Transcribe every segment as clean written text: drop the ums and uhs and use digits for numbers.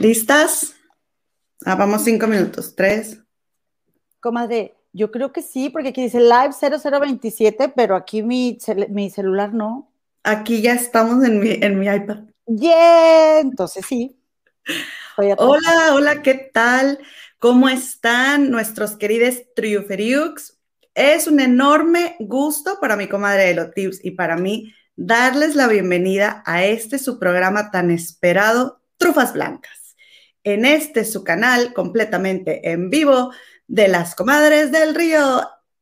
¿Listas? Vamos 5 minutos. 3. Comadre, yo creo que sí, porque aquí dice live 0027, pero aquí mi celular no. Aquí ya estamos en mi iPad. Yeah, entonces sí, estoy atrasada. Hola, hola, ¿qué tal? ¿Cómo están nuestros queridos Triuferiux? Es un enorme gusto para mi comadre de los tips y para mí darles la bienvenida a este su programa tan esperado, Trufas Blancas. En este su canal completamente en vivo de las comadres del río.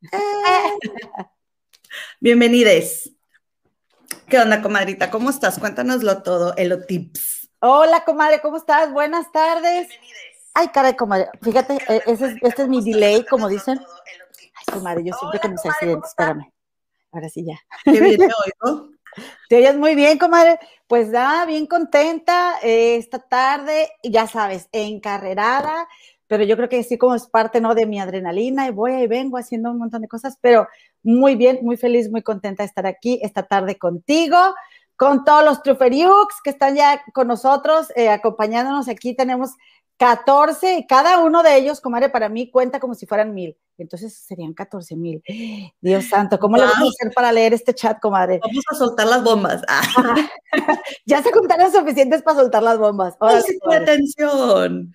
Bienvenides. ¿Qué onda, comadrita? ¿Cómo estás? Cuéntanoslo todo, Elo Tips. Hola, comadre, ¿cómo estás? Buenas tardes. Ay, caray, comadre, fíjate, este es mi delay, como dicen. Ay, comadre, yo siempre con mis accidentes, espérame. Ahora sí ya. ¿Qué viene hoy, no? Te oyes muy bien, comadre. Pues nada, bien contenta esta tarde, ya sabes, encarrerada, pero yo creo que sí como es parte, ¿no?, de mi adrenalina y voy y vengo haciendo un montón de cosas, pero muy bien, muy feliz, muy contenta de estar aquí esta tarde contigo, con todos los Truferiux que están ya con nosotros, acompañándonos. Aquí tenemos 14 y cada uno de ellos, comadre, para mí cuenta como si fueran 1000. Entonces serían 14,000. Dios santo, ¿cómo le vamos a hacer para leer este chat, comadre? Vamos a soltar las bombas. Ya se contaron suficientes para soltar las bombas. Órale, Sí, comadre. atención.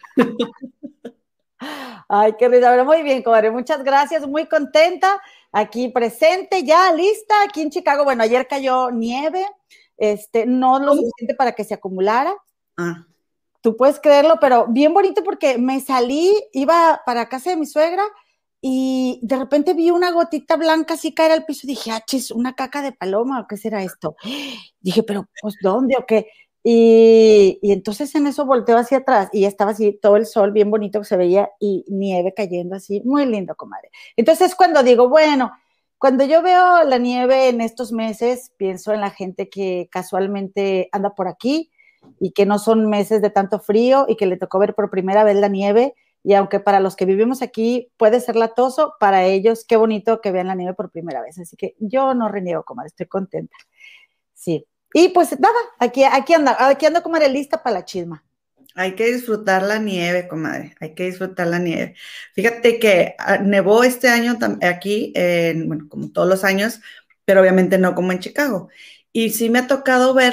Ay, qué risa. Pero muy bien, comadre. Muchas gracias. Muy contenta. Aquí presente, ya lista. Aquí en Chicago, bueno, ayer cayó nieve. No lo suficiente para que se acumulara. Tú puedes creerlo, pero bien bonito porque me salí, iba para casa de mi suegra y de repente vi una gotita blanca así caer al piso y dije, chis, una caca de paloma, ¿o qué será esto? Dije, pero pues ¿dónde o qué? Y entonces en eso volteo hacia atrás y estaba así todo el sol bien bonito que se veía y nieve cayendo así, muy lindo, comadre. Entonces cuando digo, bueno, cuando yo veo la nieve en estos meses, pienso en la gente que casualmente anda por aquí y que no son meses de tanto frío y que le tocó ver por primera vez la nieve. Y aunque para los que vivimos aquí puede ser latoso, para ellos qué bonito que vean la nieve por primera vez. Así que yo no reniego, comadre, estoy contenta. Sí. Y pues nada, aquí ando, comadre, lista para la chisma. Hay que disfrutar la nieve, comadre. Hay que disfrutar la nieve. Fíjate que nevó este año aquí, bueno, como todos los años, pero obviamente no como en Chicago. Y sí me ha tocado ver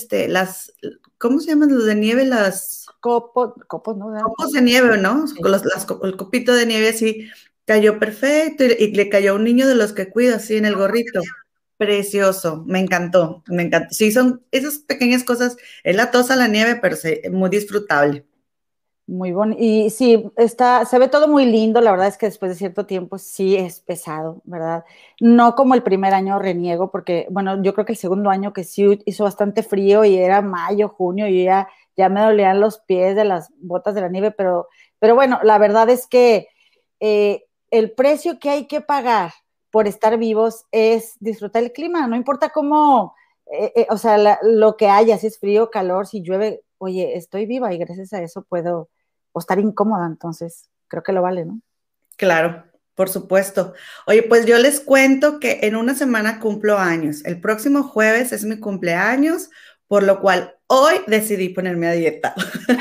¿cómo se llaman los de nieve? Copos, ¿no? Copos de nieve, ¿no? Sí. El copito de nieve así cayó perfecto y le cayó a un niño de los que cuido así en el gorrito. Precioso, me encantó, me encantó. Sí, son esas pequeñas cosas, es la tosa la nieve, pero muy disfrutable. Muy bonito. Y sí, se ve todo muy lindo. La verdad es que después de cierto tiempo sí es pesado, ¿verdad? No como el primer año, reniego, porque, bueno, yo creo que el segundo año que sí hizo bastante frío y era mayo, junio, y ya me dolían los pies de las botas de la nieve, pero bueno, la verdad es que el precio que hay que pagar por estar vivos es disfrutar el clima, no importa cómo, o sea, lo que haya, si es frío, calor, si llueve, oye, estoy viva y gracias a eso puedo estar incómoda, entonces creo que lo vale, ¿no? Claro, por supuesto. Oye, pues yo les cuento que en una semana cumplo años. El próximo jueves es mi cumpleaños, por lo cual hoy decidí ponerme a dieta.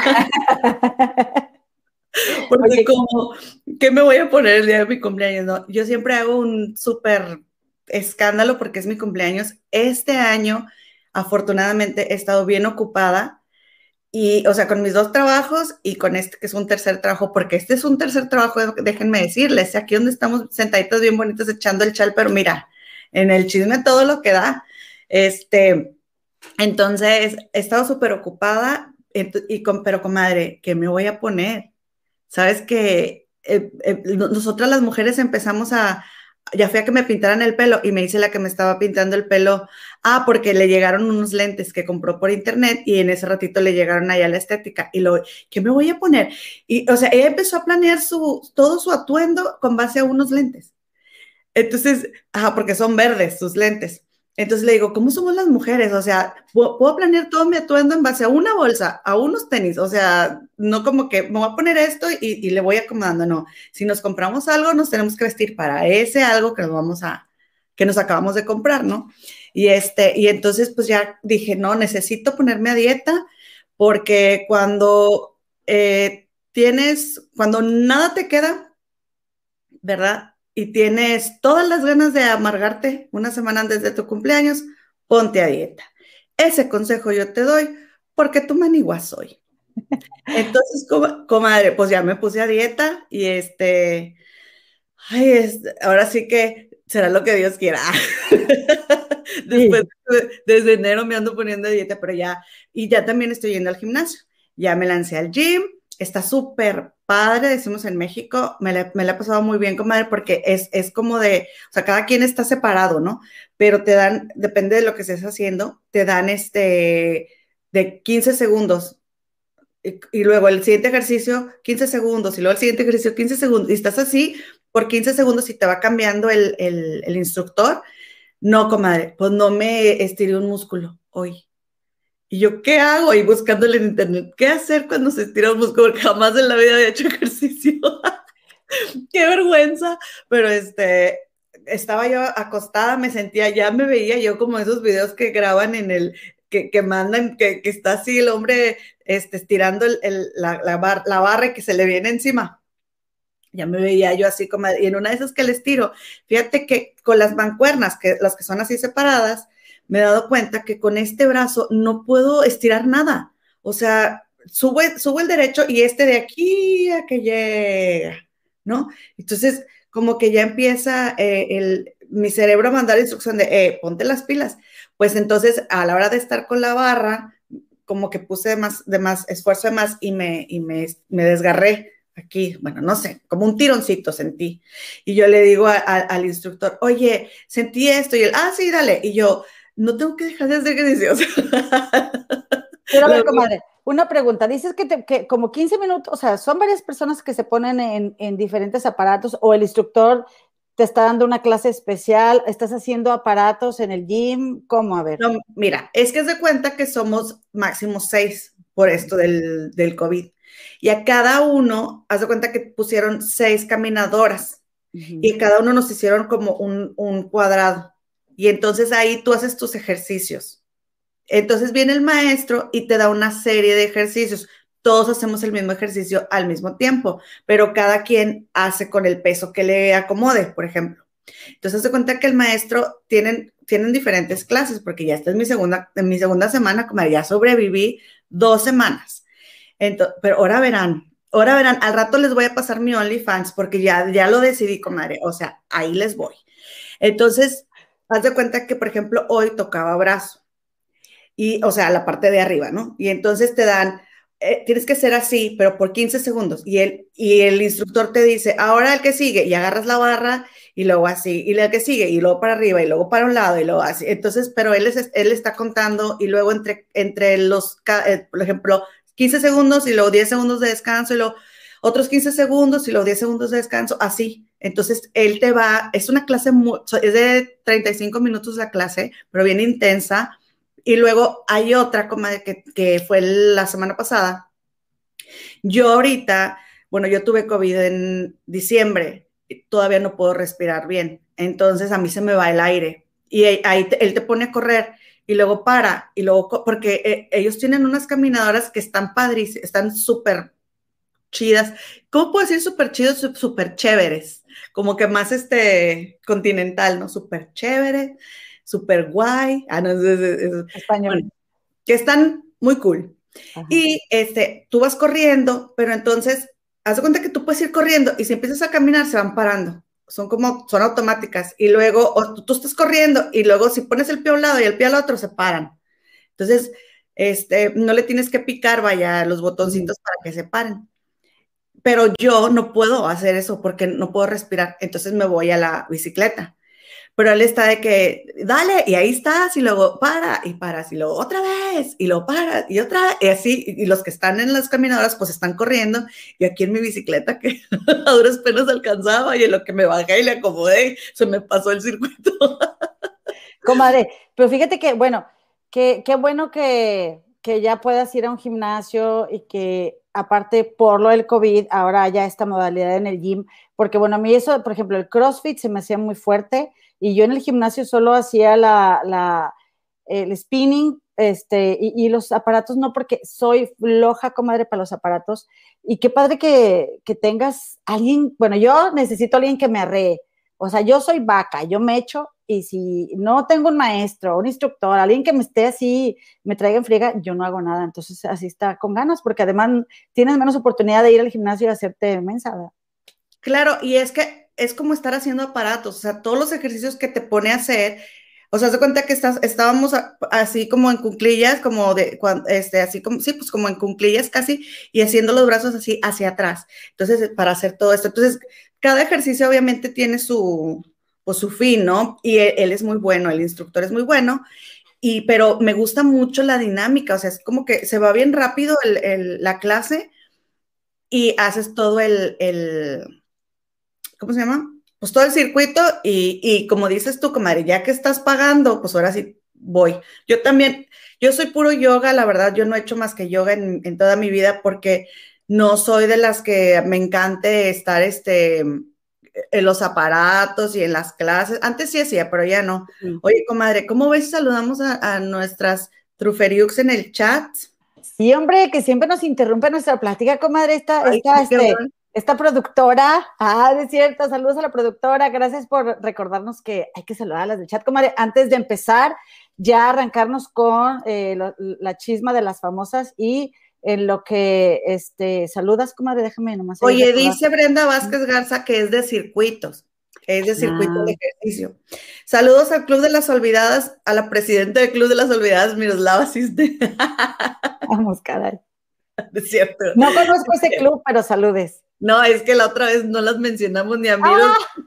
Porque Oye, como, ¿qué me voy a poner el día de mi cumpleaños? No, yo siempre hago un súper escándalo porque es mi cumpleaños. Este año, afortunadamente, he estado bien ocupada y, o sea, con mis dos trabajos y con este que es un tercer trabajo, porque este es un tercer trabajo, déjenme decirles, aquí donde estamos sentaditos bien bonitos echando el chal, pero mira, en el chisme todo lo que da. Entonces, he estado súper ocupada, pero comadre, ¿qué me voy a poner? Sabes que nosotras las mujeres empezamos ya fui a que me pintaran el pelo y me dice la que me estaba pintando el pelo, porque le llegaron unos lentes que compró por internet y en ese ratito le llegaron allá a la estética ¿qué me voy a poner? Y, o sea, ella empezó a planear todo su atuendo con base a unos lentes. Entonces, porque son verdes sus lentes. Entonces le digo, ¿cómo somos las mujeres? O sea, puedo planear todo mi atuendo en base a una bolsa, a unos tenis. O sea, no como que me voy a poner esto y le voy acomodando. No, si nos compramos algo, nos tenemos que vestir para ese algo que nos acabamos de comprar, ¿no? Y entonces pues ya dije, no, necesito ponerme a dieta porque cuando cuando nada te queda, ¿verdad? Y tienes todas las ganas de amargarte una semana antes de tu cumpleaños, ponte a dieta. Ese consejo yo te doy porque tu manigua soy. Entonces, comadre, pues ya me puse a dieta y ahora sí que será lo que Dios quiera. Después, desde enero me ando poniendo a dieta, pero y ya también estoy yendo al gimnasio. Ya me lancé al gym, está súper padre, decimos en México, me la he pasado muy bien, comadre, porque es como o sea, cada quien está separado, ¿no? Pero te dan, depende de lo que estés haciendo, te dan de 15 segundos y luego el siguiente ejercicio, 15 segundos, y luego el siguiente ejercicio, 15 segundos, y estás así por 15 segundos y te va cambiando el instructor. No, comadre, pues no me estiré un músculo hoy. ¿Y yo qué hago? Y buscándole en internet, ¿qué hacer cuando se estira un músculo? Porque jamás en la vida había hecho ejercicio. Qué vergüenza, pero estaba yo acostada, me sentía, ya me veía yo como esos videos que graban que mandan, que está así el hombre estirando la barra y que se le viene encima. Ya me veía yo así como, y en una de esas que les tiro, fíjate que con las mancuernas, las que son así separadas, me he dado cuenta que con este brazo no puedo estirar nada. O sea, subo el derecho y de aquí a que llega, ¿no? Entonces, como que ya empieza mi cerebro a mandar instrucción de, ponte las pilas. Pues entonces, a la hora de estar con la barra, como que puse de más esfuerzo de más y me desgarré aquí, bueno, no sé, como un tironcito sentí. Y yo le digo al instructor, oye, sentí esto. Y él, sí, dale. Y yo, no tengo que dejar de hacer ejercicio. Pero a ver, comadre, una pregunta. Dices que como 15 minutos, o sea, son varias personas que se ponen en diferentes aparatos o el instructor te está dando una clase especial, estás haciendo aparatos en el gym, ¿cómo? A ver. No, mira, es que es de cuenta que somos máximo 6 por esto del COVID. Y a cada uno, haz de cuenta que pusieron 6 caminadoras y a cada uno nos hicieron como un cuadrado. Y entonces ahí tú haces tus ejercicios. Entonces viene el maestro y te da una serie de ejercicios. Todos hacemos el mismo ejercicio al mismo tiempo, pero cada quien hace con el peso que le acomode, por ejemplo. Entonces se cuenta que el maestro tienen diferentes clases, porque ya esta es en mi segunda semana, como ya sobreviví 2 semanas. Entonces, pero ahora verán, al rato les voy a pasar mi OnlyFans, porque ya lo decidí, comadre, o sea, ahí les voy. Entonces, haz de cuenta que, por ejemplo, hoy tocaba brazo, o sea, la parte de arriba, ¿no? Y entonces te dan, tienes que ser así, pero por 15 segundos. Y el instructor te dice, ahora el que sigue, y agarras la barra, y luego así, y el que sigue, y luego para arriba, y luego para un lado, y luego así. Entonces, pero él está contando, y luego entre por ejemplo, 15 segundos, y luego 10 segundos de descanso, y luego otros 15 segundos, y luego 10 segundos de descanso, así. Entonces, él es una clase, es de 35 minutos la clase, pero bien intensa. Y luego hay otra que fue la semana pasada. Yo ahorita, bueno, yo tuve COVID en diciembre, todavía no puedo respirar bien, entonces a mí se me va el aire y ahí él te pone a correr y luego para, y luego, porque ellos tienen unas caminadoras que están padrísimas, están súper chidas. ¿Cómo puedo decir súper chidos? Súper chéveres, como que más continental, ¿no? Súper chévere, súper guay. No, Español. bueno, que están muy cool. Ajá. Y tú vas corriendo, pero entonces, haz de cuenta que tú puedes ir corriendo y si empiezas a caminar se van parando. Son automáticas. Y luego, tú estás corriendo y luego si pones el pie a un lado y el pie al otro, se paran. Entonces, no le tienes que picar, vaya, los botoncitos para que se paren. Pero yo no puedo hacer eso porque no puedo respirar. Entonces me voy a la bicicleta. Pero él está de que, dale, y ahí estás, y luego y paras, y luego otra vez, y luego paras, y otra vez, y así, y los que están en las caminadoras, pues están corriendo, y aquí en mi bicicleta, que a duras penas alcanzaba, y en lo que me bajé y le acomodé, se me pasó el circuito. Comadre, pero fíjate que, bueno, qué bueno que ya puedas ir a un gimnasio y que aparte por lo del COVID ahora haya esta modalidad en el gym, porque bueno, a mí eso, por ejemplo, el CrossFit se me hacía muy fuerte y yo en el gimnasio solo hacía el spinning y los aparatos no, porque soy floja, comadre, para los aparatos. Y qué padre que tengas alguien, bueno, yo necesito a alguien que me arree. O sea, yo soy vaca, yo me echo, y si no tengo un maestro, un instructor, alguien que me esté así, me traiga en friega, yo no hago nada. Entonces, así está con ganas, porque además tienes menos oportunidad de ir al gimnasio y hacerte mensa, ¿verdad? Claro, y es que es como estar haciendo aparatos, o sea, todos los ejercicios que te pone a hacer, o sea, haz de cuenta que estábamos así como en cuclillas, como así como, sí, pues como en cuclillas casi, y haciendo los brazos así hacia atrás. Entonces, para hacer todo esto. Entonces, cada ejercicio obviamente tiene pues, su fin, ¿no? Y él es muy bueno, el instructor es muy bueno, pero me gusta mucho la dinámica, o sea, es como que se va bien rápido la clase y haces todo ¿cómo se llama? Pues todo el circuito y como dices tú, comadre, ya que estás pagando, pues ahora sí voy. Yo también, yo soy puro yoga, la verdad, yo no he hecho más que yoga en toda mi vida porque no soy de las que me encante estar en los aparatos y en las clases. Antes sí hacía, pero ya no. Oye, comadre, ¿cómo ves si saludamos a nuestras truferiux en el chat? Sí, hombre, que siempre nos interrumpe nuestra plática, comadre, Ay, qué bueno. esta productora. Es cierto, saludos a la productora, gracias por recordarnos que hay que saludar a las del chat, comadre. Antes de empezar, ya arrancarnos con la chisma de las famosas y en lo que saludas, comadre, déjame nomás. Oye, dice Brenda Vázquez Garza que es de circuitos, de ejercicio. Saludos al Club de las Olvidadas, a la presidenta del Club de las Olvidadas, Miroslava Siste. Vamos, caray. Es cierto. No conozco ese club, pero saludes. No, es que la otra vez no las mencionamos ni a Miros.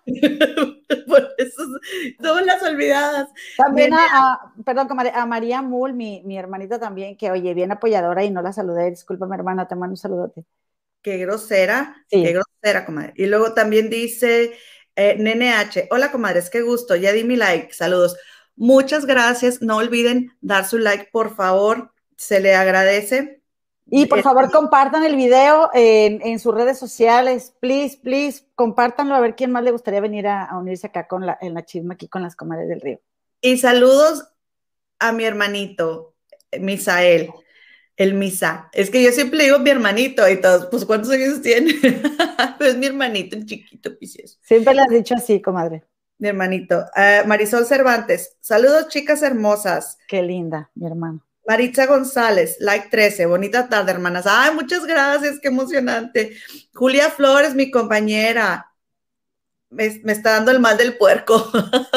Por eso somos las olvidadas. También perdón, a María Mul, mi hermanita también, que oye, bien apoyadora y no la saludé. Discúlpame, hermana, te mando un saludote. Qué grosera, qué grosera, comadre. Y luego también dice Nene H. Hola, comadres, qué gusto. Ya di mi like. Saludos. Muchas gracias. No olviden dar su like, por favor. Se le agradece. Y por favor, compartan el video en sus redes sociales. Please, please, compártanlo a ver quién más le gustaría venir a unirse acá en la chisma, aquí con las comadres del río. Y saludos a mi hermanito, Misael, el Misa. Es que yo siempre digo mi hermanito y todos, pues ¿cuántos años tiene? Pero es mi hermanito, el chiquito picioso. Siempre le has dicho así, comadre. Mi hermanito. Marisol Cervantes. Saludos, chicas hermosas. Qué linda, mi hermano. Maritza González, like 13, bonita tarde, hermanas. Ay, muchas gracias, qué emocionante. Julia Flores, mi compañera. Me está dando el mal del puerco.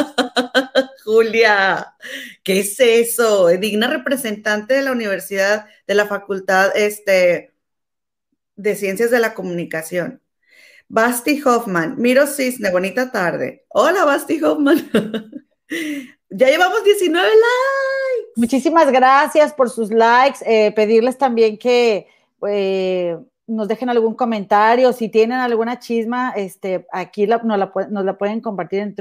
Julia, ¿qué es eso? Digna representante de la universidad, de la facultad de Ciencias de la Comunicación. Basti Hoffman, Miro Cisne, bonita tarde. Hola, Basti Hoffman. Ya llevamos 19 likes. Muchísimas gracias por sus likes. Pedirles también que nos dejen algún comentario. Si tienen alguna chisma, aquí nos la pueden compartir en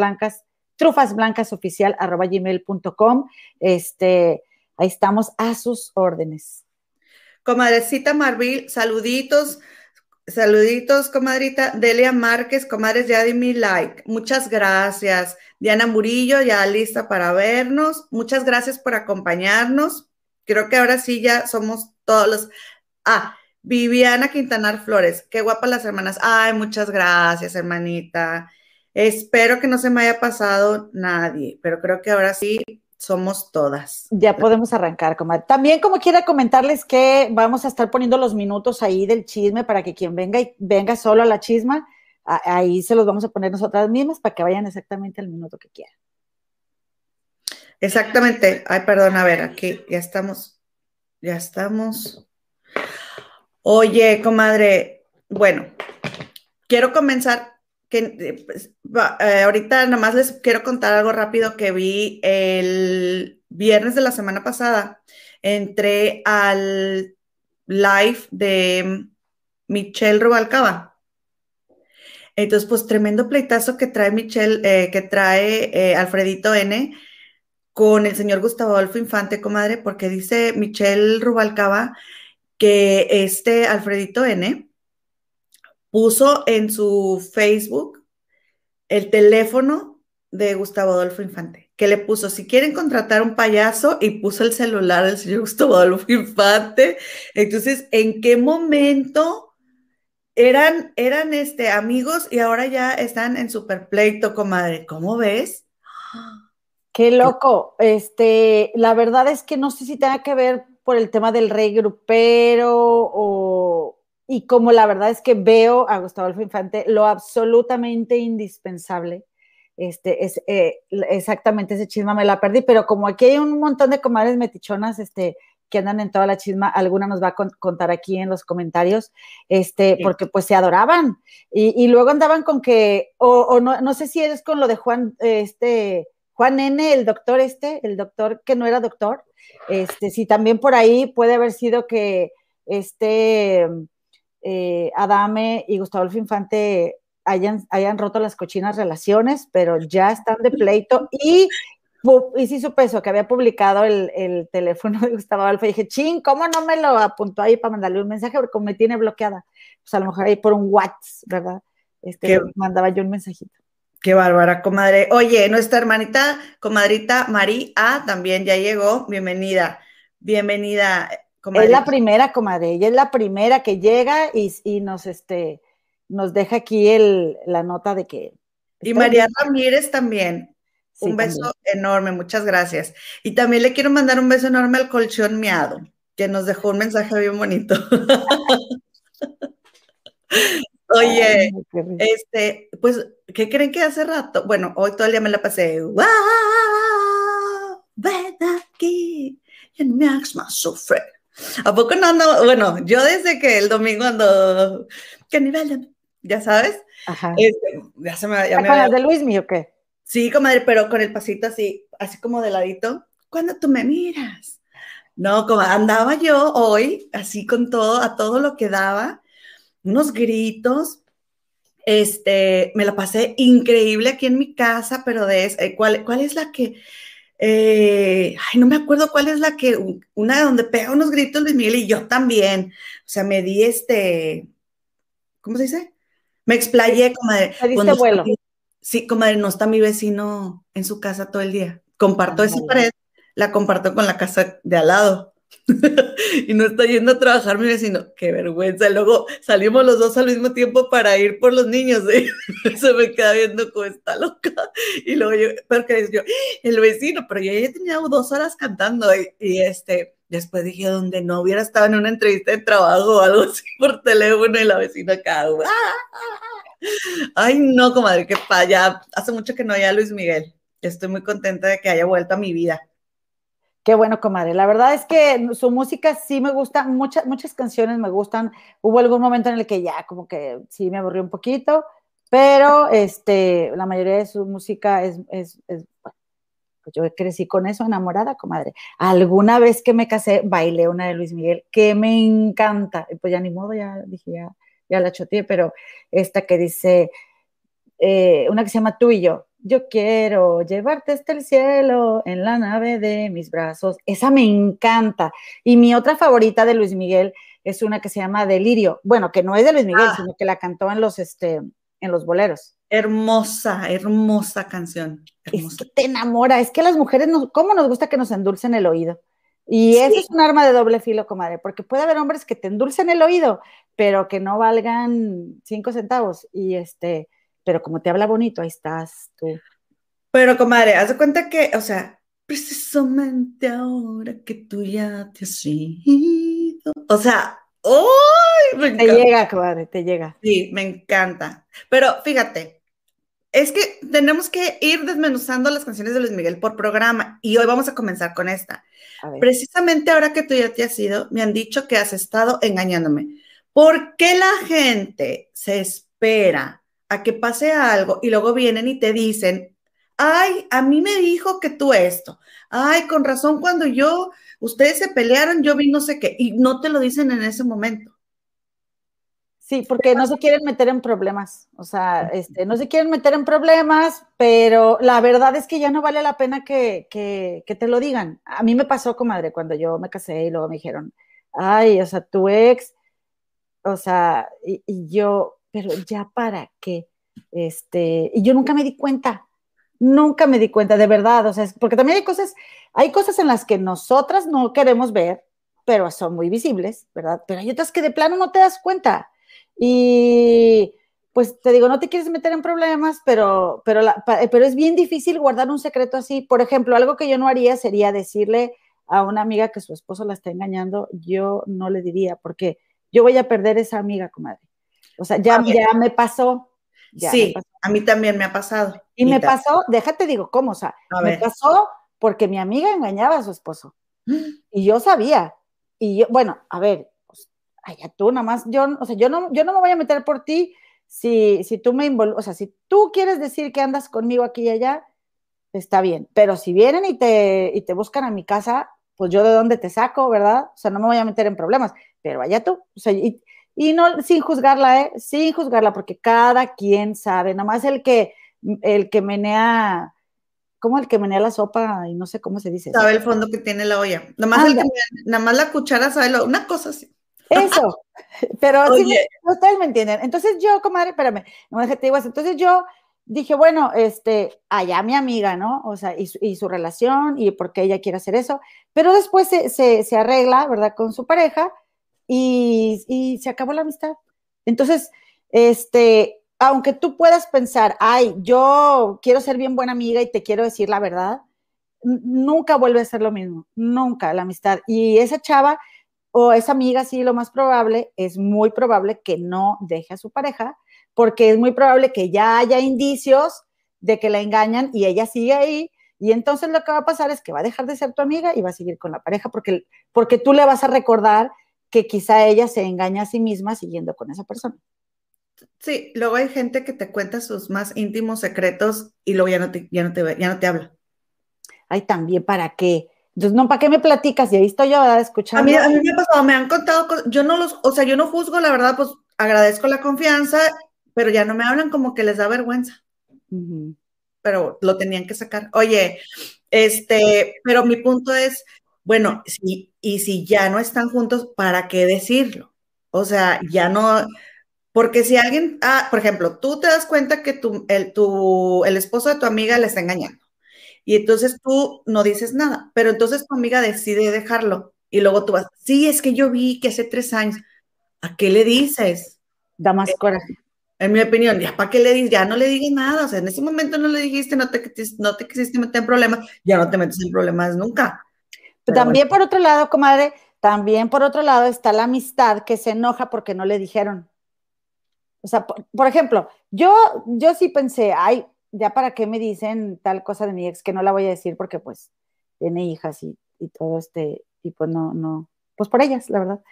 trufasblancasoficial@gmail.com. Ahí estamos a sus órdenes. Comadrecita Marvil, saluditos. Saluditos, comadrita. Delia Márquez, comadres, ya di mi like. Muchas gracias. Diana Murillo, ya lista para vernos. Muchas gracias por acompañarnos. Creo que ahora sí ya somos todos los... Viviana Quintanar Flores, qué guapas las hermanas. Ay, muchas gracias, hermanita. Espero que no se me haya pasado nadie, pero creo que ahora sí somos todas. Ya podemos arrancar, comadre. También como quiera comentarles que vamos a estar poniendo los minutos ahí del chisme para que quien venga solo a la chisma, ahí se los vamos a poner nosotras mismas para que vayan exactamente al minuto que quieran. Exactamente. Ay, perdón, a ver, aquí ya estamos. Oye, comadre, bueno, quiero comenzar ahorita nomás les quiero contar algo rápido que vi el viernes de la semana pasada. Entré al live de Michelle Rubalcaba. Entonces, pues tremendo pleitazo que trae Michelle, que trae Alfredito N con el señor Gustavo Adolfo Infante, comadre, porque dice Michelle Rubalcaba que Alfredito N puso en su Facebook el teléfono de Gustavo Adolfo Infante. que le puso, si quieren contratar un payaso, y puso el celular del señor Gustavo Adolfo Infante. Entonces, ¿en qué momento eran amigos y ahora ya están en super pleito, comadre? ¿Cómo ves? Qué loco. La verdad es que no sé si tenga que ver por el tema del rey grupero y como la verdad es que veo a Gustavo Adolfo Infante lo absolutamente indispensable. Exactamente ese chisma me la perdí, pero como aquí hay un montón de comadres metichonas, que andan en toda la chisma, alguna nos va a contar aquí en los comentarios, porque pues se adoraban y luego andaban con que, o no sé si eres con lo de Juan, Juan N., el doctor que no era doctor, si también por ahí puede haber sido que Adame y Gustavo Adolfo Infante hayan roto las cochinas relaciones, pero ya están de pleito y sí supe eso, que había publicado el teléfono de Gustavo Adolfo y dije, ching, ¿cómo no me lo apuntó ahí para mandarle un mensaje? Porque como me tiene bloqueada, pues a lo mejor ahí por un WhatsApp, ¿verdad? Le mandaba yo un mensajito. Qué bárbara, comadre. Oye, nuestra hermanita, comadrita María también ya llegó. Bienvenida, bienvenida, comadre. Es la primera, comadre. Ella es la primera que llega y nos deja aquí la nota de que. Y María Ramírez también. Sí, un beso enorme, muchas gracias. Y también le quiero mandar un beso enorme al colchón miado, que nos dejó un mensaje bien bonito. Oye, pues, ¿qué creen que hace rato? Bueno, hoy todo el día me la pasé. ¡Wow! Ven aquí y me hagas más sufrir. ¿A poco no ando? Bueno, yo desde que el domingo ando. ¿Qué nivel? Ya sabes. Ajá. Ya se me. Ya ¿Con las de Luismi o qué? Sí, comadre, pero con el pasito así como de ladito. Cuando tú me miras. No, como andaba yo hoy, así con todo, a todo lo que daba, unos gritos. Me la pasé increíble aquí en mi casa, pero ¿cuál es la que? Ay, no me acuerdo cuál es la que, una de donde pega unos gritos Luis Miguel y yo también. O sea, me di ¿cómo se dice? Me explayé, comadre. Me diste vuelo. Sí, comadre, no está mi vecino en su casa todo el día. Comparto esa pared, la comparto con la casa de al lado. Y no está yendo a trabajar mi vecino. Qué vergüenza. Luego salimos los dos al mismo tiempo para ir por los niños. Se me queda viendo como está loca. Y luego porque yo, el vecino, pero yo ya tenía 2 horas cantando. Y después dije, donde no hubiera estado en una entrevista de trabajo o algo así por teléfono y la vecina acá. Ay, no, comadre, que ya hace mucho que no había Luis Miguel. Estoy muy contenta de que haya vuelto a mi vida. Qué bueno, comadre. La verdad es que su música sí me gusta, muchas canciones me gustan. Hubo algún momento en el que ya como que sí me aburrió un poquito, pero la mayoría de su música bueno, pues yo crecí con eso, enamorada, comadre. Alguna vez que me casé, bailé una de Luis Miguel, que me encanta. Pues ya ni modo, ya dije, ya la choteé, pero esta que dice, una que se llama Tú y yo. Yo quiero llevarte hasta el cielo en la nave de mis brazos. Esa me encanta. Y mi otra favorita de Luis Miguel es una que se llama Delirio. Bueno, que no es de Luis Miguel, sino que la cantó en los boleros. Hermosa, hermosa canción. Hermosa. Es que te enamora. Es que las mujeres, ¿cómo nos gusta que nos endulcen el oído? Y ese es un arma de doble filo, comadre, porque puede haber hombres que te endulcen el oído, pero que no valgan 5 centavos. Pero como te habla bonito, ahí estás tú. Pero, comadre, haz de cuenta que, o sea, precisamente ahora que tú ya te has ido. O sea, ¡ay! Me encanta. Te llega, comadre, te llega. Sí, me encanta. Pero fíjate, es que tenemos que ir desmenuzando las canciones de Luis Miguel por programa y hoy vamos a comenzar con esta. Precisamente ahora que tú ya te has ido, me han dicho que has estado engañándome. ¿Por qué la gente se espera a que pase algo y luego vienen y te dicen, ay, a mí me dijo que tú esto, ay, con razón cuando ustedes se pelearon, yo vi no sé qué, y no te lo dicen en ese momento? Sí, porque no se quieren meter en problemas, o sea, no se quieren meter en problemas, pero la verdad es que ya no vale la pena que te lo digan. A mí me pasó, comadre, cuando yo me casé y luego me dijeron, ay, o sea, tu ex, o sea, y yo, pero ya para qué, y yo nunca me di cuenta, Nunca me di cuenta, de verdad, o sea, porque también hay cosas en las que nosotras no queremos ver, pero son muy visibles, ¿verdad? Pero hay otras que de plano no te das cuenta. Pues te digo, no te quieres meter en problemas, pero es bien difícil guardar un secreto así. Por ejemplo, algo que yo no haría sería decirle a una amiga que su esposo la está engañando. Yo no le diría, porque yo voy a perder esa amiga, comadre. O sea, ya me pasó. Sí, a mí también me ha pasado. Y me pasó, déjate digo cómo, o sea, me pasó porque mi amiga engañaba a su esposo. Y yo sabía. Y yo, bueno, a ver, pues, allá tú nada más, o sea, yo no me voy a meter por ti si tú me involucras, o sea, si tú quieres decir que andas conmigo aquí y allá, está bien. Pero si vienen y te buscan a mi casa, pues yo de dónde te saco, ¿verdad? O sea, no me voy a meter en problemas, pero allá tú. O sea, y no, sin juzgarla, sin juzgarla, porque cada quien sabe, nomás el que menea, como el que menea la sopa, y no sé cómo se dice eso. Sabe el fondo que tiene la olla. Nomás nada más la cuchara sabe una cosa así. Eso, pero sí, ustedes me entienden. Entonces yo, comadre, espérame, no me te digo eso. Entonces yo dije, bueno, allá mi amiga, ¿no? O sea, y su relación, y por qué ella quiere hacer eso. Pero después se arregla, ¿verdad? Con su pareja, y se acabó la amistad. Entonces, aunque tú puedas pensar, ay, yo quiero ser bien buena amiga y te quiero decir la verdad, nunca vuelve a ser lo mismo, nunca la amistad. Y esa chava o esa amiga, sí, lo más probable, es muy probable que no deje a su pareja, porque es muy probable que ya haya indicios de que la engañan y ella sigue ahí, y entonces lo que va a pasar es que va a dejar de ser tu amiga y va a seguir con la pareja, porque tú le vas a recordar que quizá ella se engaña a sí misma siguiendo con esa persona. Sí, luego hay gente que te cuenta sus más íntimos secretos y luego ya no te habla. Ay, también, ¿para qué? Entonces, no, ¿para qué me platicas? Y ahí estoy yo, ¿verdad? Escuchando. A mí me ha pasado, me han contado cosas, yo no o sea, yo no juzgo, la verdad, pues agradezco la confianza, pero ya no me hablan como que les da vergüenza. Pero lo tenían que sacar. Oye, pero mi punto es, bueno, y si ya no están juntos, ¿para qué decirlo? O sea, ya no, porque si alguien, por ejemplo, tú te das cuenta que el esposo de tu amiga le está engañando. Y entonces tú no dices nada, pero entonces tu amiga decide dejarlo. Y luego tú vas, sí, es que yo vi que hace 3 años. ¿A qué le dices? Da más coraje. En mi opinión, ya para qué le dices, ya no le digas nada. O sea, en ese momento no le dijiste, no te quisiste meter en problemas, ya no te metes en problemas nunca. Pero También por otro lado, comadre, también por otro lado está la amistad que se enoja porque no le dijeron. O sea, por ejemplo, yo sí pensé, ay, ya para qué me dicen tal cosa de mi ex, que no la voy a decir porque pues tiene hijas y todo y pues no, pues por ellas, la verdad.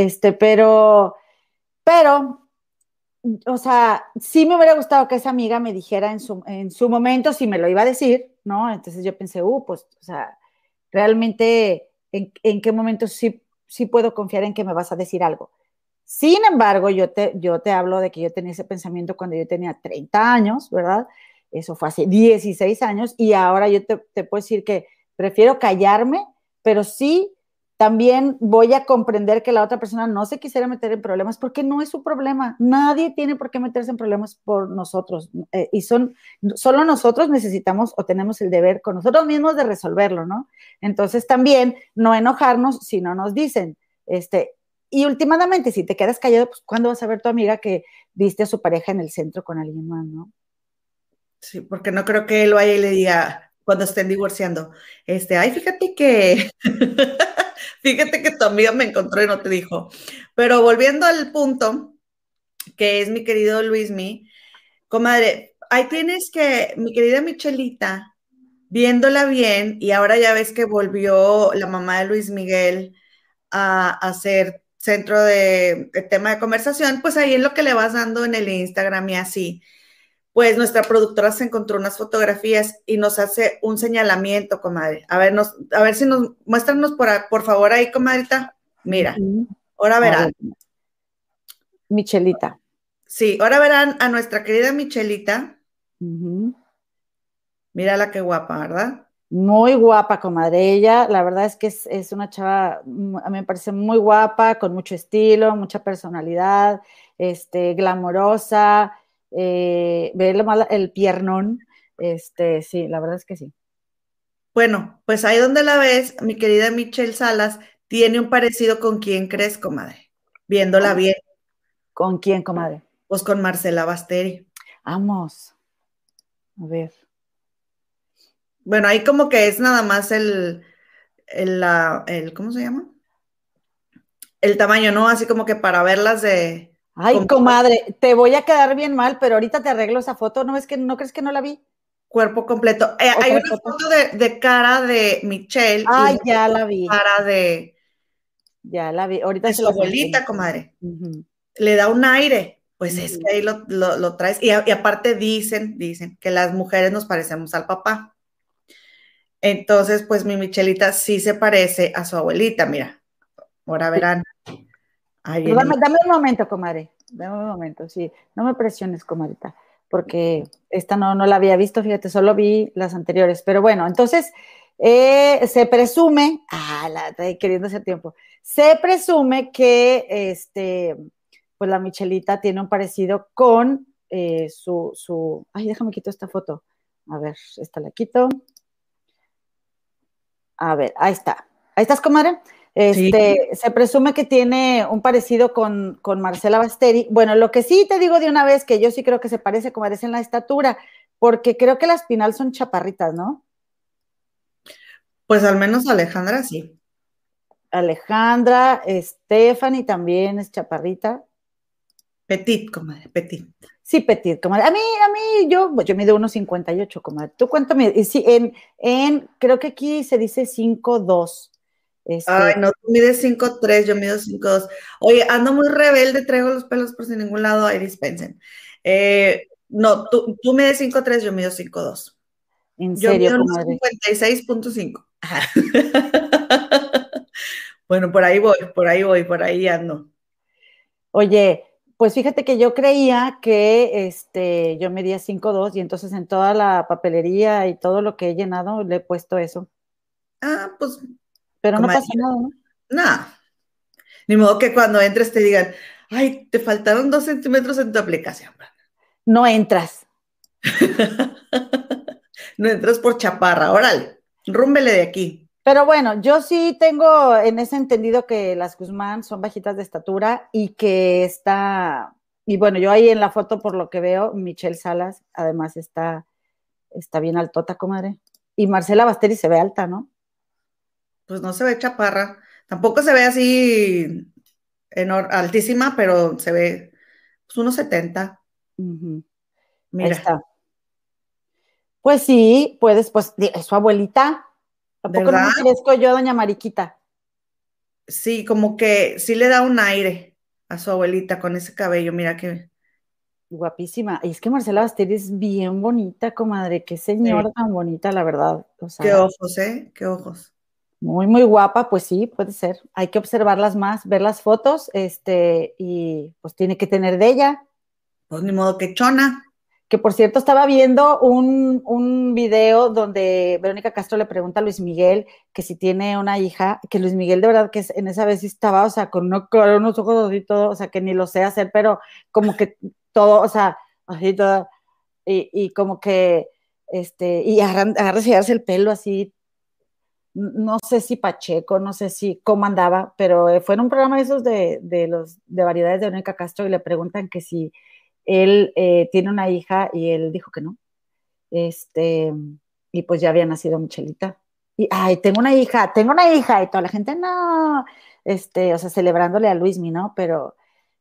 Pero, o sea, sí me hubiera gustado que esa amiga me dijera en su momento si me lo iba a decir, ¿no? Entonces yo pensé, pues, o sea, realmente, ¿en qué momento sí puedo confiar en que me vas a decir algo? Sin embargo, yo te hablo de que yo tenía ese pensamiento cuando yo tenía 30 años, ¿verdad? Eso fue hace 16 años y ahora yo te puedo decir que prefiero callarme, pero sí también voy a comprender que la otra persona no se quisiera meter en problemas porque no es su problema. Nadie tiene por qué meterse en problemas por nosotros. Solo nosotros necesitamos o tenemos el deber con nosotros mismos de resolverlo, ¿no? Entonces también no enojarnos si no nos dicen, y últimamente, si te quedas callado, pues ¿cuándo vas a ver tu amiga que viste a su pareja en el centro con alguien más, no? sí, porque no creo que él vaya y le diga cuando estén divorciando, ay, fíjate que tu amiga me encontró y no te dijo. Pero volviendo al punto, que es mi querido Luismi, comadre, ahí tienes que, mi querida Michelita, viéndola bien, y ahora ya ves que volvió la mamá de Luis Miguel a hacer centro de tema de conversación, pues ahí es lo que le vas dando en el Instagram y así. Pues nuestra productora se encontró unas fotografías y nos hace un señalamiento, comadre. A ver si muéstranos por favor ahí, comadrita. Mira, ahora verán. Michelita. Sí, ahora verán a nuestra querida Michelita. Mírala qué guapa, ¿verdad? Muy guapa, comadre. Ella, la verdad es que es una chava, a mí me parece muy guapa, con mucho estilo, mucha personalidad, glamorosa, ve el piernón, Sí, la verdad es que sí. Bueno, pues ahí donde la ves, mi querida Michelle Salas tiene un parecido con quién crees, comadre, viéndola bien, ¿Con quién, comadre? pues con Marcela Basteri. Vamos, a ver. Bueno, ahí como que es nada más ¿cómo se llama? El tamaño, ¿no? Así como que para verlas de Ay, comadre, te voy a quedar bien mal, pero ahorita te arreglo esa foto. ¿No ves que no crees que no la vi? cuerpo completo. Hay Otra una foto. foto de cara de Michelle y Ay, de ya la vi. cara de Ya la vi. Ahorita se su las enseño. abuelita, comadre. Uh-huh. Le da un aire, pues es Uh-huh. que ahí lo traes. Y aparte dicen que las mujeres nos parecemos al papá. Entonces, pues mi Michelita sí se parece a su abuelita, mira. Ahora Sí. verán. Ahí Pero viene mi... dame un momento, comadre. Dame un momento, sí. No me presiones, comadita, porque esta no la había visto, fíjate, solo vi las anteriores. Pero bueno, entonces se presume, la estoy queriendo hacer tiempo, se presume que pues la Michelita tiene un parecido con ay, déjame quitar esta foto. A ver, esta la quito. A ver, ahí está. Ahí estás, comadre. Sí, Se presume que tiene un parecido con Marcela Basteri. Bueno, lo que sí te digo de una vez, que yo sí creo que se parece, comadre, es en la estatura, porque creo que las Pinal son chaparritas, ¿no? pues al menos Alejandra sí. Alejandra, Stephanie también es chaparrita. Petit, comadre, petit. Sí, petit, comadre. Yo mido 1,58, comadre. ¿Tú cuánto mides? Sí, creo que aquí se dice 5'2". Ay, no, tú mides 5'3", yo mido 5'2". Oye, ando muy rebelde, traigo los pelos por sin ningún lado, ahí dispensen. No, tú mides 5'3", yo mido 5'2". En Yo serio, mido unos comadre. 56.5. Bueno, por ahí ando. Oye, pues fíjate que yo creía que yo medía 5'2", y entonces en toda la papelería y todo lo que he llenado le he puesto eso. Ah, pues, Pero no comadre, pasa nada, ¿no? nada. Ni modo que cuando entres te digan, ay, te faltaron 2 centímetros en tu aplicación. No entras. No entras por chaparra, órale, rúmbele de aquí. Pero bueno, yo sí tengo en ese entendido que las Guzmán son bajitas de estatura y que y bueno, yo ahí en la foto por lo que veo, Michelle Salas además está bien altota, comadre. Y Marcela Basteri se ve alta, ¿no? Pues no se ve chaparra, tampoco se ve así altísima, pero se ve pues, unos 70. Uh-huh. Ahí Mira, está. Pues sí, puedes, pues es su abuelita. ¿A poco no ¿verdad? me parezco yo, doña Mariquita? Sí, como que sí le da un aire a su abuelita con ese cabello, mira que... Guapísima. Y es que Marcela Basteri es bien bonita, comadre. Qué Sí. señora tan bonita, la verdad. O Qué sea, ojos, ¿eh? Qué ojos. muy, muy guapa, pues sí, puede ser. Hay que observarlas más, ver las fotos, y pues tiene que tener de ella. Pues ni modo que chona. Que por cierto, estaba viendo un video donde Verónica Castro le pregunta a Luis Miguel que si tiene una hija, que Luis Miguel de verdad que en esa vez sí estaba, o sea, con unos ojos así todo, o sea, que ni lo sé hacer, pero como que todo, o sea, así todo, y como que, y agarra y agarrarse el pelo así, no sé si Pacheco, no sé si cómo andaba, pero fue en un programa de esos de variedades de Verónica Castro y le preguntan que si él tiene una hija y él dijo que no. Este, y pues ya había nacido Michelita. Y, ay, tengo una hija, y toda la gente, no, o sea, celebrándole a Luismi, ¿no? Pero,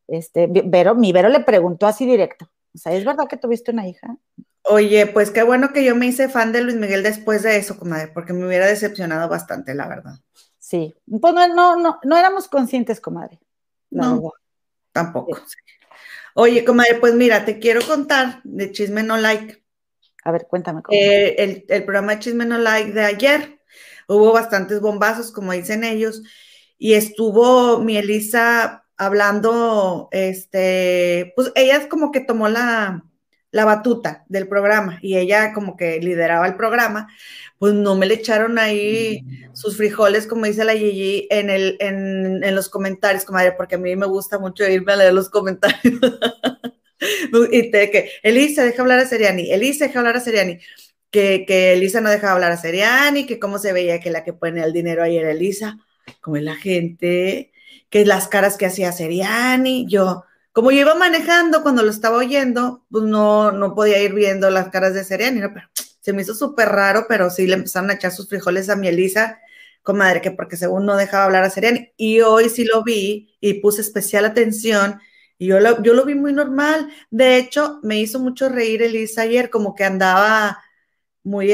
mi Vero le preguntó así directo, o sea, ¿es verdad que tuviste una hija? Oye, pues qué bueno que yo me hice fan de Luis Miguel después de eso, comadre, porque me hubiera decepcionado bastante, la verdad. Sí, pues no éramos conscientes, comadre, la No, verdad. tampoco. Oye, comadre, pues mira, te quiero contar de Chisme No Like. A ver, cuéntame, comadre. El programa de Chisme No Like de ayer, hubo bastantes bombazos, como dicen ellos, y estuvo mi Elisa hablando, pues ella es como que tomó la batuta del programa y ella como que lideraba el programa, pues no me le echaron ahí sus frijoles, como dice la Gigi, en los comentarios, comadre, porque a mí me gusta mucho irme a leer los comentarios. Y que Elisa, deja hablar a Seriani, Elisa, deja hablar a Seriani. que Elisa no dejaba hablar a Seriani, que cómo se veía que la que ponía el dinero ahí era Elisa, como es la gente, que las caras que hacía Seriani, como yo iba manejando cuando lo estaba oyendo, pues no podía ir viendo las caras de Seriani, ¿no? Pero se me hizo súper raro, pero sí le empezaron a echar sus frijoles a mi Elisa, comadre, que porque según no dejaba hablar a Seriani, y hoy sí lo vi y puse especial atención, y yo lo vi muy normal. De hecho, me hizo mucho reír Elisa ayer, como que andaba muy,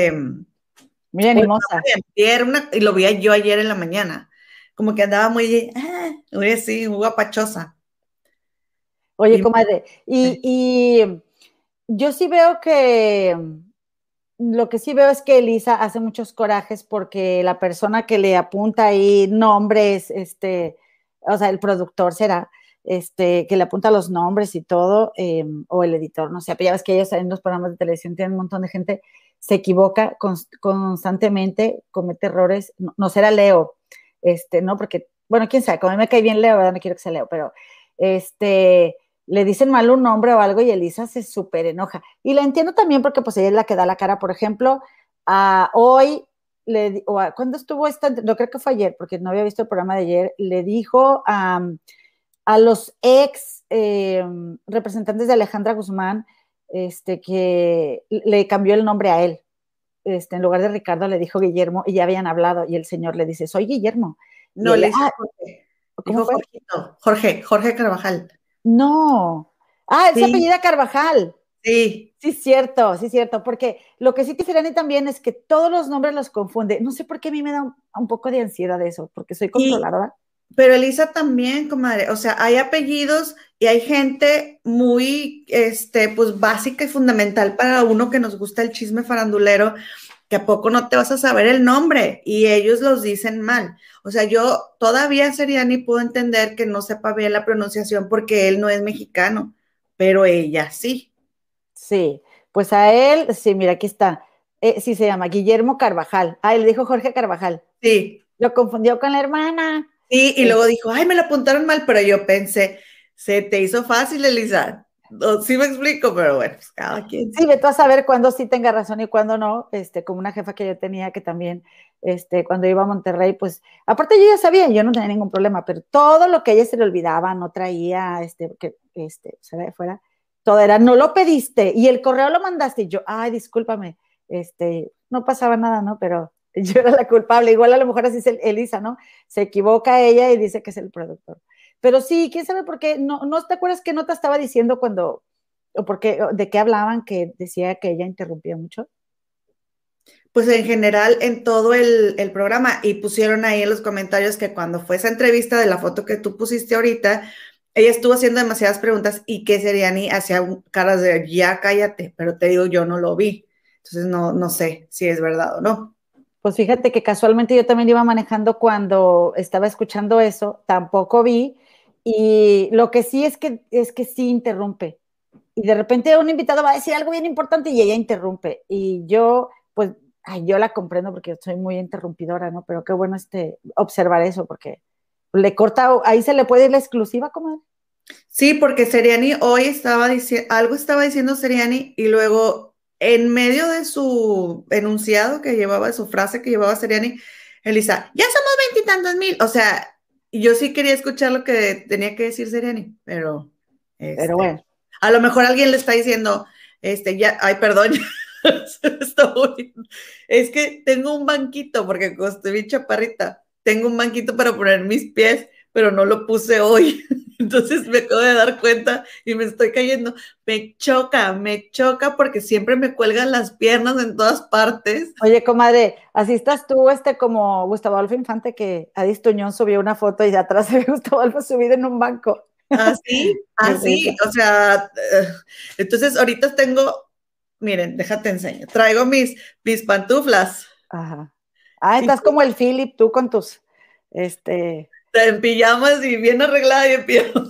muy animosa. Y lo vi yo ayer en la mañana, como que andaba muy así, muy guapachosa. Oye, Y, comadre, y yo sí veo que lo que sí veo es que Elisa hace muchos corajes porque la persona que le apunta ahí nombres, o sea, el productor será, que le apunta los nombres y todo, o el editor, no sé, pero ya ves que ellos en los programas de televisión tienen un montón de gente, se equivoca constantemente, comete errores, no será Leo, no, porque, bueno, quién sabe, como a mí me cae bien Leo, ¿verdad? No quiero que sea Leo, pero, le dicen mal un nombre o algo y Elisa se súper enoja. Y la entiendo también porque pues ella es la que da la cara. Por ejemplo, hoy, ¿cuándo estuvo esta? No creo que fue ayer, porque no había visto el programa de ayer, le dijo a los ex representantes de Alejandra Guzmán que le cambió el nombre a él. En lugar de Ricardo le dijo Guillermo y ya habían hablado y el señor le dice, soy Guillermo. Y no, ella, le hizo Jorge, ¿cómo dijo fue? Jorge Carvajal. No. Él se Sí, apellida Carvajal. sí. Sí, cierto, porque lo que sí te Ferani también es que todos los nombres los confunde. No sé por qué a mí me da un poco de ansiedad eso, porque soy controladora. Pero Elisa también, comadre, o sea, hay apellidos y hay gente muy, pues básica y fundamental para uno que nos gusta el chisme farandulero, que a poco no te vas a saber el nombre y ellos los dicen mal. O sea, yo todavía Seriani puedo entender que no sepa bien la pronunciación porque él no es mexicano, pero ella sí. Sí, pues a él, sí, mira, aquí está. Sí, se llama Guillermo Carvajal. Le dijo Jorge Carvajal. Sí, Lo confundió con la hermana. sí, y luego dijo, ay, me lo apuntaron mal, pero yo pensé, se te hizo fácil, Elisa. No, sí me explico, pero bueno, pues cada quien. Sí, vete a saber cuándo sí tenga razón y cuándo no, como una jefa que yo tenía que también, cuando iba a Monterrey, pues, aparte yo ya sabía, yo no tenía ningún problema, pero todo lo que a ella se le olvidaba, no traía, se ve fuera, todo era, no lo pediste, y el correo lo mandaste, y yo, ay, discúlpame, no pasaba nada, ¿no? Pero yo era la culpable, igual a lo mejor así es Elisa, ¿no? Se equivoca ella y dice que es el productor. Pero sí, quién sabe por qué, no te acuerdas qué nota estaba diciendo cuando o porque de qué hablaban que decía que ella interrumpía mucho. Pues en general en todo el programa y pusieron ahí en los comentarios que cuando fue esa entrevista de la foto que tú pusiste ahorita, ella estuvo haciendo demasiadas preguntas y que Seriani hacía caras de ya cállate, pero te digo, yo no lo vi. Entonces no sé si es verdad o no. Pues fíjate que casualmente yo también iba manejando cuando estaba escuchando eso, tampoco vi, y lo que sí es que sí interrumpe. Y de repente un invitado va a decir algo bien importante y ella interrumpe. Y yo, pues, yo la comprendo porque soy muy interrumpidora, ¿no? Pero qué bueno observar eso, porque le corta, ahí se le puede ir la exclusiva, comadre. Sí, porque Seriani hoy estaba diciendo, algo estaba diciendo Seriani y luego en medio de su enunciado que llevaba, su frase que llevaba Seriani, Elisa, ya somos veintitantos mil. O sea, yo sí quería escuchar lo que tenía que decir Seriani, pero Pero bueno. a lo mejor alguien le está diciendo, ya, ay, perdón, es que tengo un banquito, porque como estoy bien chaparrita, tengo un banquito para poner mis pies, pero no lo puse hoy. Entonces me acabo de dar cuenta y me estoy cayendo. Me choca porque siempre me cuelgan las piernas en todas partes. Oye, comadre, así estás tú, como Gustavo Adolfo Infante, que Adis Tuñón subió una foto y de atrás se ve Gustavo Adolfo subido en un banco. Así, o sea, entonces ahorita tengo, miren, déjate enseño, traigo mis pantuflas. Ajá. Y Estás como el Philip, tú con tus, en pijamas y bien arreglada y en pijamas.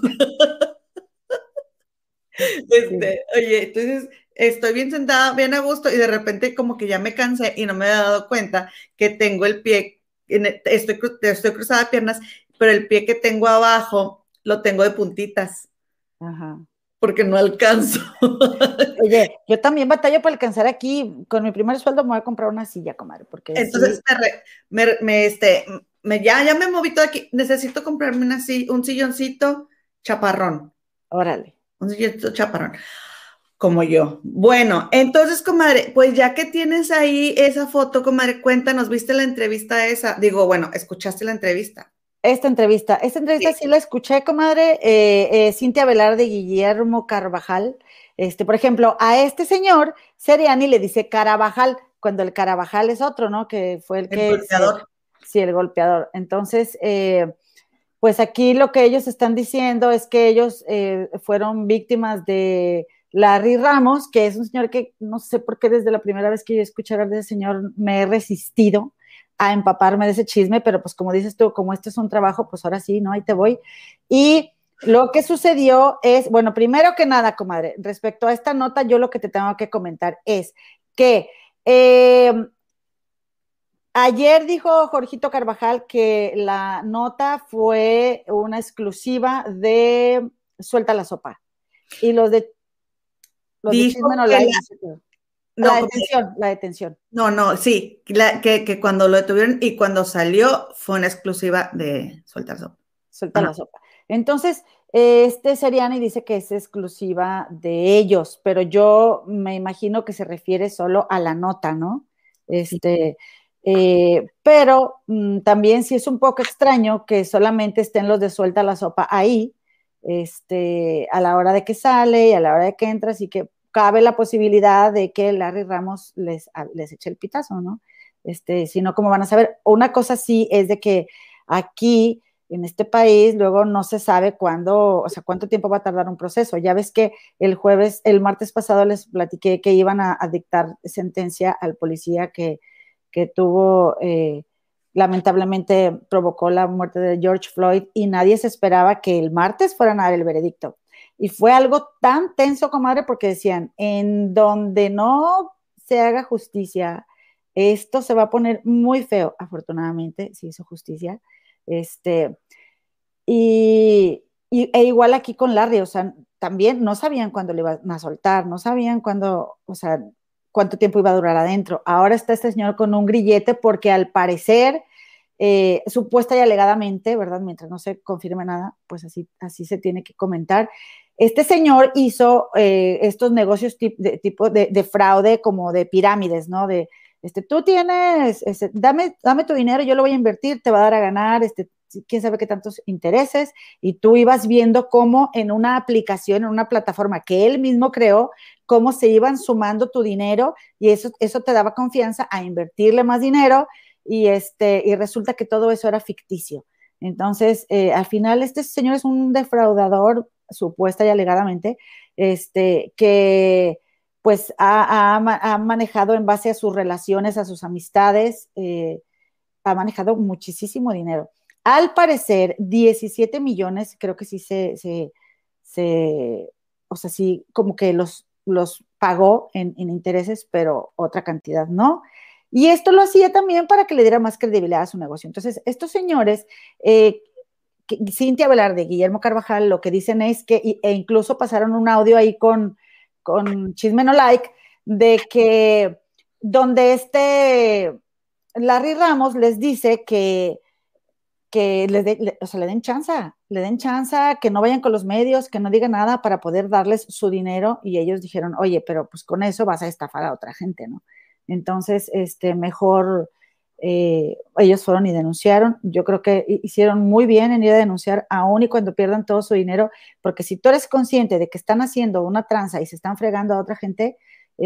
sí. Oye, entonces estoy bien sentada, bien a gusto y de repente como que ya me cansé y no me he dado cuenta que tengo el pie, estoy cruzada de piernas, pero el pie que tengo abajo lo tengo de puntitas Ajá. porque no alcanzo. Oye, yo también batallo para alcanzar aquí. Con mi primer sueldo me voy a comprar una silla, comadre, porque entonces sí. ya me moví todo aquí. Necesito comprarme un silloncito chaparrón. Órale. Un silloncito chaparrón. Como yo. Bueno, entonces, comadre, pues ya que tienes ahí esa foto, comadre, cuéntanos, ¿viste la entrevista esa? Digo, bueno, ¿escuchaste la entrevista? Esta entrevista Sí. sí la escuché, comadre. Cintia Velarde y Guillermo Carvajal. Por ejemplo, a este señor, Seriani le dice Carabajal, cuando el Carabajal es otro, ¿no? Que fue el El que golpeador. sí, el golpeador. Entonces, pues aquí lo que ellos están diciendo es que ellos fueron víctimas de Larry Ramos, que es un señor que no sé por qué desde la primera vez que yo escuché hablar de ese señor me he resistido a empaparme de ese chisme, pero pues como dices tú, como esto es un trabajo, pues ahora sí, ¿no? Ahí te voy. Y lo que sucedió es, bueno, primero que nada, comadre, respecto a esta nota, yo lo que te tengo que comentar es que ayer dijo Jorgito Carvajal que la nota fue una exclusiva de Suelta la Sopa. Y los de Dijo Chisme No que Like, no, la detención. no, sí, que cuando lo detuvieron y cuando salió fue una exclusiva de Suelta Sopa. Suelta Ajá. la sopa. Entonces, Seriani dice que es exclusiva de ellos, pero yo me imagino que se refiere solo a la nota, ¿no? Sí. Pero también sí es un poco extraño que solamente estén los de Suelta la Sopa ahí, a la hora de que sale y a la hora de que entra, así que cabe la posibilidad de que Larry Ramos les eche el pitazo, ¿no? Si no, ¿cómo van a saber? Una cosa sí es de que aquí en este país luego no se sabe cuándo, o sea, cuánto tiempo va a tardar un proceso. Ya ves que el martes pasado les platiqué que iban a dictar sentencia al policía que tuvo, lamentablemente provocó la muerte de George Floyd y nadie se esperaba que el martes fueran a dar el veredicto. Y fue algo tan tenso, comadre, porque decían, en donde no se haga justicia, esto se va a poner muy feo. Afortunadamente, se hizo justicia. Este, e igual aquí con Larry, o sea, también no sabían cuándo le iban a soltar, no sabían cuándo, o sea, cuánto tiempo iba a durar adentro. Ahora está este señor con un grillete porque al parecer, supuesta y alegadamente, ¿verdad? Mientras no se confirme nada, pues así se tiene que comentar. Este señor hizo estos negocios tipo de fraude como de pirámides, ¿no? Tú tienes, dame tu dinero, yo lo voy a invertir, te va a dar a ganar, quién sabe qué tantos intereses, y tú ibas viendo cómo en una aplicación, en una plataforma que él mismo creó, cómo se iban sumando tu dinero y eso te daba confianza a invertirle más dinero y resulta que todo eso era ficticio. Entonces, al final, este señor es un defraudador, supuesta y alegadamente, que pues ha manejado en base a sus relaciones, a sus amistades, ha manejado muchísimo dinero. Al parecer, 17 millones, creo que sí o sea, sí, como que los pagó en intereses, pero otra cantidad no. Y esto lo hacía también para que le diera más credibilidad a su negocio. Entonces, estos señores, Cintia Velarde, Guillermo Carvajal, lo que dicen es que, e incluso pasaron un audio ahí con Chisme No Like, de que donde Larry Ramos les dice que o sea, le den chance, que no vayan con los medios, que no digan nada para poder darles su dinero, y ellos dijeron, oye, pero pues con eso vas a estafar a otra gente, ¿no? Entonces, mejor ellos fueron y denunciaron. Yo creo que hicieron muy bien en ir a denunciar, aún y cuando pierdan todo su dinero, porque si tú eres consciente de que están haciendo una tranza y se están fregando a otra gente,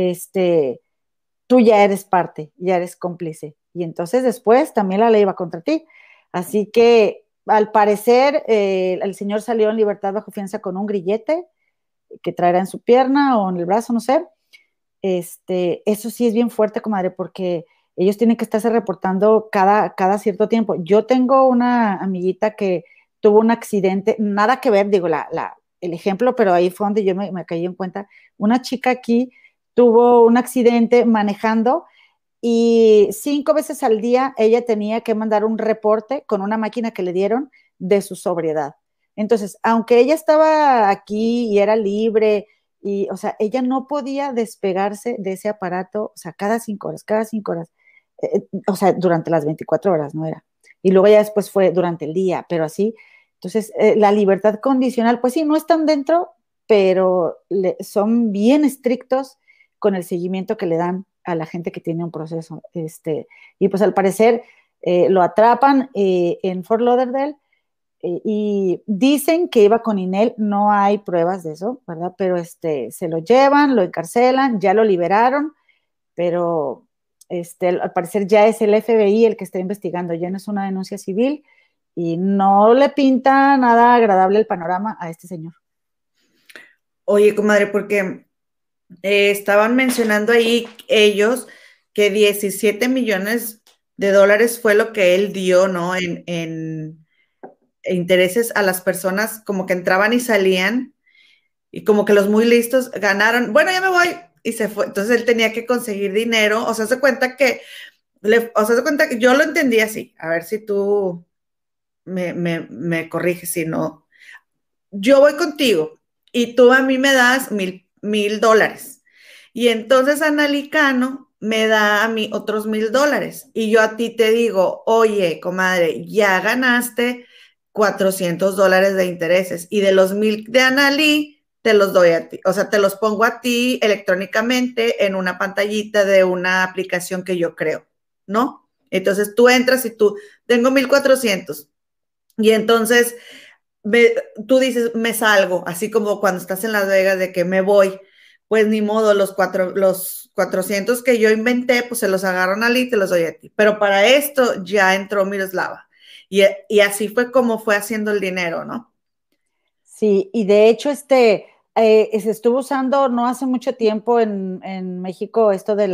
tú ya eres parte, ya eres cómplice. Y entonces después también la ley va contra ti. Así que al parecer el señor salió en libertad bajo fianza con un grillete que traerá en su pierna o en el brazo, no sé. Eso sí es bien fuerte, comadre, porque ellos tienen que estarse reportando cada cierto tiempo. Yo tengo una amiguita que tuvo un accidente, nada que ver, digo, el ejemplo, pero ahí fue donde yo me caí en cuenta. Una chica aquí tuvo un accidente manejando y 5 veces al día ella tenía que mandar un reporte con una máquina que le dieron de su sobriedad. Entonces, aunque ella estaba aquí y era libre y, o sea, ella no podía despegarse de ese aparato, o sea, cada 5 horas, o sea, durante las 24 horas, ¿no era? Y luego ya después fue durante el día, pero así. Entonces, la libertad condicional, pues sí, no están dentro, pero son bien estrictos con el seguimiento que le dan a la gente que tiene un proceso. Y pues al parecer lo atrapan en Fort Lauderdale y dicen que iba con Inel, no hay pruebas de eso, ¿verdad? Pero se lo llevan, lo encarcelan, ya lo liberaron, pero al parecer ya es el FBI el que está investigando, ya no es una denuncia civil y no le pinta nada agradable el panorama a este señor. Oye, comadre, porque estaban mencionando ahí ellos que 17 millones de dólares fue lo que él dio, ¿no? En intereses a las personas como que entraban y salían y como que los muy listos ganaron, bueno, ya me voy y se fue. Entonces él tenía que conseguir dinero, o sea, se cuenta que, se cuenta que yo lo entendí así, a ver si tú me corriges, si no. Yo voy contigo y tú a mí me das $1,000 y entonces Analicano me da a mí otros $1,000 y yo a ti te digo, oye, comadre, ya ganaste $400 de intereses y de los 1,000 de Analí te los doy a ti, o sea, te los pongo a ti electrónicamente en una pantallita de una aplicación que yo creo, ¿no? Entonces tú entras y tú, tengo 1,400 y entonces tú dices, me salgo, así como cuando estás en Las Vegas de que me voy, pues ni modo, los 400 que yo inventé, pues se los agarran a Ali y te los doy a ti. Pero para esto ya entró Miroslava. Y así fue como fue haciendo el dinero, ¿no? Sí, y de hecho, se estuvo usando no hace mucho tiempo en México esto de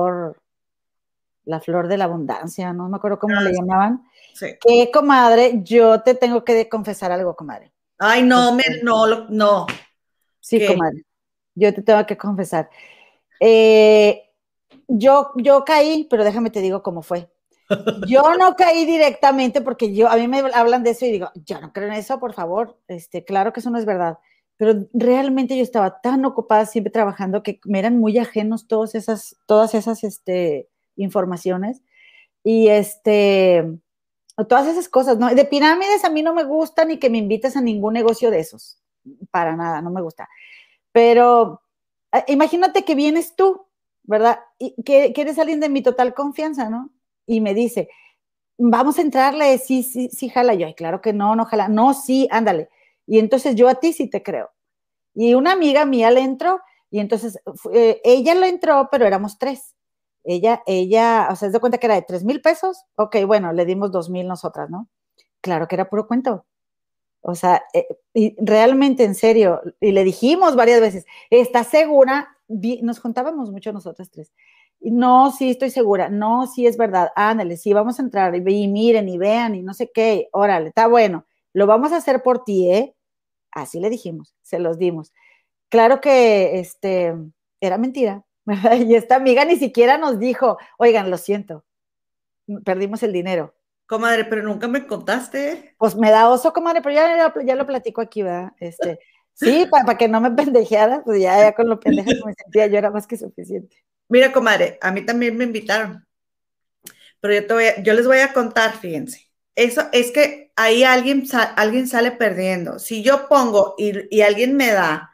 la flor de la abundancia, no me acuerdo cómo le llamaban. Sí. Que, comadre, yo te tengo que confesar algo, comadre. Ay, no, no. Sí, ¿Qué? comadre, yo te tengo que confesar. Eh, yo caí, pero déjame te digo cómo fue. Yo no caí directamente porque a mí me hablan de eso y digo, yo no creo en eso, por favor. Claro que eso no es verdad. Pero realmente yo estaba tan ocupada siempre trabajando que me eran muy ajenos todas esas informaciones. Y todas esas cosas, ¿no? De pirámides a mí no me gustan ni que me invites a ningún negocio de esos. Para nada, no me gusta. Pero imagínate que vienes tú, ¿verdad? Y que eres alguien de mi total confianza, ¿no? Y me dice, vamos a entrarle, sí, sí, sí, jala. Yo, ay, claro que no, no jala. No, sí, ándale. Y entonces yo a ti sí te creo. Y una amiga mía le entró y entonces ella le entró, pero éramos 3. O sea, se da cuenta que era de 3,000 pesos. Ok, bueno, le dimos 2,000 nosotras, ¿no? Claro que era puro cuento. O sea, y realmente en serio, y le dijimos varias veces, ¿estás segura? Nos juntábamos mucho nosotras 3. No, sí, estoy segura. No, sí, es verdad. Ándale, sí, vamos a entrar y miren y vean y no sé qué. Órale, está bueno. Lo vamos a hacer por ti, ¿eh? Así le dijimos, se los dimos. Claro que era mentira, ¿verdad? Y esta amiga ni siquiera nos dijo, oigan, lo siento, perdimos el dinero. Comadre, pero nunca me contaste. Pues me da oso, comadre, pero ya lo platico aquí, ¿verdad? Sí, para que no me pendejeara, pues ya con lo pendeja que me sentía, yo era más que suficiente. Mira, comadre, a mí también me invitaron, pero yo les voy a contar, fíjense. Eso es que ahí alguien sale perdiendo. Si yo pongo y alguien me da,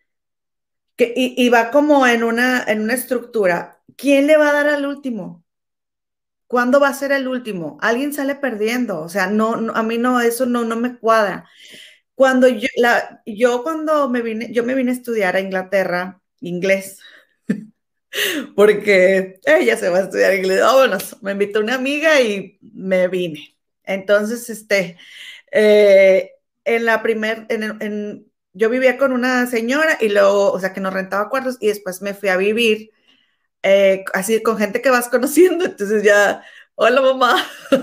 y va como en una estructura, ¿quién le va a dar al último? ¿Cuándo va a ser el último? Alguien sale perdiendo. O sea, a mí no, eso no me cuadra. Yo cuando yo me vine a estudiar a Inglaterra, inglés, porque ella se va a estudiar inglés. Vámonos, me invitó una amiga y me vine. Entonces, en la yo vivía con una señora y luego, o sea, que nos rentaba cuartos y después me fui a vivir así con gente que vas conociendo. Entonces ya, hola mamá.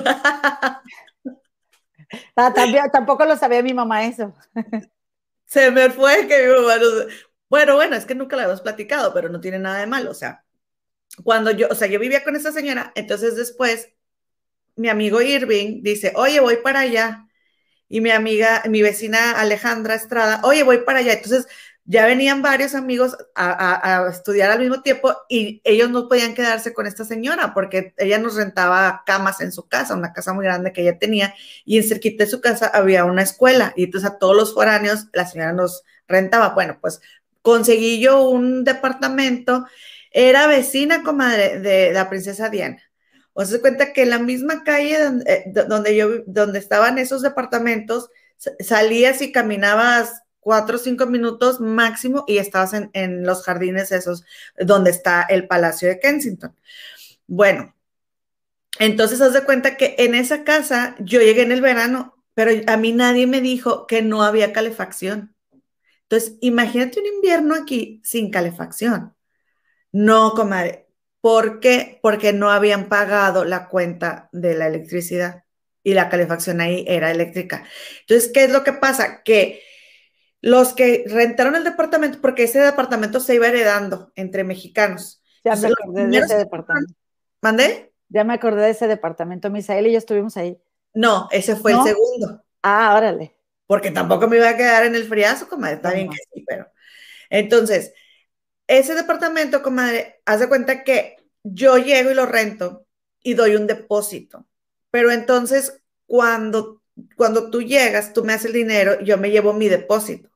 Tampoco lo sabía mi mamá eso. Se me fue que mi mamá bueno, es que nunca la habíamos platicado, pero no tiene nada de malo. O sea, yo vivía con esa señora, entonces después mi amigo Irving dice, oye, voy para allá. Y mi vecina Alejandra Estrada, oye, voy para allá. Entonces ya venían varios amigos a estudiar al mismo tiempo y ellos no podían quedarse con esta señora porque ella nos rentaba camas en su casa, una casa muy grande que ella tenía, y en cerquita de su casa había una escuela y entonces a todos los foráneos la señora nos rentaba. Bueno, pues conseguí yo un departamento, era vecina, comadre, de la princesa Diana. O sea, se cuenta que en la misma calle donde estaban esos departamentos, salías y caminabas 4 o 5 minutos máximo y estabas en los jardines esos donde está el Palacio de Kensington. Bueno, entonces haz de cuenta que en esa casa yo llegué en el verano, pero a mí nadie me dijo que no había calefacción. Entonces, imagínate un invierno aquí sin calefacción. No, comadre. ¿Por qué? Porque no habían pagado la cuenta de la electricidad y la calefacción ahí era eléctrica. Entonces, ¿qué es lo que pasa? Que los que rentaron el departamento, porque ese departamento se iba heredando entre mexicanos. Ya me Entonces, acordé de ese departamento. ¿Mandé? Ya me acordé de ese departamento, Misael y yo estuvimos ahí. No, ese fue el ¿No? segundo. Ah, órale. Porque tampoco me iba a quedar en el friazo, comadre. Está bien que sí, pero. Entonces, ese departamento, comadre, haz de cuenta que yo llego y lo rento y doy un depósito. Pero entonces, cuando tú llegas, tú me haces el dinero, yo me llevo mi depósito.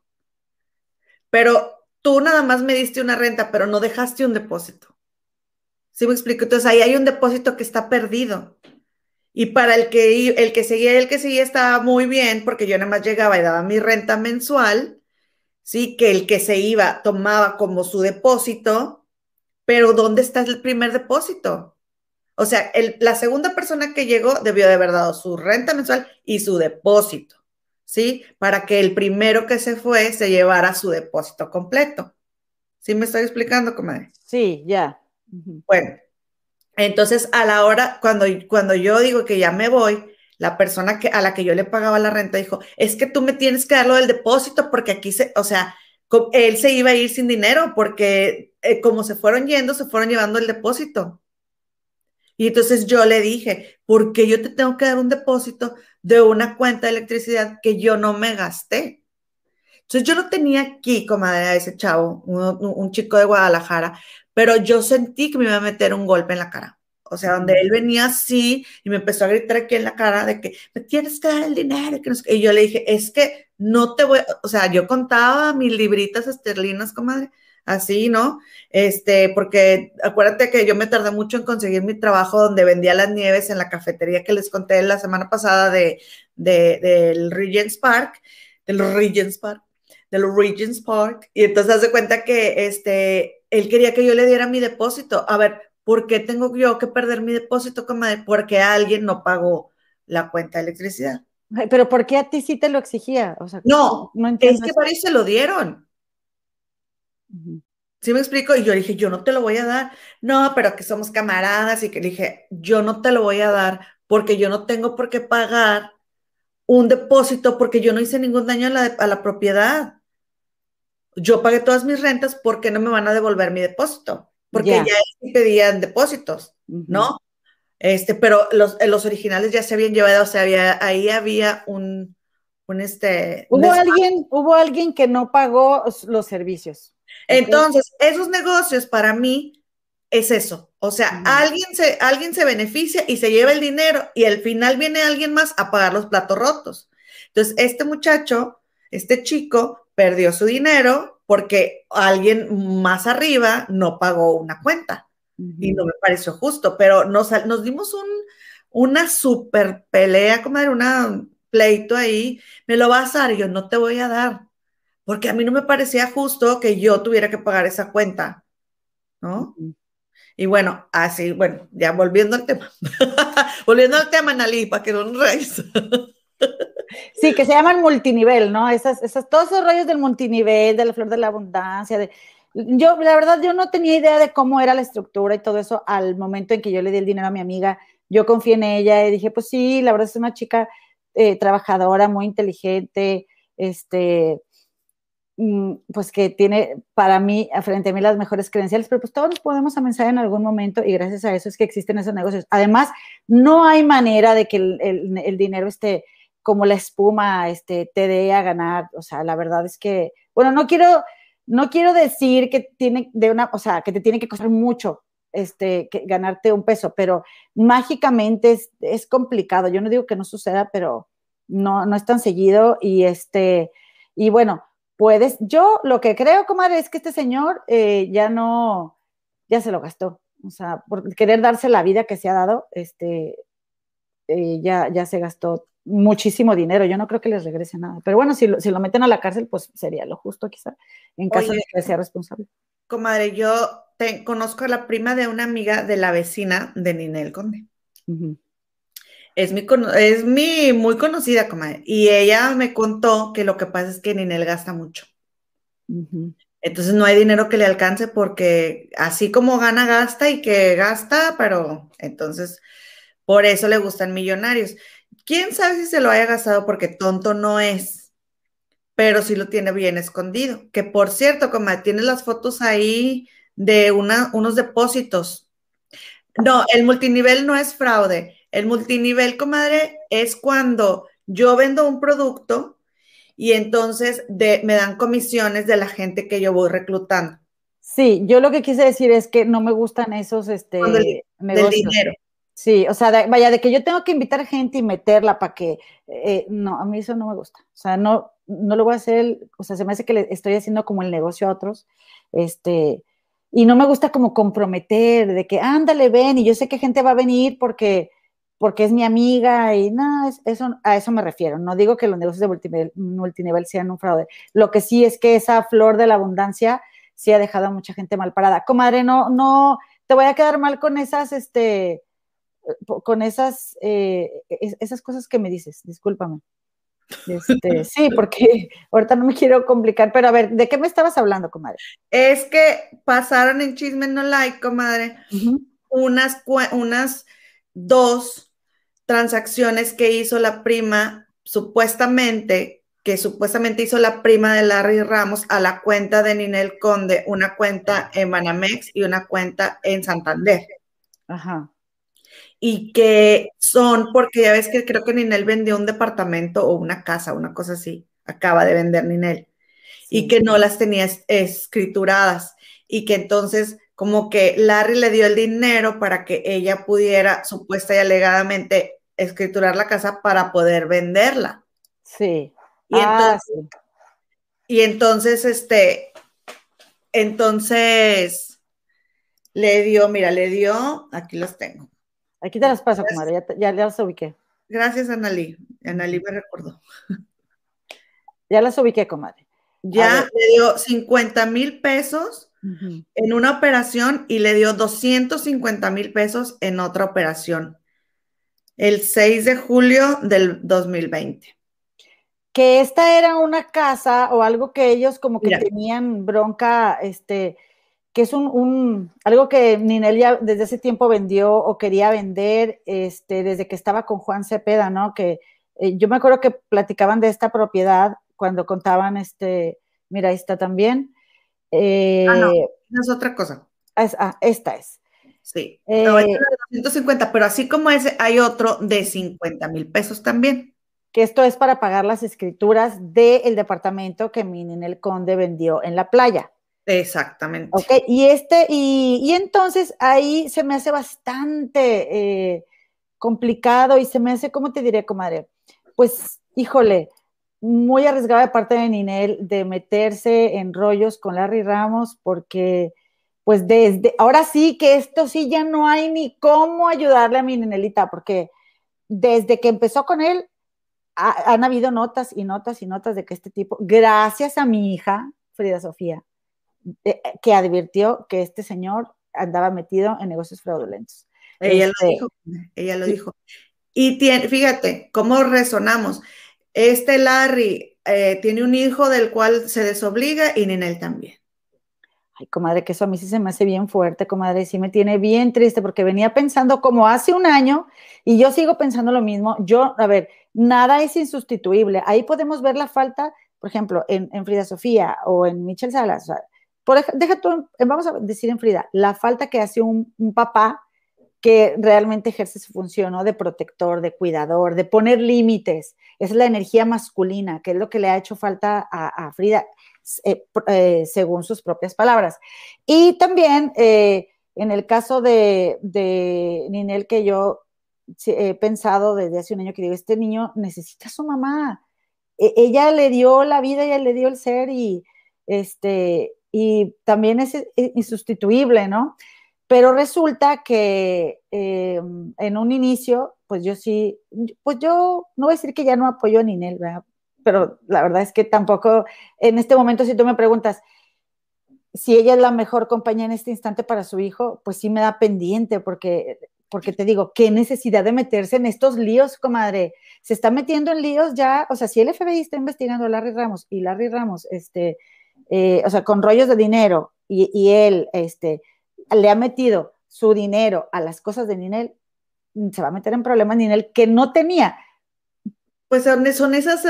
Pero tú nada más me diste una renta, pero no dejaste un depósito. ¿Sí me explico? Entonces ahí hay un depósito que está perdido. Y para el que seguía estaba muy bien, porque yo nada más llegaba y daba mi renta mensual, sí, que el que se iba tomaba como su depósito, pero ¿dónde está el primer depósito? O sea, la segunda persona que llegó debió de haber dado su renta mensual y su depósito, ¿sí? Para que el primero que se fue se llevara su depósito completo. ¿Sí me estoy explicando, comadre? Sí, ya. Bueno, entonces a la hora, cuando yo digo que ya me voy, la persona a la que yo le pagaba la renta dijo, es que tú me tienes que dar lo del depósito porque aquí o sea, él se iba a ir sin dinero porque como se fueron yendo, se fueron llevando el depósito. Y entonces yo le dije, ¿por qué yo te tengo que dar un depósito de una cuenta de electricidad que yo no me gasté? Entonces yo lo tenía aquí, comadre, a ese chavo, un chico de Guadalajara, pero yo sentí que me iba a meter un golpe en la cara. O sea, donde él venía así y me empezó a gritar aquí en la cara de que me tienes que dar el dinero. Y yo le dije, es que no te voy, o sea, yo contaba mis libritas esterlinas, comadre, así, ¿no? Porque acuérdate que yo me tardé mucho en conseguir mi trabajo donde vendía las nieves en la cafetería que les conté la semana pasada del Regents Park, de los Regents Park de los Regents Park, y entonces hace cuenta que él quería que yo le diera mi depósito. A ver, ¿por qué tengo yo que perder mi depósito, comadre? Porque alguien no pagó la cuenta de electricidad. Pero ¿por qué a ti sí te lo exigía? O sea, No, no es entiendo que eso. varios se lo dieron. ¿Sí me explico? Y yo dije, yo no te lo voy a dar. No, pero que somos camaradas y que le dije, yo no te lo voy a dar porque yo no tengo por qué pagar un depósito porque yo no hice ningún daño a la propiedad. Yo pagué todas mis rentas, ¿por qué no me van a devolver mi depósito? Porque Ya. ya pedían depósitos, ¿no? Pero los originales ya se habían llevado, o sea, ahí había Hubo alguien que no pagó los servicios. ¿Okay? Entonces, esos negocios para mí es eso. O sea, alguien se beneficia y se lleva el dinero y al final viene alguien más a pagar los platos rotos. Entonces, este muchacho, este chico, perdió su dinero porque alguien más arriba no pagó una cuenta y no me pareció justo, pero nos dimos una super pelea, como era una pleito ahí, me lo vas a dar y yo no te voy a dar porque a mí no me parecía justo que yo tuviera que pagar esa cuenta, ¿no? Y bueno, así, bueno, ya volviendo al tema. Volviendo al tema, Nalí, para que no nos reís. Sí, que se llaman multinivel, ¿no? Todos esos rollos del multinivel, de la flor de la abundancia. Yo, la verdad, yo no tenía idea de cómo era la estructura y todo eso al momento en que yo le di el dinero a mi amiga. Yo confié en ella y dije, pues sí, la verdad es una chica trabajadora, muy inteligente, pues que tiene para mí, frente a mí, las mejores credenciales, pero pues todos nos podemos amenazar en algún momento y gracias a eso es que existen esos negocios. Además, no hay manera de que el dinero como la espuma te dé a ganar. O sea, la verdad es que, bueno, no quiero no quiero decir que o sea, que te tiene que costar mucho que ganarte un peso, pero mágicamente es complicado. Yo no digo que no suceda, pero no es tan seguido y bueno, yo lo que creo, comadre, es que este señor ya se lo gastó. O sea, por querer darse la vida que se ha dado, ya se gastó muchísimo dinero. Yo no creo que les regrese nada. Pero bueno, si lo meten a la cárcel, pues sería lo justo quizá, en caso de que sea responsable. Comadre, yo conozco a la prima de una amiga de la vecina de Ninel Conde. Uh-huh. Es muy conocida, comadre. Y ella me contó que lo que pasa es que Ninel gasta mucho. Uh-huh. Entonces no hay dinero que le alcance porque así como gana, gasta y que gasta, pero entonces por eso le gustan Millonarios. ¿Quién sabe si se lo haya gastado porque tonto no es? Pero sí lo tiene bien escondido. Que por cierto, comadre, tienes las fotos ahí de unos depósitos. No, el multinivel no es fraude. El multinivel, comadre, es cuando yo vendo un producto y entonces me dan comisiones de la gente que yo voy reclutando. Sí, yo lo que quise decir es que no me gustan esos negocios. Del dinero. Sí, o sea, vaya, de que yo tengo que invitar gente y meterla para que, no, a mí eso no me gusta. O sea, no lo voy a hacer, o sea, se me hace que le estoy haciendo como el negocio a otros, y no me gusta como comprometer, de que, ándale, ven, y yo sé que gente va a venir porque es mi amiga, y no, a eso me refiero. No digo que los negocios de multinivel sean un fraude. Lo que sí es que esa flor de la abundancia sí ha dejado a mucha gente mal parada. Comadre, no, te voy a quedar mal con esas, esas cosas que me dices, discúlpame. Sí, porque ahorita no me quiero complicar, pero a ver, ¿de qué me estabas hablando, comadre? Es que pasaron en Chisme No Like, comadre, unas 2 transacciones que hizo la prima, que supuestamente hizo la prima de Larry Ramos a la cuenta de Ninel Conde, una cuenta en Banamex y una cuenta en Santander. Ajá. Y que son, porque ya ves que creo que Ninel vendió un departamento o una casa, una cosa así, acaba de vender Ninel, y que no las tenía escrituradas, y que entonces como que Larry le dio el dinero para que ella pudiera supuesta y alegadamente escriturar la casa para poder venderla. Sí. Y entonces, entonces le dio, aquí los tengo. Aquí te las paso, comadre, ya las ubiqué. Gracias, Analí. Analí me recordó. Ya las ubiqué, comadre. Ya le dio 50,000 pesos en una operación y le dio 250,000 pesos en otra operación. El 6 de julio del 2020. Que esta era una casa o algo que ellos como que tenían bronca, que es algo que Ninel ya desde ese tiempo vendió o quería vender, desde que estaba con Juan Cepeda, ¿no? Que yo me acuerdo que platicaban de esta propiedad cuando contaban, mira, ahí está también. No, es otra cosa. Esta es. Sí, de 250, pero así como ese, hay otro de 50,000 pesos también. Que esto es para pagar las escrituras del departamento que Ninel Conde vendió en la playa. Exactamente. Ok, y entonces ahí se me hace bastante complicado y se me hace, ¿cómo te diré, comadre? Pues, híjole, muy arriesgada de parte de Ninel de meterse en rollos con Larry Ramos porque, pues, ahora sí que esto sí ya no hay ni cómo ayudarle a mi Ninelita, porque desde que empezó con él han habido notas y notas y notas de que este tipo, gracias a mi hija, Frida Sofía, que advirtió que este señor andaba metido en negocios fraudulentos. Ella lo dijo. Y fíjate cómo resonamos. Larry tiene un hijo del cual se desobliga y Ninel también. Ay, comadre, que eso a mí sí se me hace bien fuerte, comadre, sí me tiene bien triste porque venía pensando como hace un año y yo sigo pensando lo mismo. A ver, nada es insustituible. Ahí podemos ver la falta, por ejemplo, en Frida Sofía o en Michelle Salas. O sea, vamos a decir en Frida, la falta que hace un papá que realmente ejerce su función, ¿no? De protector, de cuidador, de poner límites. Esa es la energía masculina, que es lo que le ha hecho falta a Frida. según sus propias palabras. Y también en el caso de Ninel, que yo he pensado desde hace un año, que digo, este niño necesita a su mamá. Ella le dio la vida, ella le dio el ser y también es insustituible, ¿no? Pero resulta que en un inicio, pues yo sí, pues yo no voy a decir que ya no apoyo a Ninel, ¿verdad? Pero la verdad es que tampoco, en este momento, si tú me preguntas si ella es la mejor compañía en este instante para su hijo, pues sí me da pendiente, porque te digo, qué necesidad de meterse en estos líos, comadre. Se está metiendo en líos ya, o sea, si el FBI está investigando a Larry Ramos y Larry Ramos, o sea, con rollos de dinero y él, le ha metido su dinero a las cosas de Ninel, se va a meter en problemas Ninel que no tenía. Pues son esas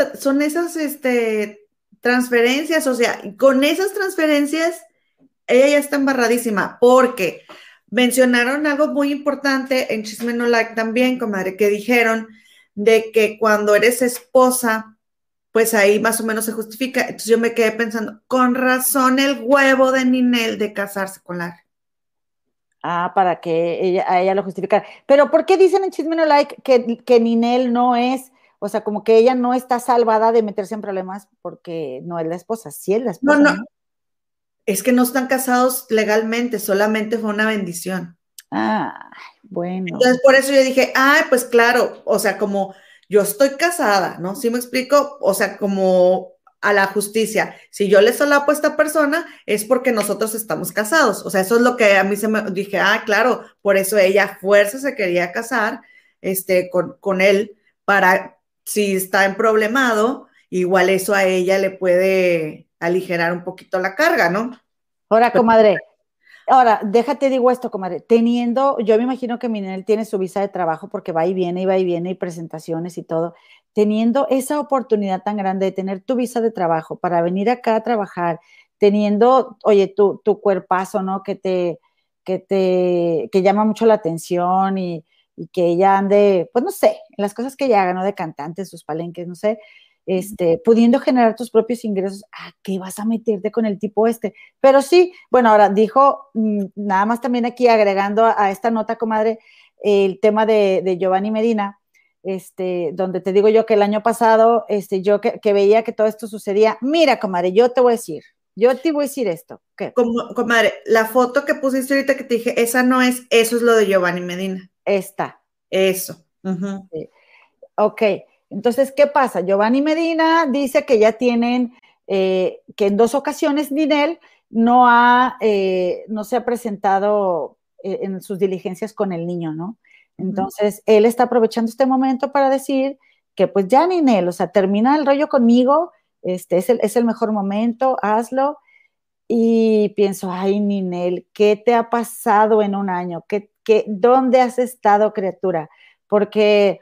transferencias, o sea, con esas transferencias ella ya está embarradísima, porque mencionaron algo muy importante en Chisme No Like también, comadre, que dijeron de que cuando eres esposa, pues ahí más o menos se justifica. Entonces yo me quedé pensando, con razón el huevo de Ninel de casarse con Larry. Ah, para que a ella lo justificara. Pero ¿por qué dicen en Chisme No Like que Ninel no es, o sea, como que ella no está salvada de meterse en problemas porque no es la esposa? Sí es la No, esposa, no, ¿no? es que no están casados legalmente, solamente fue una bendición. Ah, bueno. Entonces por eso yo dije, ay, pues claro, o sea, como yo estoy casada, ¿no? ¿Sí me explico? O sea, como a la justicia, si yo le solapo a esta persona es porque nosotros estamos casados. O sea, eso es lo que a mí se me dije, ah, claro, por eso ella a fuerza se quería casar con él para, si está en problemado, igual eso a ella le puede aligerar un poquito la carga, ¿no? Ahora, comadre, ahora, déjate digo esto, comadre, yo me imagino que Minel tiene su visa de trabajo porque va y viene y presentaciones y todo, teniendo esa oportunidad tan grande de tener tu visa de trabajo para venir acá a trabajar, teniendo, oye, tu cuerpazo, ¿no? Que llama mucho la atención y que ella ande, pues no sé, en las cosas que ella haga, ¿no? De cantante, sus palenques, no sé, pudiendo generar tus propios ingresos, ¿a qué vas a meterte con el tipo este? Pero sí, bueno, ahora dijo, nada más también aquí agregando a esta nota, comadre, el tema de Giovanni Medina, donde te digo yo que el año pasado, yo que veía que todo esto sucedía, mira, comadre, yo te voy a decir esto. ¿Qué? Comadre, la foto que pusiste ahorita que te dije, esa no es, eso es lo de Giovanni Medina. Esta. Eso. Uh-huh. Sí. Ok, entonces, ¿qué pasa? Giovanni Medina dice que ya tienen, que en 2 ocasiones Ninel no se ha presentado en sus diligencias con el niño, ¿no? Entonces, él está aprovechando este momento para decir que pues ya Ninel, o sea, termina el rollo conmigo, es el mejor momento, hazlo. Y pienso, ay, Ninel, ¿qué te ha pasado en un año? ¿Dónde has estado, criatura? Porque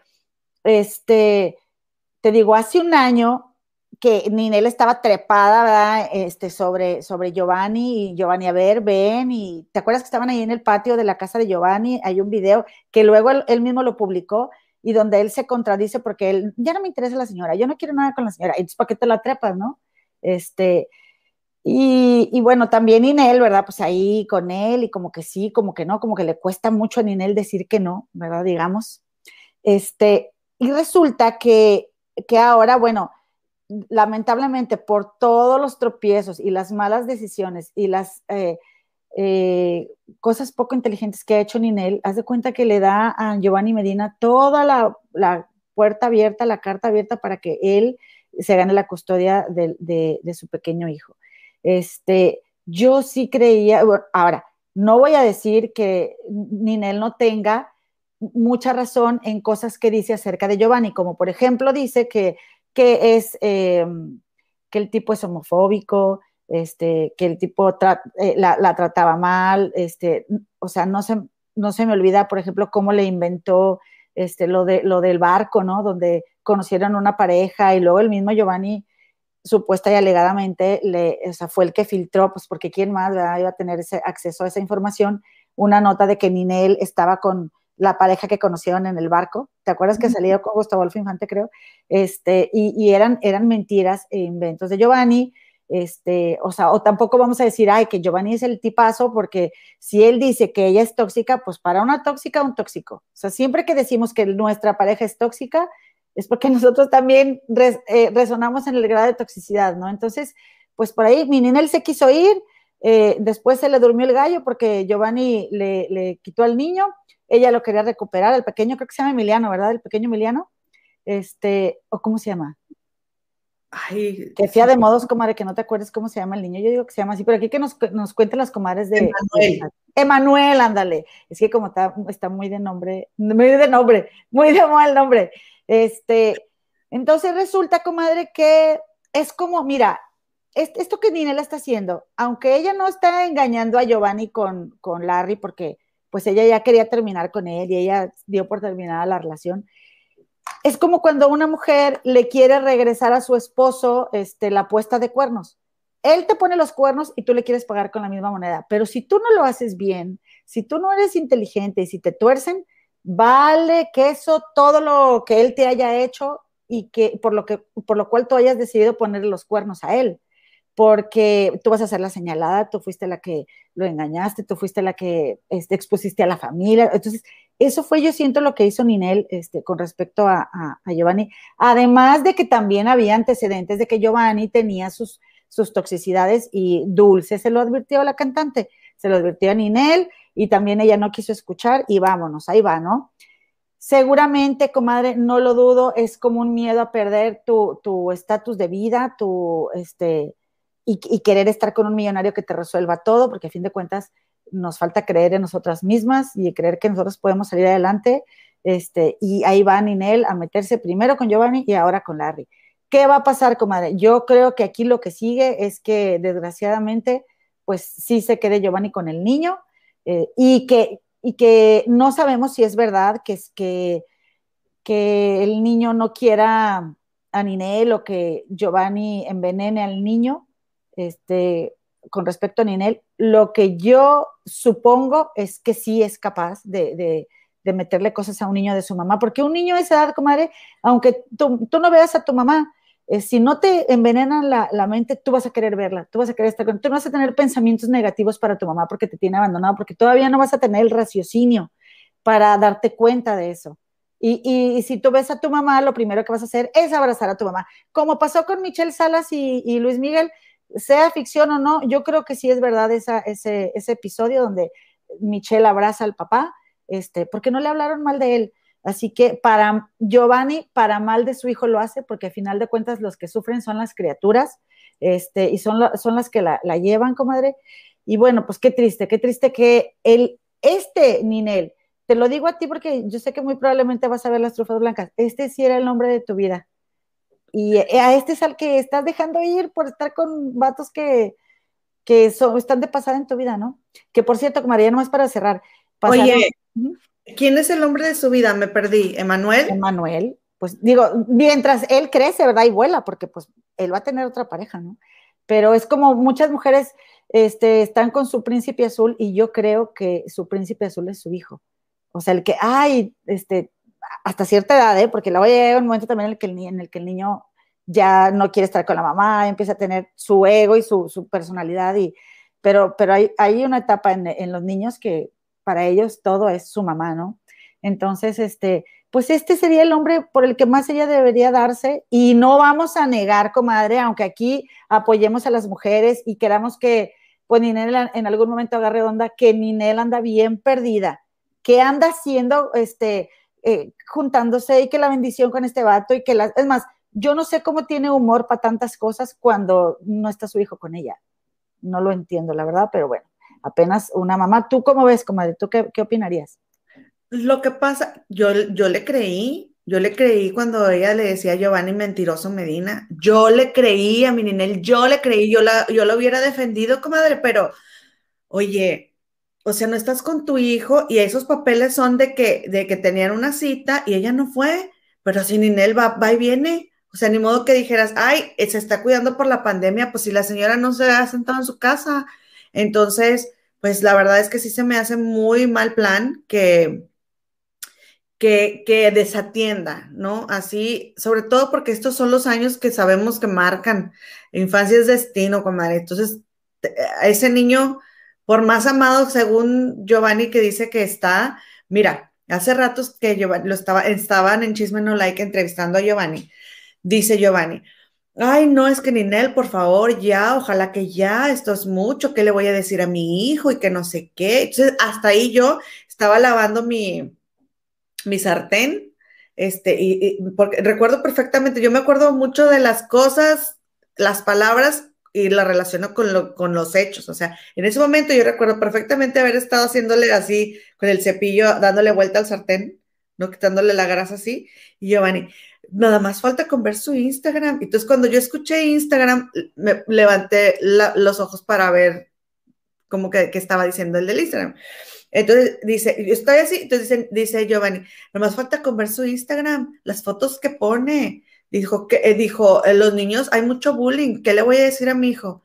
te digo, hace un año que Ninel estaba trepada, ¿verdad? Sobre Giovanni y Giovanni, a ver, ven, y ¿te acuerdas que estaban ahí en el patio de la casa de Giovanni? Hay un video que luego él mismo lo publicó y donde él se contradice porque él, ya no me interesa la señora, yo no quiero nada con la señora, entonces ¿para qué te la trepas, no? Y bueno, también Ninel, ¿verdad? Pues ahí con él y como que sí, como que no, como que le cuesta mucho a Ninel decir que no, ¿verdad? Digamos. Y resulta que ahora, bueno, lamentablemente por todos los tropiezos y las malas decisiones y las cosas poco inteligentes que ha hecho Ninel, haz de cuenta que le da a Giovanni Medina toda la puerta abierta, la carta abierta para que él se gane la custodia de su pequeño hijo. Yo sí creía, bueno, ahora, no voy a decir que Ninel no tenga mucha razón en cosas que dice acerca de Giovanni, como por ejemplo dice que el tipo es homofóbico, que el tipo la trataba mal, o sea, no se me olvida, por ejemplo, cómo le inventó lo del barco, ¿no? Donde conocieron una pareja y luego el mismo Giovanni supuesta y alegadamente o sea, fue el que filtró, pues porque quién más, ¿verdad? Iba a tener ese acceso a esa información, una nota de que Ninel estaba con la pareja que conocieron en el barco. ¿Te acuerdas que salía con Gustavo Adolfo Infante, creo? Y eran mentiras e inventos de Giovanni. O sea, o tampoco vamos a decir, ay, que Giovanni es el tipazo, porque si él dice que ella es tóxica, pues para una tóxica, un tóxico. O sea, siempre que decimos que nuestra pareja es tóxica, es porque nosotros también resonamos en el grado de toxicidad, ¿no? Entonces, pues por ahí mi Ninel se quiso ir, después se le durmió el gallo porque Giovanni le quitó al niño, ella lo quería recuperar, el pequeño, creo que se llama Emiliano, ¿verdad? El pequeño Emiliano, o ¿cómo se llama? Ay, Que fía de modos, comadre, que no te acuerdes cómo se llama el niño. Yo digo que se llama así, pero aquí que nos cuenten las comadres de Emanuel. Emanuel, ándale. Es que como está muy de nombre, muy de mal nombre. Entonces resulta, comadre, que es como, mira, esto que Ninela está haciendo, aunque ella no está engañando a Giovanni con Larry, porque pues ella ya quería terminar con él y ella dio por terminada la relación, es como cuando una mujer le quiere regresar a su esposo la puesta de cuernos. Él te pone los cuernos y tú le quieres pagar con la misma moneda. Pero si tú no lo haces bien, si tú no eres inteligente y si te tuercen, vale queso todo lo que él te haya hecho y que por lo cual tú hayas decidido ponerle los cuernos a él. Porque tú vas a ser la señalada, tú fuiste la que lo engañaste, tú fuiste la que expusiste a la familia. Entonces, eso fue, yo siento, lo que hizo Ninel con respecto a Giovanni. Además de que también había antecedentes de que Giovanni tenía sus toxicidades y Dulce se lo advirtió a la cantante, se lo advirtió a Ninel y también ella no quiso escuchar y vámonos, ahí va, ¿no? Seguramente, comadre, no lo dudo, es como un miedo a perder tu estatus de vida, y querer estar con un millonario que te resuelva todo, porque a fin de cuentas nos falta creer en nosotras mismas y creer que nosotros podemos salir adelante. Y ahí va Ninel a meterse primero con Giovanni y ahora con Larry. ¿Qué va a pasar, comadre? Yo creo que aquí lo que sigue es que desgraciadamente, pues sí se quede Giovanni con el niño, y que no sabemos si es verdad que el niño no quiera a Ninel o que Giovanni envenene al niño, con respecto a Ninel. Lo que yo supongo es que sí es capaz de meterle cosas a un niño de su mamá, porque un niño de esa edad, comadre, aunque tú no veas a tu mamá, si no te envenenan la mente, tú vas a querer verla, tú vas a querer estar con, tú no vas a tener pensamientos negativos para tu mamá porque te tiene abandonado, porque todavía no vas a tener el raciocinio para darte cuenta de eso. Y si tú ves a tu mamá, lo primero que vas a hacer es abrazar a tu mamá. Como pasó con Michelle Salas y Luis Miguel, sea ficción o no, yo creo que sí es verdad ese episodio donde Michelle abraza al papá, porque no le hablaron mal de él. Así que para Giovanni, para mal de su hijo lo hace, porque al final de cuentas los que sufren son las criaturas, y son las que la llevan, comadre. Y bueno, pues qué triste que Ninel, te lo digo a ti porque yo sé que muy probablemente vas a ver las trufas blancas. Sí era el nombre de tu vida. Y a es al que estás dejando ir por estar con vatos que están de pasada en tu vida, ¿no? Que por cierto, María, nomás para cerrar. Oye, ¿quién es el hombre de su vida? Me perdí. ¿Emanuel? Emanuel, pues digo, mientras él crece, ¿verdad? Y vuela, porque pues él va a tener otra pareja, ¿no? Pero es como muchas mujeres están con su príncipe azul y yo creo que su príncipe azul es su hijo. O sea, el que, hasta cierta edad, porque luego llega un momento también en el que el niño ya no quiere estar con la mamá, empieza a tener su ego y su personalidad, pero hay una etapa en los niños que para ellos todo es su mamá, ¿no? Entonces, pues sería el hombre por el que más ella debería darse y no vamos a negar, comadre, aunque aquí apoyemos a las mujeres y queramos que pues Ninel en algún momento agarre onda, que Ninel anda bien perdida, que anda haciendo, juntándose y que la bendición con este vato y es más, yo no sé cómo tiene humor para tantas cosas cuando no está su hijo con ella. No lo entiendo, la verdad, pero bueno, apenas una mamá. ¿Tú cómo ves, comadre? ¿Tú qué opinarías? Lo que pasa, yo le creí cuando ella le decía a Giovanni mentiroso Medina, yo le creí a mi Ninel, yo le creí, yo la hubiera defendido, comadre, pero oye, o sea, no estás con tu hijo y esos papeles son de que tenían una cita y ella no fue, pero si Ninel va y viene, o sea, ni modo que dijeras, ay, se está cuidando por la pandemia, pues si la señora no se ha sentado en su casa. Entonces, pues la verdad es que sí se me hace muy mal plan que desatienda, ¿no? Así, sobre todo porque estos son los años que sabemos que marcan. Infancia es destino, comadre. Entonces, a ese niño, por más amado, según Giovanni, que dice que está, mira, hace ratos que Giovanni, estaban en Chisme No Like entrevistando a Giovanni. Dice Giovanni, ay, no, es que Ninel, por favor, ya, ojalá que ya, esto es mucho, ¿qué le voy a decir a mi hijo? Y que no sé qué. Entonces, hasta ahí yo estaba lavando mi sartén, porque recuerdo perfectamente, yo me acuerdo mucho de las cosas, las palabras y la relaciono con los hechos, o sea, en ese momento yo recuerdo perfectamente haber estado haciéndole así, con el cepillo, dándole vuelta al sartén, ¿no? Quitándole la grasa así, y Giovanni, nada más falta con ver su Instagram. Entonces, cuando yo escuché Instagram, me levanté los ojos para ver como que estaba diciendo el del Instagram. Entonces dice, yo estoy así, entonces dice Giovanni, nomás falta con ver su Instagram, las fotos que pone. Dijo, los niños, hay mucho bullying, ¿qué le voy a decir a mi hijo?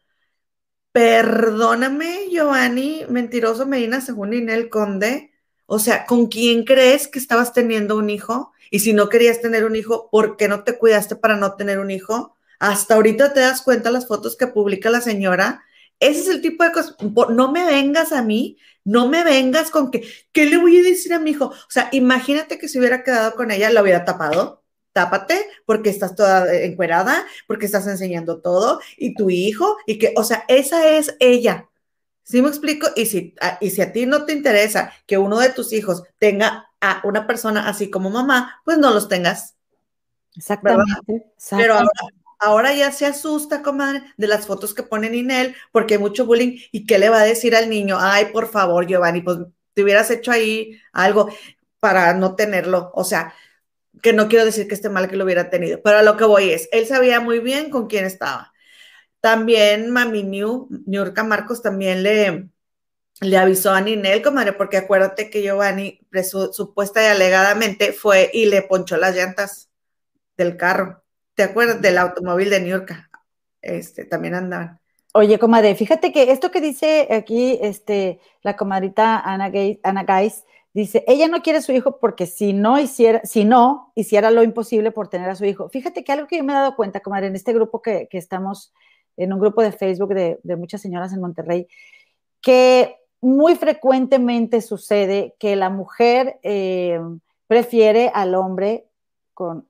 Perdóname, Giovanni, mentiroso Medina, según Ninel Conde. O sea, ¿con quién crees que estabas teniendo un hijo? Y si no querías tener un hijo, ¿por qué no te cuidaste para no tener un hijo? Hasta ahorita te das cuenta las fotos que publica la señora. Ese es el tipo de cosas. No me vengas a mí, no me vengas con que, ¿qué le voy a decir a mi hijo? O sea, imagínate que si hubiera quedado con ella, la hubiera tapado. Tápate porque estás toda encuerada, porque estás enseñando todo, y tu hijo, y que, o sea, esa es ella. ¿Sí me explico? Y si a ti no te interesa que uno de tus hijos tenga a una persona así como mamá, pues no los tengas, ¿verdad? Exactamente, Pero exactamente. ahora ya se asusta, comadre, de las fotos que pone Ninel, porque hay mucho bullying. ¿Y qué le va a decir al niño? Ay, por favor, Giovanni, pues te hubieras hecho ahí algo para no tenerlo. O sea, que no quiero decir que esté mal que lo hubiera tenido, pero a lo que voy es, él sabía muy bien con quién estaba. También Mami Niurka Marcos también le avisó a Ninel, comadre, porque acuérdate que Giovanni supuesta y alegadamente fue y le ponchó las llantas del carro. ¿Te acuerdas del automóvil de Niurka? También andaban. Oye, comadre, fíjate que esto que dice aquí, la comadrita Ana Gais, dice, ella no quiere a su hijo porque si no hiciera lo imposible por tener a su hijo. Fíjate que algo que yo me he dado cuenta, comadre, en este grupo que estamos, en un grupo de Facebook de muchas señoras en Monterrey, que muy frecuentemente sucede que la mujer prefiere al hombre con,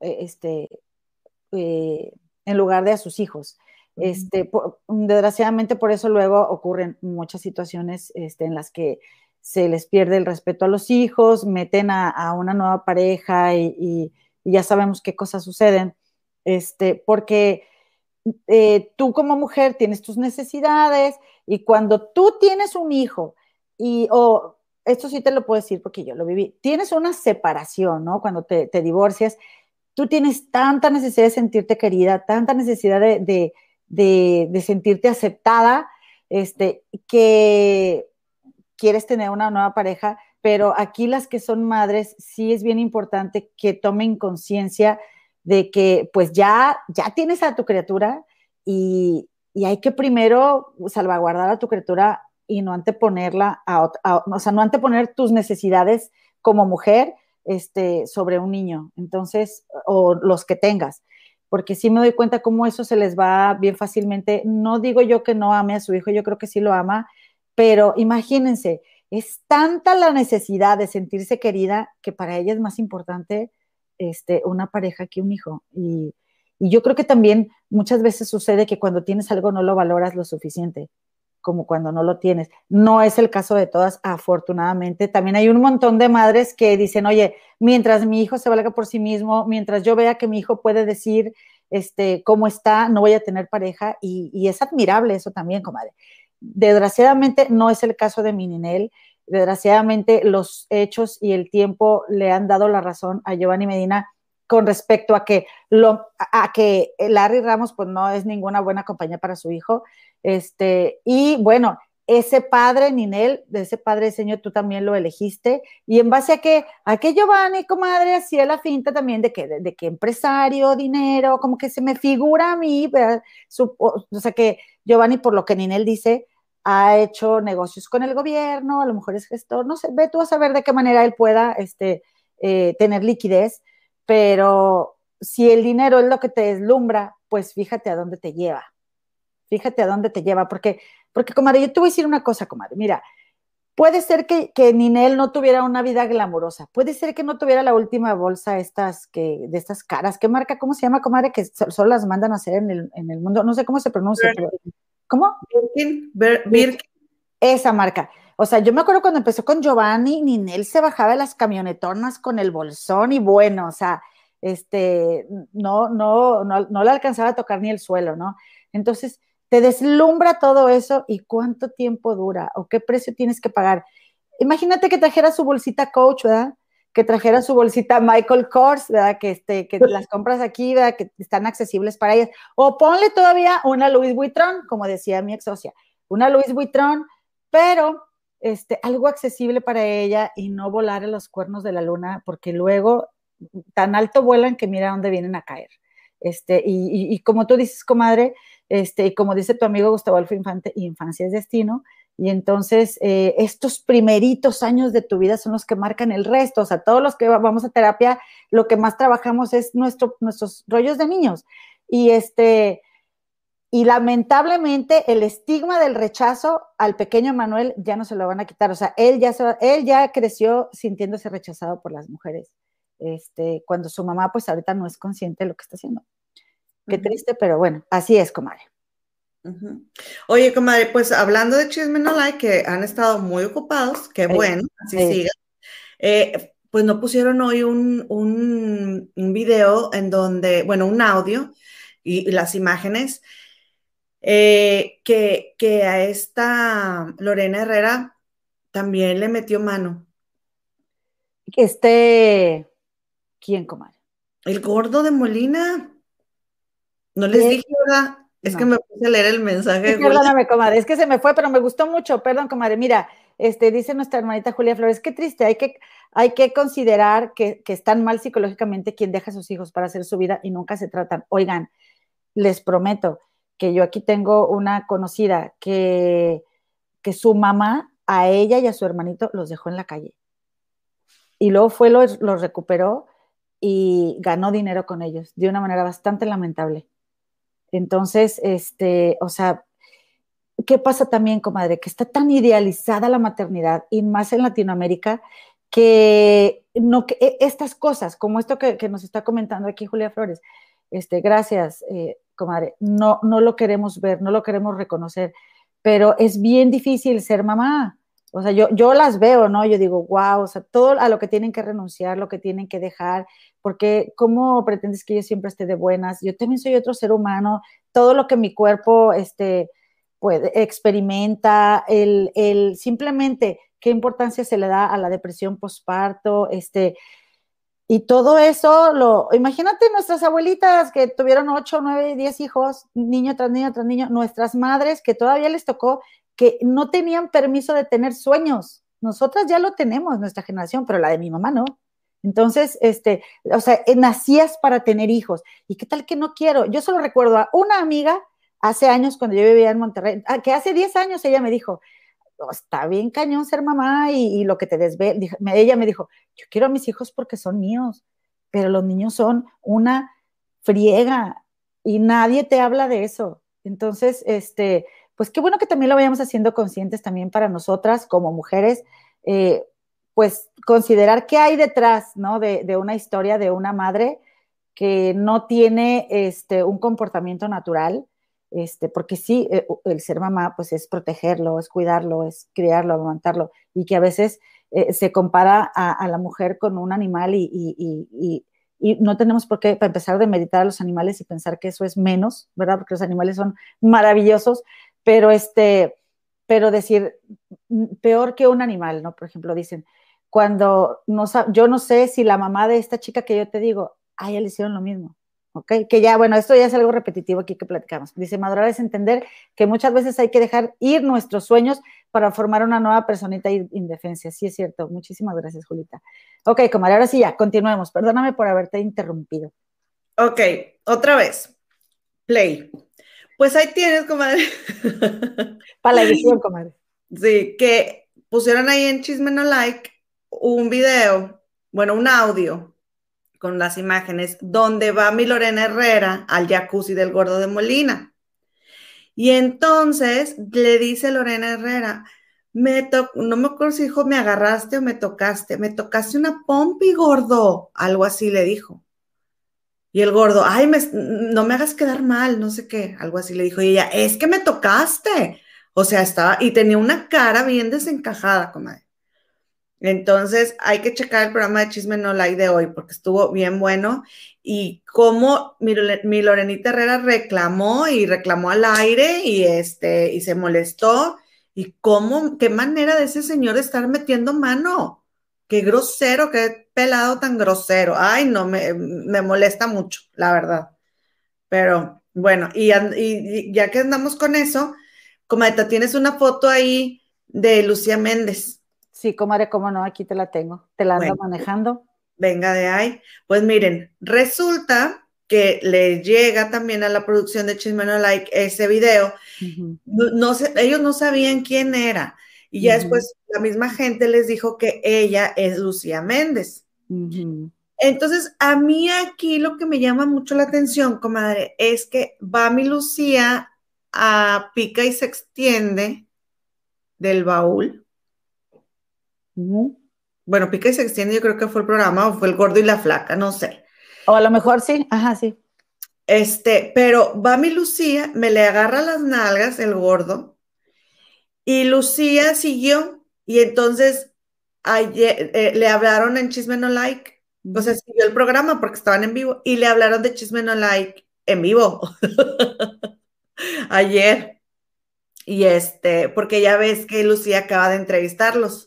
eh, en lugar de a sus hijos. Desgraciadamente por eso luego ocurren muchas situaciones en las que se les pierde el respeto a los hijos, meten a una nueva pareja y ya sabemos qué cosas suceden, porque tú como mujer tienes tus necesidades y cuando tú tienes un hijo o esto sí te lo puedo decir porque yo lo viví, tienes una separación, ¿no? Cuando te divorcias, tú tienes tanta necesidad de sentirte querida, tanta necesidad de sentirte aceptada, que quieres tener una nueva pareja, pero aquí las que son madres sí es bien importante que tomen conciencia de que pues ya tienes a tu criatura y hay que primero salvaguardar a tu criatura y no anteponerla o sea, no anteponer tus necesidades como mujer sobre un niño, entonces, o los que tengas, porque sí me doy cuenta cómo eso se les va bien fácilmente. No digo yo que no ame a su hijo, yo creo que sí lo ama, pero imagínense, es tanta la necesidad de sentirse querida que para ella es más importante una pareja que un hijo. Y yo creo que también muchas veces sucede que cuando tienes algo no lo valoras lo suficiente como cuando no lo tienes. No es el caso de todas, afortunadamente. También hay un montón de madres que dicen, oye, mientras mi hijo se valga por sí mismo, mientras yo vea que mi hijo puede decir cómo está, no voy a tener pareja. Y es admirable eso también, comadre. Desgraciadamente no es el caso de mi Ninel. Desgraciadamente los hechos y el tiempo le han dado la razón a Giovanni Medina con respecto a que Larry Ramos pues no es ninguna buena compañía para su hijo. Y bueno, ese padre, Ninel, de ese padre diseño, tú también lo elegiste, y en base a que Giovanni, comadre, hacía la finta también de que empresario, dinero, como que se me figura a mí, o sea que Giovanni, por lo que Ninel dice, ha hecho negocios con el gobierno, a lo mejor es gestor, no sé, ve tú a saber de qué manera él pueda tener liquidez, pero si el dinero es lo que te deslumbra, pues fíjate a dónde te lleva. Fíjate a dónde te lleva, porque comadre, yo te voy a decir una cosa, comadre, mira, puede ser que Ninel no tuviera una vida glamurosa, puede ser que no tuviera la última bolsa de estas caras, ¿qué marca, cómo se llama, comadre, que solo las mandan a hacer en el mundo? No sé cómo se pronuncia, pero ¿cómo? Birkin. Esa marca. O sea, yo me acuerdo cuando empezó con Giovanni, Ninel se bajaba de las camionetonas con el bolsón y bueno, o sea, no le alcanzaba a tocar ni el suelo, ¿no? Entonces, te deslumbra todo eso y cuánto tiempo dura o qué precio tienes que pagar. Imagínate que trajera su bolsita Coach, ¿verdad? Que trajera su bolsita Michael Kors, ¿verdad? Que las compras aquí, ¿verdad? Que están accesibles para ellas. O ponle todavía una Louis Vuitton, como decía mi ex socia, una Louis Vuitton, pero algo accesible para ella y no volar en los cuernos de la luna, porque luego tan alto vuelan que mira dónde vienen a caer. Y como tú dices, comadre, y como dice tu amigo Gustavo Adolfo Infante, infancia es destino, y entonces estos primeritos años de tu vida son los que marcan el resto, o sea, todos los que vamos a terapia, lo que más trabajamos es nuestros rollos de niños, y y lamentablemente el estigma del rechazo al pequeño Manuel ya no se lo van a quitar, o sea, él ya creció sintiéndose rechazado por las mujeres, cuando su mamá pues ahorita no es consciente de lo que está haciendo. Qué triste, pero bueno, así es, comadre. Oye, comadre, pues hablando de Chisme No Like, que han estado muy ocupados, qué bueno, así siga. Pues no pusieron hoy un video en donde, bueno, un audio y las imágenes, que a esta Lorena Herrera también le metió mano. ¿Quién, comadre? El gordo de Molina. No les dije, ¿verdad? Es que me puse a leer el mensaje. Sí, perdóname, comadre, es que se me fue, pero me gustó mucho, perdón, comadre. Mira, dice nuestra hermanita Julia Flores, qué triste, hay que considerar que están mal psicológicamente quien deja a sus hijos para hacer su vida y nunca se tratan. Oigan, les prometo que yo aquí tengo una conocida que su mamá a ella y a su hermanito los dejó en la calle. Y luego los recuperó y ganó dinero con ellos de una manera bastante lamentable. Entonces, o sea, ¿qué pasa también, comadre? Que está tan idealizada la maternidad y más en Latinoamérica que estas cosas, como esto que nos está comentando aquí Julia Flores, gracias, comadre, no lo queremos ver, no lo queremos reconocer, pero es bien difícil ser mamá. O sea, yo las veo, ¿no? Yo digo, wow, o sea, todo a lo que tienen que renunciar, lo que tienen que dejar, porque ¿cómo pretendes que yo siempre esté de buenas? Yo también soy otro ser humano, todo lo que mi cuerpo, pues, experimenta, simplemente qué importancia se le da a la depresión postparto, y todo eso, imagínate nuestras abuelitas que tuvieron 8, 9, 10 hijos, niño tras niño tras niño, nuestras madres que todavía les tocó, que no tenían permiso de tener sueños. Nosotras ya lo tenemos, nuestra generación, pero la de mi mamá no. Entonces, o sea, nacías para tener hijos. ¿Y qué tal que no quiero? Yo solo recuerdo a una amiga hace años cuando yo vivía en Monterrey, que hace 10 años ella me dijo, oh, está bien cañón ser mamá y lo que te desve. Ella me dijo, yo quiero a mis hijos porque son míos, pero los niños son una friega y nadie te habla de eso. Entonces, pues qué bueno que también lo vayamos haciendo conscientes también para nosotras como mujeres, pues considerar qué hay detrás, ¿no? De una historia de una madre que no tiene un comportamiento natural, porque sí, el ser mamá pues es protegerlo, es cuidarlo, es criarlo, amamantarlo, y que a veces se compara a la mujer con un animal y no tenemos por qué, para empezar, de meditar a los animales y pensar que eso es menos, ¿verdad? Porque los animales son maravillosos, pero pero decir, peor que un animal, ¿no? Por ejemplo, dicen, cuando yo no sé si la mamá de esta chica que yo te digo, a ella le hicieron lo mismo. ¿Ok? Que ya, bueno, esto ya es algo repetitivo aquí que platicamos. Dice, madurar es entender que muchas veces hay que dejar ir nuestros sueños para formar una nueva personita indefensa. Sí, es cierto. Muchísimas gracias, Julita. Ok, comadre, ahora sí ya, continuemos. Perdóname por haberte interrumpido. Ok, otra vez. Play. Pues ahí tienes, comadre. Para la edición, comadre. Sí, que pusieron ahí en Chisme No Like un video bueno, un audio con las imágenes donde va mi Lorena Herrera al jacuzzi del Gordo de Molina. Y entonces le dice Lorena Herrera, no me acuerdo si dijo, me agarraste o me tocaste una pompi, gordo, algo así le dijo. Y el gordo, ay, no me hagas quedar mal, no sé qué, algo así le dijo. Y ella, es que me tocaste. O sea, estaba, y tenía una cara bien desencajada, comadre. Entonces, hay que checar el programa de Chisme No Like de hoy, porque estuvo bien bueno. Y cómo mi Lorenita Herrera reclamó y reclamó al aire y se molestó. Y cómo, qué manera de ese señor estar metiendo mano. Qué grosero, qué pelado tan grosero. Ay, no, me molesta mucho, la verdad. Pero bueno, y ya que andamos con eso, comadre, tienes una foto ahí de Lucía Méndez. Sí, comadre, cómo no, aquí te la tengo. Te la ando Bueno, manejando. venga de ahí. Pues miren, resulta que le llega también a la producción de Chisme No Like ese video. No sé, ellos no sabían quién era. Y ya después la misma gente les dijo que ella es Lucía Méndez. Entonces, a mí aquí lo que me llama mucho la atención, comadre, es que va mi Lucía a pica y se extiende del baúl. Bueno, pica y se extiende, yo creo que fue el programa, o fue el gordo y la flaca, no sé. O a lo mejor sí, ajá, sí. Pero va mi Lucía, me le agarra las nalgas el gordo, y Lucía siguió, y entonces ayer le hablaron en Chisme No Like, o sea, siguió el programa porque estaban en vivo, y le hablaron de Chisme No Like en vivo ayer, y porque ya ves que Lucía acaba de entrevistarlos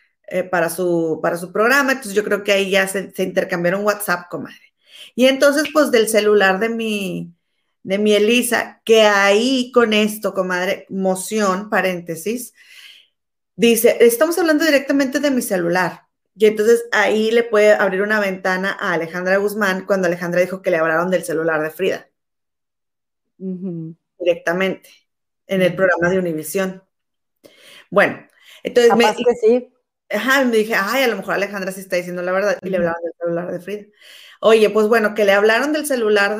para su programa, entonces yo creo que ahí ya se intercambiaron WhatsApp, comadre. Y entonces, pues del celular de mi Elisa, que ahí con esto, comadre, moción, paréntesis, dice, estamos hablando directamente de mi celular. Y entonces ahí le puede abrir una ventana a Alejandra Guzmán cuando Alejandra dijo que le hablaron del celular de Frida. Directamente, en el programa de Univisión. Bueno, entonces Capaz que sí. ajá, me dije, ay, a lo mejor Alejandra sí está diciendo la verdad, y le hablaron del celular de Frida. Oye, pues bueno, que le hablaron del celular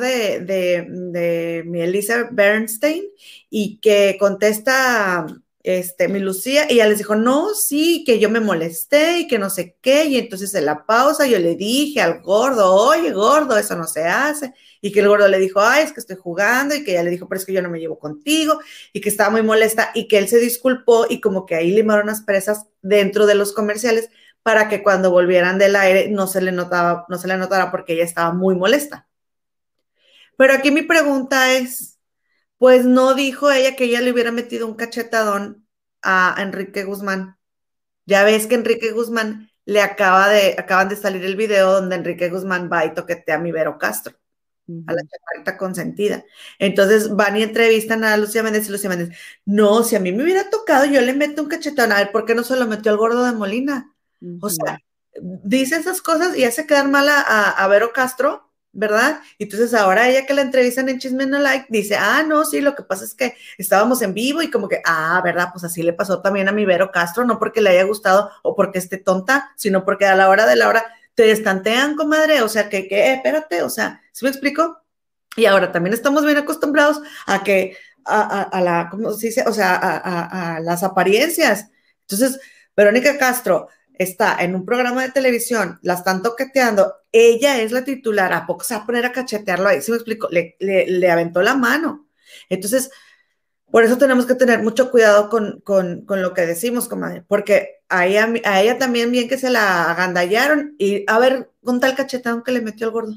de mi Elisa Bernstein y que contesta mi Lucía, y ella les dijo, no, sí, que yo me molesté y que no sé qué, y entonces en la pausa yo le dije al gordo, oye, gordo, eso no se hace, y que el gordo le dijo, ay, es que estoy jugando, y que ella le dijo, pero es que yo no me llevo contigo, y que estaba muy molesta, y que él se disculpó, y como que ahí limaron las presas dentro de los comerciales, para que cuando volvieran del aire no se le notara porque ella estaba muy molesta. Pero aquí mi pregunta es, pues no dijo ella que ella le hubiera metido un cachetadón a Enrique Guzmán. Ya ves que Enrique Guzmán acaban de salir el video donde Enrique Guzmán va y toquetea a mi Vero Castro, a la chaparrita consentida. Entonces van y entrevistan a Lucía Méndez y Lucía Méndez, no, si a mí me hubiera tocado, yo le meto un cachetadón, a ver, ¿por qué no se lo metió al gordo de Molina? O sea, dice esas cosas y hace quedar mal a Vero Castro, ¿verdad? Y entonces ahora ella que la entrevistan en Chisme No Like dice, no, sí, lo que pasa es que estábamos en vivo y como que, ¿verdad? Pues así le pasó también a mi Vero Castro, no porque le haya gustado o porque esté tonta, sino porque a la hora de la hora te estantean, comadre, o sea, espérate, o sea, ¿sí me explico? Y ahora también estamos bien acostumbrados a que, a la, ¿cómo se dice? O sea, a las apariencias. Entonces, Verónica Castro está en un programa de televisión, la están toqueteando, ella es la titular, ¿a poco se va a poner a cachetearlo ahí? ¿Sí me explico? Le aventó la mano. Entonces, por eso tenemos que tener mucho cuidado con lo que decimos, comadre, porque a ella también bien que se la agandallaron y a ver, con tal cachetón que le metió el gordo.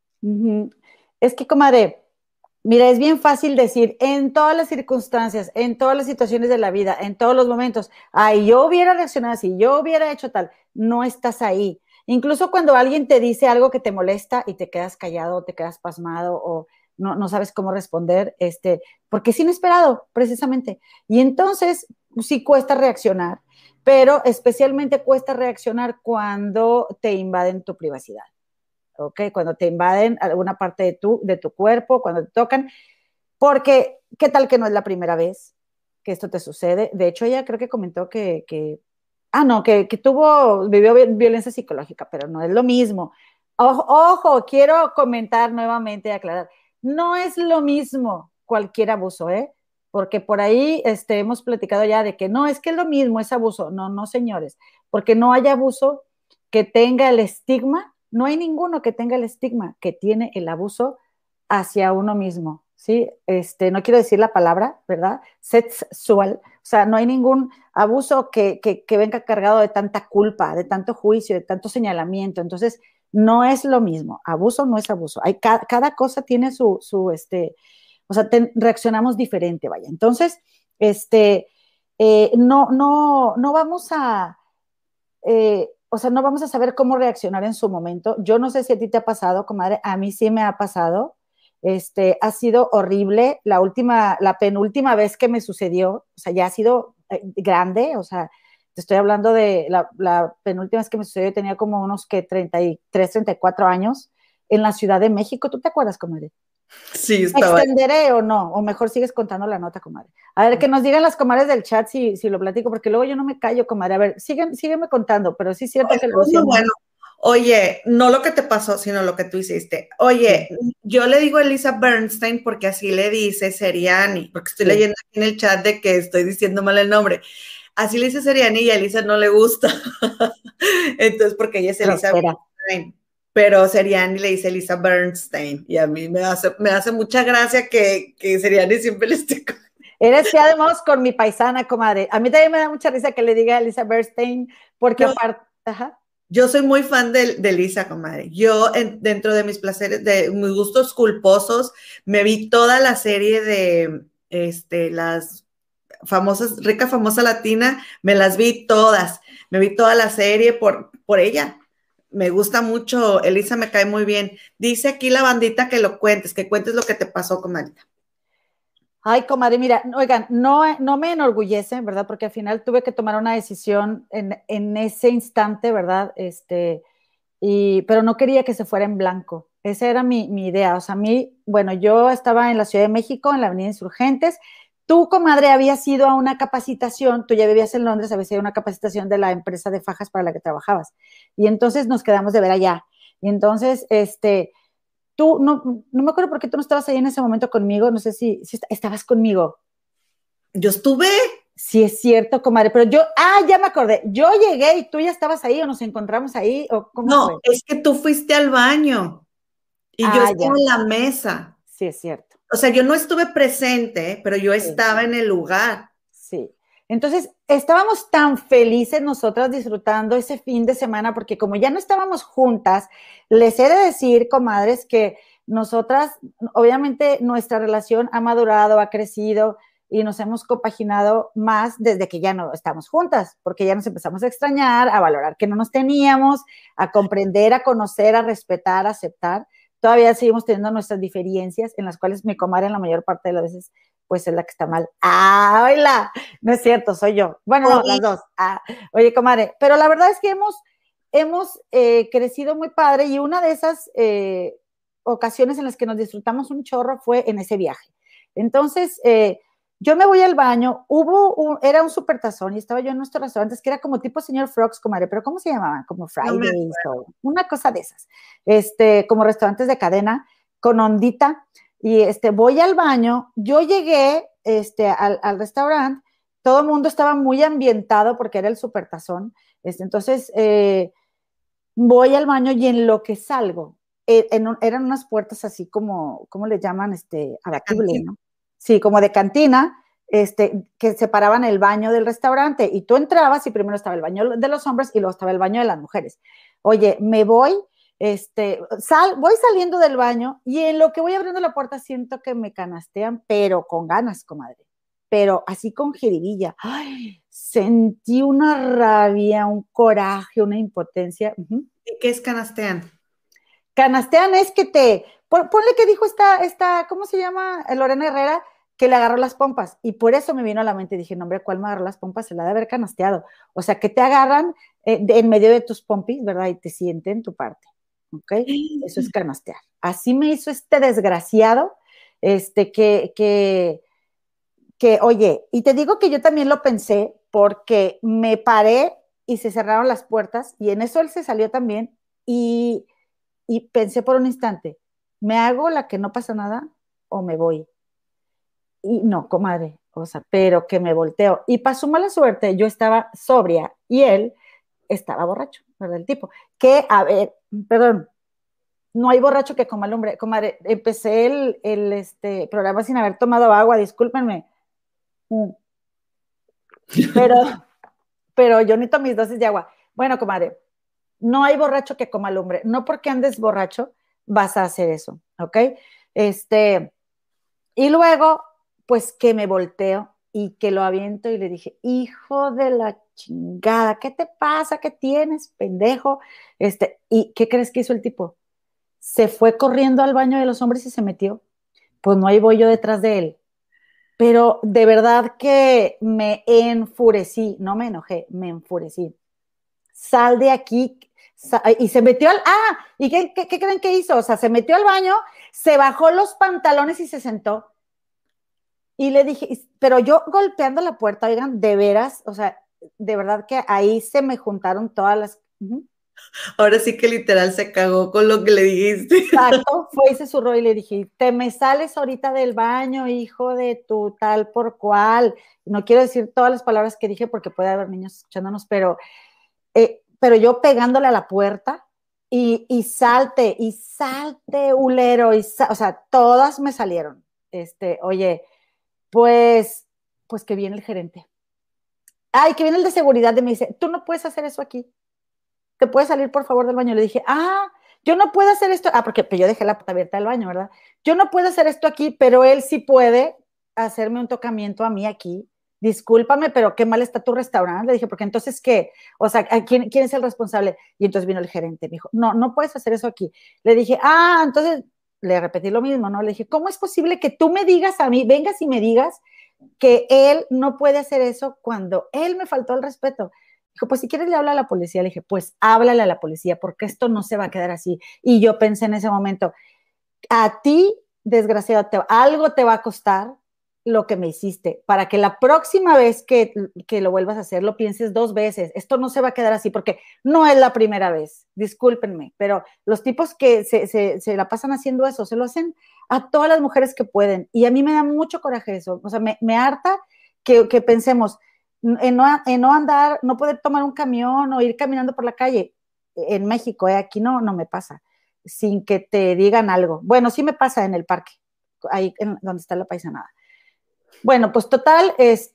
Es que, comadre, mira, es bien fácil decir en todas las circunstancias, en todas las situaciones de la vida, en todos los momentos, ay, yo hubiera reaccionado así, yo hubiera hecho tal, no estás ahí. Incluso cuando alguien te dice algo que te molesta y te quedas callado, te quedas pasmado o no sabes cómo responder, porque es inesperado, precisamente. Y entonces, sí cuesta reaccionar, pero especialmente cuesta reaccionar cuando te invaden tu privacidad. ¿Ok? Cuando te invaden alguna parte de tu cuerpo, cuando te tocan, porque ¿qué tal que no es la primera vez que esto te sucede? De hecho, ella creo que comentó que No, que vivió violencia psicológica, pero no es lo mismo. Ojo, quiero comentar nuevamente y aclarar, no es lo mismo cualquier abuso, ¿eh? Porque por ahí hemos platicado ya de que no, es que es lo mismo, es abuso. No, no, señores, porque no hay abuso que tenga el estigma, no hay ninguno que tenga el estigma que tiene el abuso hacia uno mismo, ¿sí? No quiero decir la palabra, ¿verdad? Sexual, o sea, no hay ningún abuso que venga cargado de tanta culpa, de tanto juicio, de tanto señalamiento. Entonces, no es lo mismo. Abuso no es abuso. Cada cosa tiene o sea, reaccionamos diferente, vaya. Entonces, no vamos a, o sea, no vamos a saber cómo reaccionar en su momento. Yo no sé si a ti te ha pasado, comadre, a mí sí me ha pasado. Ha sido horrible. La penúltima vez que me sucedió, o sea, ya ha sido grande, o sea, te estoy hablando de la penúltima vez que me sucedió, tenía como unos que 33, 34 años, en la Ciudad de México. ¿Tú te acuerdas, comadre? Sí, ¿Me estaba. extenderé o no? O mejor sigues contando la nota, comadre. A ver, que nos digan las comadres del chat si lo platico, porque luego yo no me callo, comadre. A ver, sígueme contando, pero sí es cierto que la Muy Lucía... bueno. Oye, no lo que te pasó, sino lo que tú hiciste. Oye, Sí, yo le digo a Elisa Bernstein porque así le dice Seriani, porque estoy sí. leyendo aquí en el chat de que estoy diciendo mal el nombre. Así le dice Seriani y a Elisa no le gusta. Entonces, porque ella es Elisa Grosera. Bernstein, pero Seriani le dice Elisa Bernstein y a mí me hace mucha gracia que Seriani siempre le esté... Eres además con mi paisana, comadre. A mí también me da mucha risa que le diga a Elisa Bernstein, porque No, aparte... Ajá. yo soy muy fan de Lisa, comadre. Yo, dentro de mis placeres, de mis gustos culposos, me vi toda la serie de las famosas, rica, famosa latina, me las vi todas. Me vi toda la serie por ella. Me gusta mucho, Elisa me cae muy bien. Dice aquí la bandita que cuentes lo que te pasó, comadre. Ay, comadre, mira, oigan, no me enorgullece, ¿verdad? Porque al final tuve que tomar una decisión en ese instante, ¿verdad? Pero no quería que se fuera en blanco. Esa era mi idea. O sea, a mí, bueno, yo estaba en la Ciudad de México, en la Avenida Insurgentes. Tú, comadre, habías ido a una capacitación, tú ya vivías en Londres, habías ido a una capacitación de la empresa de fajas para la que trabajabas. Y entonces nos quedamos de ver allá. Y entonces, tú, no me acuerdo por qué tú no estabas ahí en ese momento conmigo, no sé si estabas conmigo. Yo estuve. Sí, es cierto, comadre, pero ya me acordé, yo llegué y tú ya estabas ahí o nos encontramos ahí o cómo No, fue. es que tú fuiste al baño y yo estaba Ya, en la mesa. sí, es cierto. O sea, yo no estuve presente, pero yo Sí, estaba en el lugar. sí. Entonces, estábamos tan felices nosotras disfrutando ese fin de semana, porque como ya no estábamos juntas, les he de decir, comadres, que nosotras, obviamente, nuestra relación ha madurado, ha crecido y nos hemos compaginado más desde que ya no estamos juntas, porque ya nos empezamos a extrañar, a valorar que no nos teníamos, a comprender, a conocer, a respetar, a aceptar. Todavía seguimos teniendo nuestras diferencias, en las cuales mi comadre en la mayor parte de las veces pues es la que está mal. Hola, no es cierto, soy yo. Bueno, no, las dos. Oye, comadre, pero la verdad es que hemos crecido muy padre y una de esas ocasiones en las que nos disfrutamos un chorro fue en ese viaje. Entonces, yo me voy al baño, era un super tazón y estaba yo en nuestros restaurantes que era como tipo señor Frogs, comadre, pero ¿cómo se llamaban? Como Fridays o una cosa de esas. Como restaurantes de cadena con ondita. Y voy al baño, yo llegué al restaurante, todo el mundo estaba muy ambientado porque era el supertazón, entonces voy al baño y en lo que salgo, eran unas puertas así como, ¿cómo le llaman? Abatibles, ¿no? Sí, como de cantina, que separaban el baño del restaurante y tú entrabas y primero estaba el baño de los hombres y luego estaba el baño de las mujeres. Oye, me voy voy saliendo del baño y en lo que voy abriendo la puerta siento que me canastean, pero con ganas, comadre, pero así con jiribilla. Ay, sentí una rabia, un coraje, una impotencia. ¿Qué es canastean? Canastean es que ponle que dijo ¿cómo se llama? Lorena Herrera, que le agarró las pompas. Y por eso me vino a la mente, dije, no, hombre, ¿cuál me agarró las pompas? Se la de haber canasteado. O sea, que te agarran en medio de tus pompis, ¿verdad? Y te sienten tu parte. ¿Ok? Eso es canastear. Así me hizo este desgraciado, que, oye, y te digo que yo también lo pensé porque me paré y se cerraron las puertas y en eso él se salió también y pensé por un instante, ¿me hago la que no pasa nada o me voy? Y no, comadre, o sea, pero que me volteo. Y pasó mala suerte, yo estaba sobria y él estaba borracho, ¿verdad? El tipo, que, a ver, perdón, no hay borracho que coma lumbre, comadre, empecé el programa sin haber tomado agua, discúlpenme. Pero, pero yo necesito mis dosis de agua. Bueno, comadre, no hay borracho que coma lumbre. No porque andes borracho vas a hacer eso, ¿ok? Este, y luego, pues que me volteo y que lo aviento y le dije, hijo de la chingada, ¿qué te pasa? ¿Qué tienes, pendejo? ¿Y qué crees que hizo el tipo? Se fue corriendo al baño de los hombres y se metió. Pues no, ahí voy yo detrás de él. Pero de verdad que me enfurecí, no me enojé, me enfurecí. Sal de aquí, y se metió ¿y qué creen que hizo? O sea, se metió al baño, se bajó los pantalones y se sentó. Y le dije, pero yo golpeando la puerta, oigan, de veras, o sea, de verdad que ahí se me juntaron todas las... Ahora sí que literal se cagó con lo que le dijiste. Exacto, fue y se zurró y le dije, te me sales ahorita del baño, hijo de tu tal por cual. No quiero decir todas las palabras que dije porque puede haber niños escuchándonos, pero yo pegándole a la puerta y salte, hulero, o sea, todas me salieron. Oye, pues, pues que viene el gerente. Ay, que viene el de seguridad y me dice, tú no puedes hacer eso aquí. ¿Te puedes salir por favor del baño? Le dije, yo no puedo hacer esto. Porque pues, yo dejé la puerta abierta del baño, ¿verdad? Yo no puedo hacer esto aquí, pero él sí puede hacerme un tocamiento a mí aquí. Discúlpame, pero qué mal está tu restaurante. Le dije, porque entonces, ¿qué? O sea, ¿quién es el responsable? Y entonces vino el gerente, me dijo, no puedes hacer eso aquí. Le dije, entonces, le repetí lo mismo, ¿no? Le dije, ¿cómo es posible que tú me digas a mí, vengas y me digas que él no puede hacer eso cuando él me faltó el respeto? Dijo, pues si quieres le habla a la policía. Le dije, pues háblale a la policía porque esto no se va a quedar así. Y yo pensé en ese momento, a ti, desgraciado, algo te va a costar lo que me hiciste, para que la próxima vez que lo vuelvas a hacer lo pienses dos veces. Esto no se va a quedar así porque no es la primera vez, discúlpenme, pero los tipos que se la pasan haciendo eso, se lo hacen a todas las mujeres que pueden. Y a mí me da mucho coraje eso. O sea, me harta que pensemos en no andar, no poder tomar un camión o ir caminando por la calle. En México, aquí no me pasa sin que te digan algo. Bueno, sí me pasa en el parque, ahí donde está la paisanada. Bueno, pues total,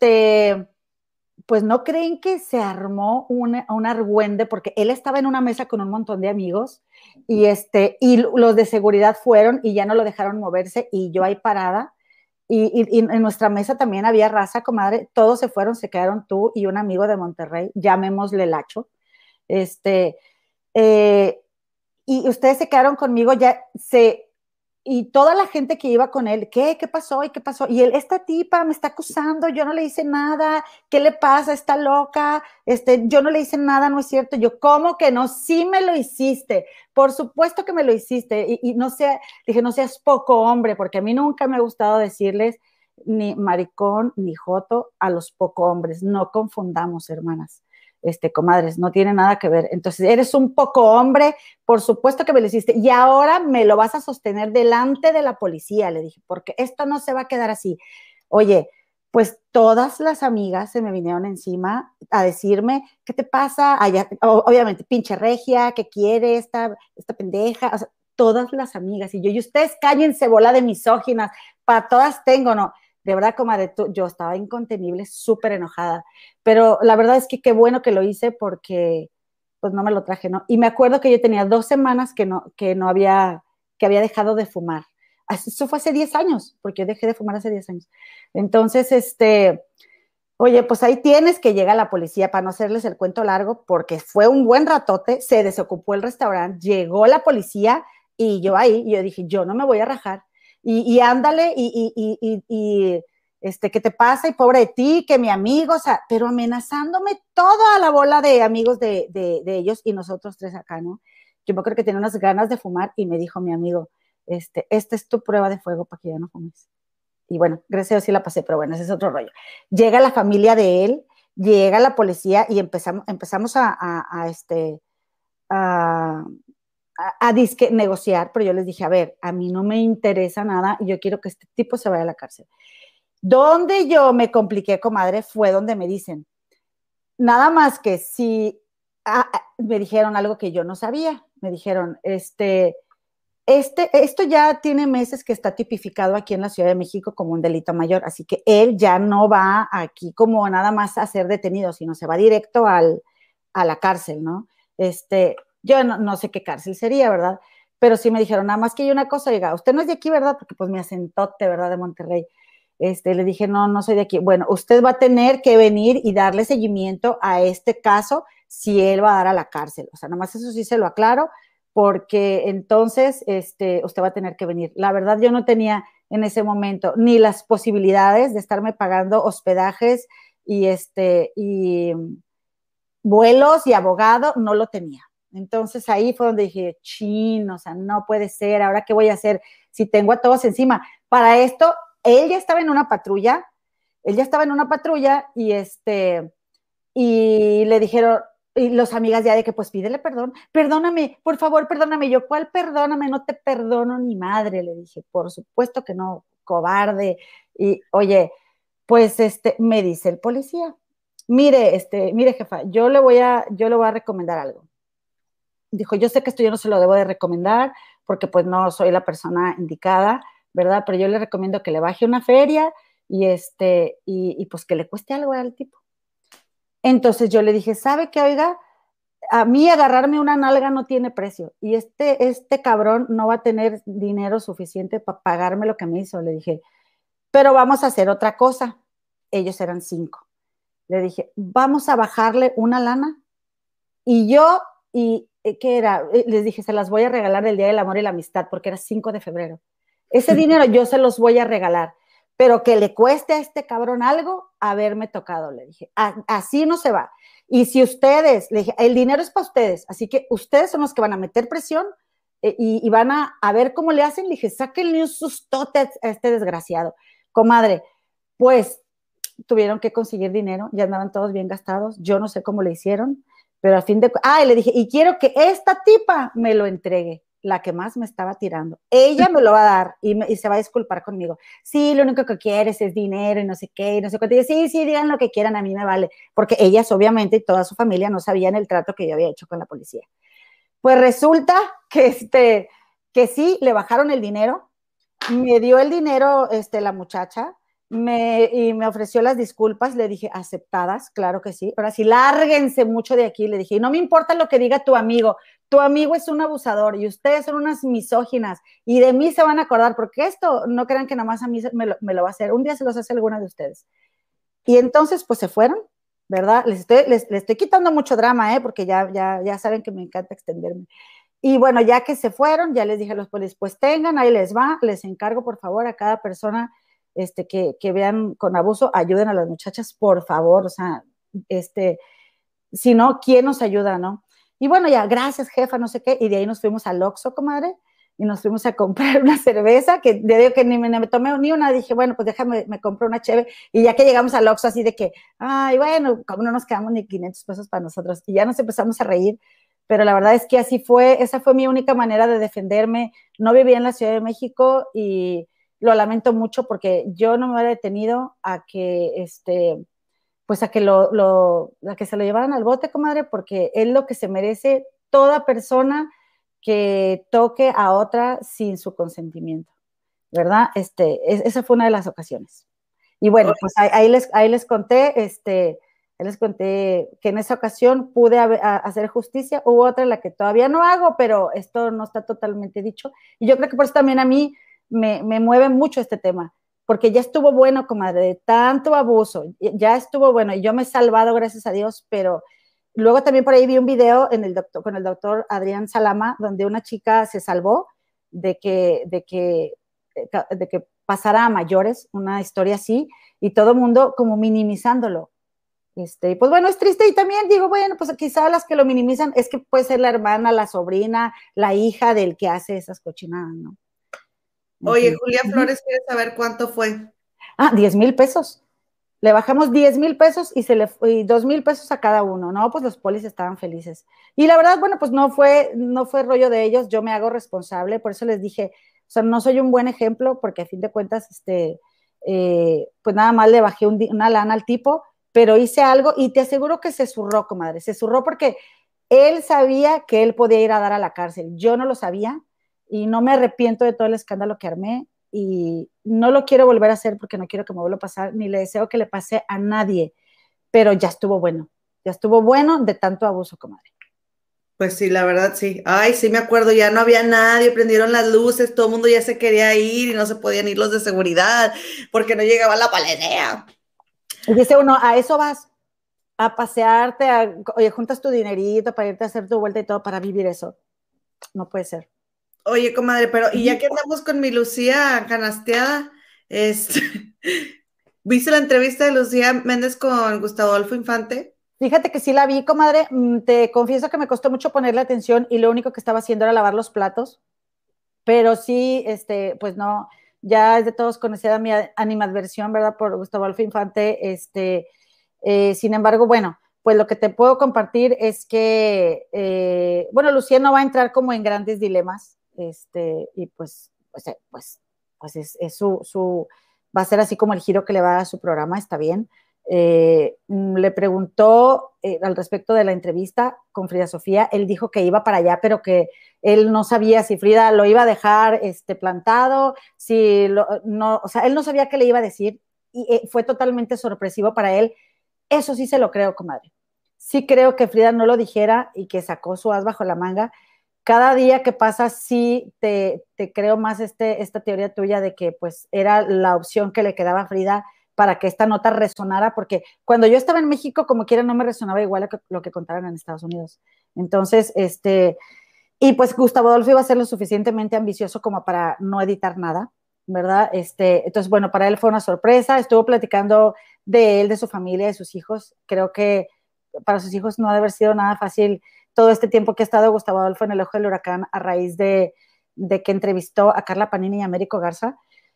pues no creen que se armó un argüende porque él estaba en una mesa con un montón de amigos y los de seguridad fueron y ya no lo dejaron moverse y yo ahí parada y en nuestra mesa también había raza, comadre, todos se fueron, se quedaron tú y un amigo de Monterrey, llamémosle Lacho, eh, y ustedes se quedaron conmigo, y toda la gente que iba con él, ¿qué pasó? ¿Y qué pasó? Y él, esta tipa me está acusando, yo no le hice nada, ¿qué le pasa? Está loca, yo no le hice nada, no es cierto. Yo, ¿cómo que no? Sí me lo hiciste, por supuesto que me lo hiciste, y no dije, no seas poco hombre, porque a mí nunca me ha gustado decirles ni maricón ni joto a los poco hombres, no confundamos, hermanas. Comadres, no tiene nada que ver. Entonces, eres un poco hombre, por supuesto que me lo hiciste, y ahora me lo vas a sostener delante de la policía, le dije, porque esto no se va a quedar así. Oye, pues todas las amigas se me vinieron encima a decirme, ¿qué te pasa? Obviamente, pinche regia, ¿qué quiere esta pendeja? O sea, todas las amigas, y ustedes cállense, bola de misóginas, para todas tengo, ¿no? De verdad, comadre, yo estaba incontenible, súper enojada, pero la verdad es que qué bueno que lo hice porque pues no me lo traje, ¿no? Y me acuerdo que yo tenía 2 semanas que había dejado de fumar. Eso fue hace 10 años, porque yo dejé de fumar hace 10 años. Entonces, oye, pues ahí tienes que llegar la policía para no hacerles el cuento largo, porque fue un buen ratote, se desocupó el restaurante, llegó la policía y yo dije, yo no me voy a rajar. Y ándale, ¿qué te pasa? Y pobre de ti, que mi amigo, o sea, pero amenazándome toda la bola de amigos de ellos y nosotros tres acá, ¿no? Yo me acuerdo que tenía unas ganas de fumar y me dijo mi amigo, esta es tu prueba de fuego para que ya no fumes. Y bueno, gracias a Dios sí la pasé, pero bueno, ese es otro rollo. Llega la familia de él Llega la policía y empezamos a disque negociar, pero yo les dije, a ver, a mí no me interesa nada y yo quiero que este tipo se vaya a la cárcel. Donde yo me compliqué, comadre, fue donde me dicen, nada más que si me dijeron algo que yo no sabía, me dijeron, esto ya tiene meses que está tipificado aquí en la Ciudad de México como un delito mayor, así que él ya no va aquí como nada más a ser detenido, sino se va directo a la cárcel, ¿no? Yo no sé qué cárcel sería, ¿verdad? Pero sí me dijeron, nada más que hay una cosa, diga, usted no es de aquí, ¿verdad? Porque pues mi acentote, ¿verdad? De Monterrey. Le dije, no soy de aquí. Bueno, usted va a tener que venir y darle seguimiento a este caso si él va a dar a la cárcel. O sea, nada más eso sí se lo aclaro, porque entonces usted va a tener que venir. La verdad, yo no tenía en ese momento ni las posibilidades de estarme pagando hospedajes y vuelos y abogado, no lo tenía. Entonces ahí fue donde dije, chin, o sea, no puede ser, ¿ahora qué voy a hacer si tengo a todos encima? Para esto, él ya estaba en una patrulla, y le dijeron, y los amigas ya de que pues pídele perdón, perdóname, por favor, perdóname. Yo, ¿cuál perdóname? No te perdono ni madre, le dije, por supuesto que no, cobarde. Y oye, pues me dice el policía, mire jefa, yo le voy a recomendar algo. Dijo, yo sé que esto yo no se lo debo de recomendar porque pues no soy la persona indicada, ¿verdad? Pero yo le recomiendo que le baje una feria y pues que le cueste algo al tipo. Entonces yo le dije, ¿sabe qué, oiga? A mí agarrarme una nalga no tiene precio y este cabrón no va a tener dinero suficiente para pagarme lo que me hizo. Le dije, pero vamos a hacer otra cosa. Ellos eran 5. Le dije, vamos a bajarle una lana y yo, ¿qué era? Les dije, se las voy a regalar el Día del Amor y la Amistad porque era 5 de febrero. Ese dinero yo se los voy a regalar, pero que le cueste a este cabrón algo haberme tocado, le dije. Así no se va. Y si ustedes, le dije, el dinero es para ustedes, así que ustedes son los que van a meter presión y van a ver cómo le hacen. Le dije, sáquenle un sustote a este desgraciado. Comadre, pues tuvieron que conseguir dinero, ya andaban todos bien gastados, yo no sé cómo le hicieron, pero a fin de... y le dije, y quiero que esta tipa me lo entregue, la que más me estaba tirando. Ella me lo va a dar y se va a disculpar conmigo. Sí, lo único que quieres es dinero y no sé qué, y no sé cuánto. Y sí, digan lo que quieran, a mí me vale. Porque ellas, obviamente, y toda su familia no sabían el trato que yo había hecho con la policía. Pues resulta que sí, le bajaron el dinero, me dio el dinero la muchacha, y me ofreció las disculpas, le dije, aceptadas, claro que sí. Ahora sí, lárguense mucho de aquí, le dije, y no me importa lo que diga tu amigo es un abusador y ustedes son unas misóginas y de mí se van a acordar, porque esto no crean que nada más a mí me lo va a hacer, un día se los hace alguna de ustedes. Y entonces, pues se fueron, ¿verdad? Les estoy quitando mucho drama, porque ya saben que me encanta extenderme. Y bueno, ya que se fueron, ya les dije a los policías, pues tengan, ahí les va, les encargo por favor a cada persona que vean con abuso, ayuden a las muchachas, por favor, o sea, si no, ¿quién nos ayuda, no? Y bueno, ya, gracias jefa, no sé qué, y de ahí nos fuimos al Oxxo, comadre, y nos fuimos a comprar una cerveza, que de digo que ni me tomé ni una, dije, bueno, pues déjame, me compro una cheve, y ya que llegamos al Oxxo, así de que, ay, bueno, como no nos quedamos ni 500 pesos para nosotros, y ya nos empezamos a reír, pero la verdad es que así fue, esa fue mi única manera de defenderme. No vivía en la Ciudad de México y lo lamento mucho porque yo no me hubiera detenido a que pues a que a que se lo llevaran al bote, comadre, porque es lo que se merece toda persona que toque a otra sin su consentimiento, ¿verdad? Esa fue una de las ocasiones. Y bueno, pues ahí les conté, les conté que en esa ocasión pude hacer justicia. Hubo otra en la que todavía no hago, pero esto no está totalmente dicho. Y yo creo que por eso también a mí me mueve mucho este tema, porque ya estuvo bueno, comadre, de tanto abuso, ya estuvo bueno, y yo me he salvado, gracias a Dios, pero luego también por ahí vi un video con el doctor Adrián Salama, donde una chica se salvó de que pasara a mayores, una historia así, y todo el mundo como minimizándolo. Pues bueno, es triste y también digo, bueno, pues quizá las que lo minimizan es que puede ser la hermana, la sobrina, la hija del que hace esas cochinadas, ¿no? Oye, Julia Flores quiere saber cuánto fue. 10,000 pesos. Le bajamos 10,000 pesos y 2,000 pesos a cada uno, ¿no? Pues los polis estaban felices. Y la verdad, bueno, pues no fue rollo de ellos, yo me hago responsable, por eso les dije, o sea, no soy un buen ejemplo, porque a fin de cuentas, pues nada más le bajé una lana al tipo, pero hice algo y te aseguro que se zurró, comadre, se zurró porque él sabía que él podía ir a dar a la cárcel, yo no lo sabía y no me arrepiento de todo el escándalo que armé, y no lo quiero volver a hacer porque no quiero que me vuelva a pasar, ni le deseo que le pase a nadie, pero ya estuvo bueno de tanto abuso, comadre. Pues sí, la verdad sí. Ay, sí me acuerdo, ya no había nadie, prendieron las luces, todo el mundo ya se quería ir y no se podían ir los de seguridad porque no llegaba la palenea. Y dice uno, a eso vas, a pasearte, oye, juntas tu dinerito para irte a hacer tu vuelta y todo para vivir eso. No puede ser. Oye, comadre, pero y ya que andamos con mi Lucía canasteada, este, ¿viste la entrevista de Lucía Méndez con Gustavo Adolfo Infante? Fíjate que sí la vi, comadre. Te confieso que me costó mucho ponerle atención y lo único que estaba haciendo era lavar los platos. Pero sí, pues no, ya es de todos conocida mi animadversión, ¿verdad? Por Gustavo Adolfo Infante. Sin embargo, bueno, pues lo que te puedo compartir es que, bueno, Lucía no va a entrar como en grandes dilemas, y pues es va a ser así como el giro que le va a su programa, está bien. Le preguntó al respecto de la entrevista con Frida Sofía, él dijo que iba para allá, pero que él no sabía si Frida lo iba a dejar plantado, no, o sea, él no sabía qué le iba a decir y fue totalmente sorpresivo para él. Eso sí se lo creo, comadre. Sí creo que Frida no lo dijera y que sacó su as bajo la manga. Cada día que pasa sí te creo más esta teoría tuya de que pues era la opción que le quedaba a Frida para que esta nota resonara, porque cuando yo estaba en México, como quiera, no me resonaba igual lo que contaban en Estados Unidos. Entonces, y pues Gustavo Adolfo iba a ser lo suficientemente ambicioso como para no editar nada, ¿verdad? Entonces, bueno, para él fue una sorpresa, estuvo platicando de él, de su familia, de sus hijos. Creo que para sus hijos no ha de haber sido nada fácil todo este tiempo que ha estado Gustavo Adolfo en el ojo del huracán a raíz de que entrevistó a Carla Panini y a Américo Garza.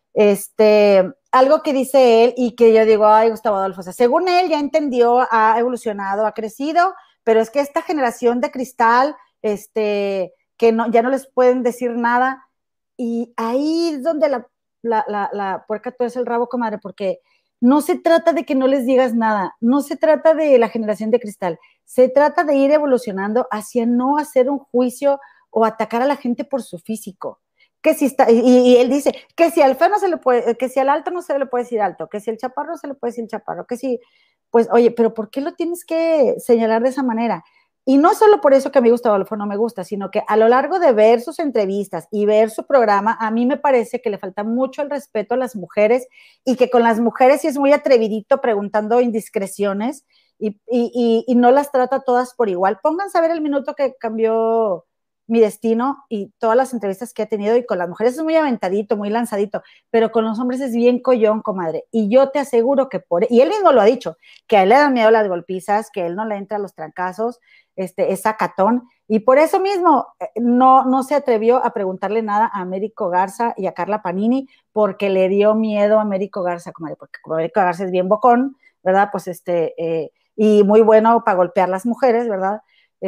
Algo que dice él y que yo digo, ay, Gustavo Adolfo, o sea, según él ya entendió, ha evolucionado, ha crecido, pero es que esta generación de cristal, que no, ya no les pueden decir nada, y ahí es donde la puerca tuerce el rabo, comadre, porque no se trata de que no les digas nada, no se trata de la generación de cristal, se trata de ir evolucionando hacia no hacer un juicio o atacar a la gente por su físico. Que si está, y él dice que si al feo no se le puede, que si al alto no se le puede decir alto, que si al chaparro no se le puede decir chaparro, que si, pues, oye, pero ¿por qué lo tienes que señalar de esa manera? Y no solo por eso que a mí Gustavo Adolfo no me gusta, sino que a lo largo de ver sus entrevistas y ver su programa, a mí me parece que le falta mucho el respeto a las mujeres y que con las mujeres sí es muy atrevidito preguntando indiscreciones y no las trata todas por igual. Pónganse a ver el minuto que cambió mi destino y todas las entrevistas que ha tenido, y con las mujeres es muy aventadito, muy lanzadito, pero con los hombres es bien collón, comadre. Y yo te aseguro que y él mismo lo ha dicho, que a él le dan miedo las golpizas, que a él no le entra los trancazos, es sacatón, y por eso mismo no se atrevió a preguntarle nada a Américo Garza y a Carla Panini, porque le dio miedo a Américo Garza, comadre, porque como Américo Garza es bien bocón, ¿verdad? Pues y muy bueno para golpear las mujeres, ¿verdad?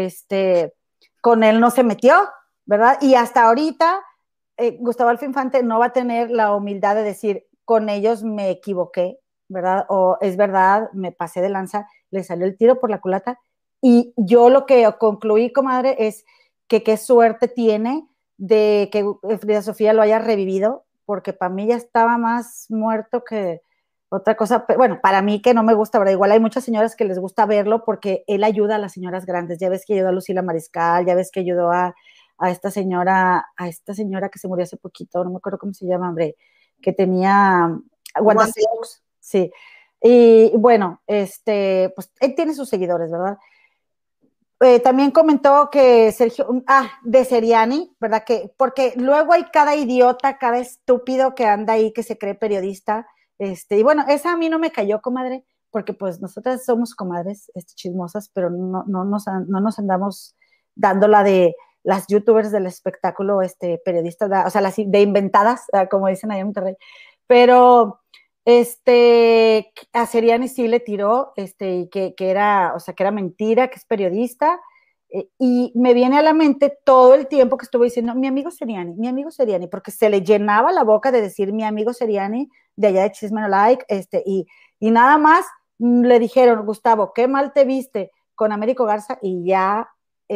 Con él no se metió, ¿verdad? Y hasta ahorita Gustavo Adolfo Infante no va a tener la humildad de decir, con ellos me equivoqué, ¿verdad? O es verdad, me pasé de lanza, le salió el tiro por la culata. Y yo lo que concluí, comadre, es que qué suerte tiene de que Frida Sofía lo haya revivido, porque para mí ya estaba más muerto que otra cosa. Pero bueno, para mí que no me gusta, ¿verdad? Igual hay muchas señoras que les gusta verlo porque él ayuda a las señoras grandes. Ya ves que ayudó a Lucila Mariscal, ya ves que ayudó a esta señora que se murió hace poquito, no me acuerdo cómo se llama, hombre, que tenía guantacillos, sí. Y bueno, pues él tiene sus seguidores, ¿verdad? También comentó que Sergio, de Seriani, ¿verdad? Porque luego hay cada idiota, cada estúpido que anda ahí, que se cree periodista, y bueno, esa a mí no me cayó, comadre, porque pues nosotras somos comadres, chismosas, pero no nos andamos dando la de las youtubers del espectáculo, periodistas, o sea, las de inventadas, como dicen ahí en Monterrey, pero A Seriani sí le tiró, y que era, o sea, que era mentira, que es periodista, y me viene a la mente todo el tiempo que estuvo diciendo mi amigo Seriani, porque se le llenaba la boca de decir mi amigo Seriani, de allá de Chisme No Like, y nada más le dijeron, Gustavo, qué mal te viste con Américo Garza, y ya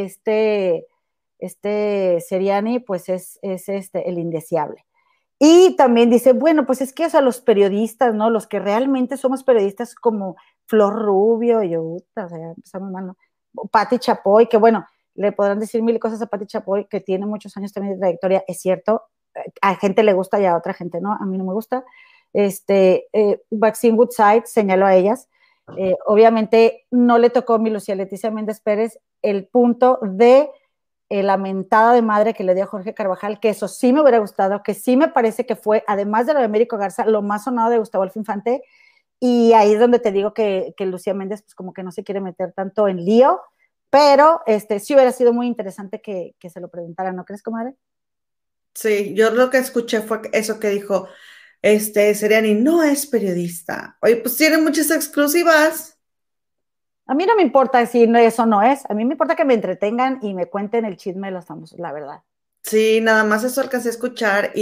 Seriani, pues es el indeseable. Y también dice, bueno, pues es que, o sea, los periodistas, ¿no? Los que realmente somos periodistas como Flor Rubio, y o sea, empezamos mal, ¿no? Pati Chapoy, que bueno, le podrán decir mil cosas a Pati Chapoy, que tiene muchos años también de trayectoria, es cierto, a gente le gusta y a otra gente no, a mí no me gusta. Maxine Woodside señaló a ellas. Obviamente no le tocó a mi Lucía Leticia Méndez Pérez el punto de la mentada de madre que le dio a Jorge Carvajal, que eso sí me hubiera gustado, que sí me parece que fue, además de lo de Américo Garza, lo más sonado de Gustavo Adolfo Infante, y ahí es donde te digo que Lucía Méndez pues como que no se quiere meter tanto en lío, pero sí hubiera sido muy interesante que se lo preguntara, ¿no crees, comadre? Sí, yo lo que escuché fue eso que dijo, Seriani no es periodista. Oye, pues tiene muchas exclusivas. A mí no me importa si eso no es, a mí me importa que me entretengan y me cuenten el chisme de los famosos, la verdad. Sí, nada más eso alcancé a escuchar.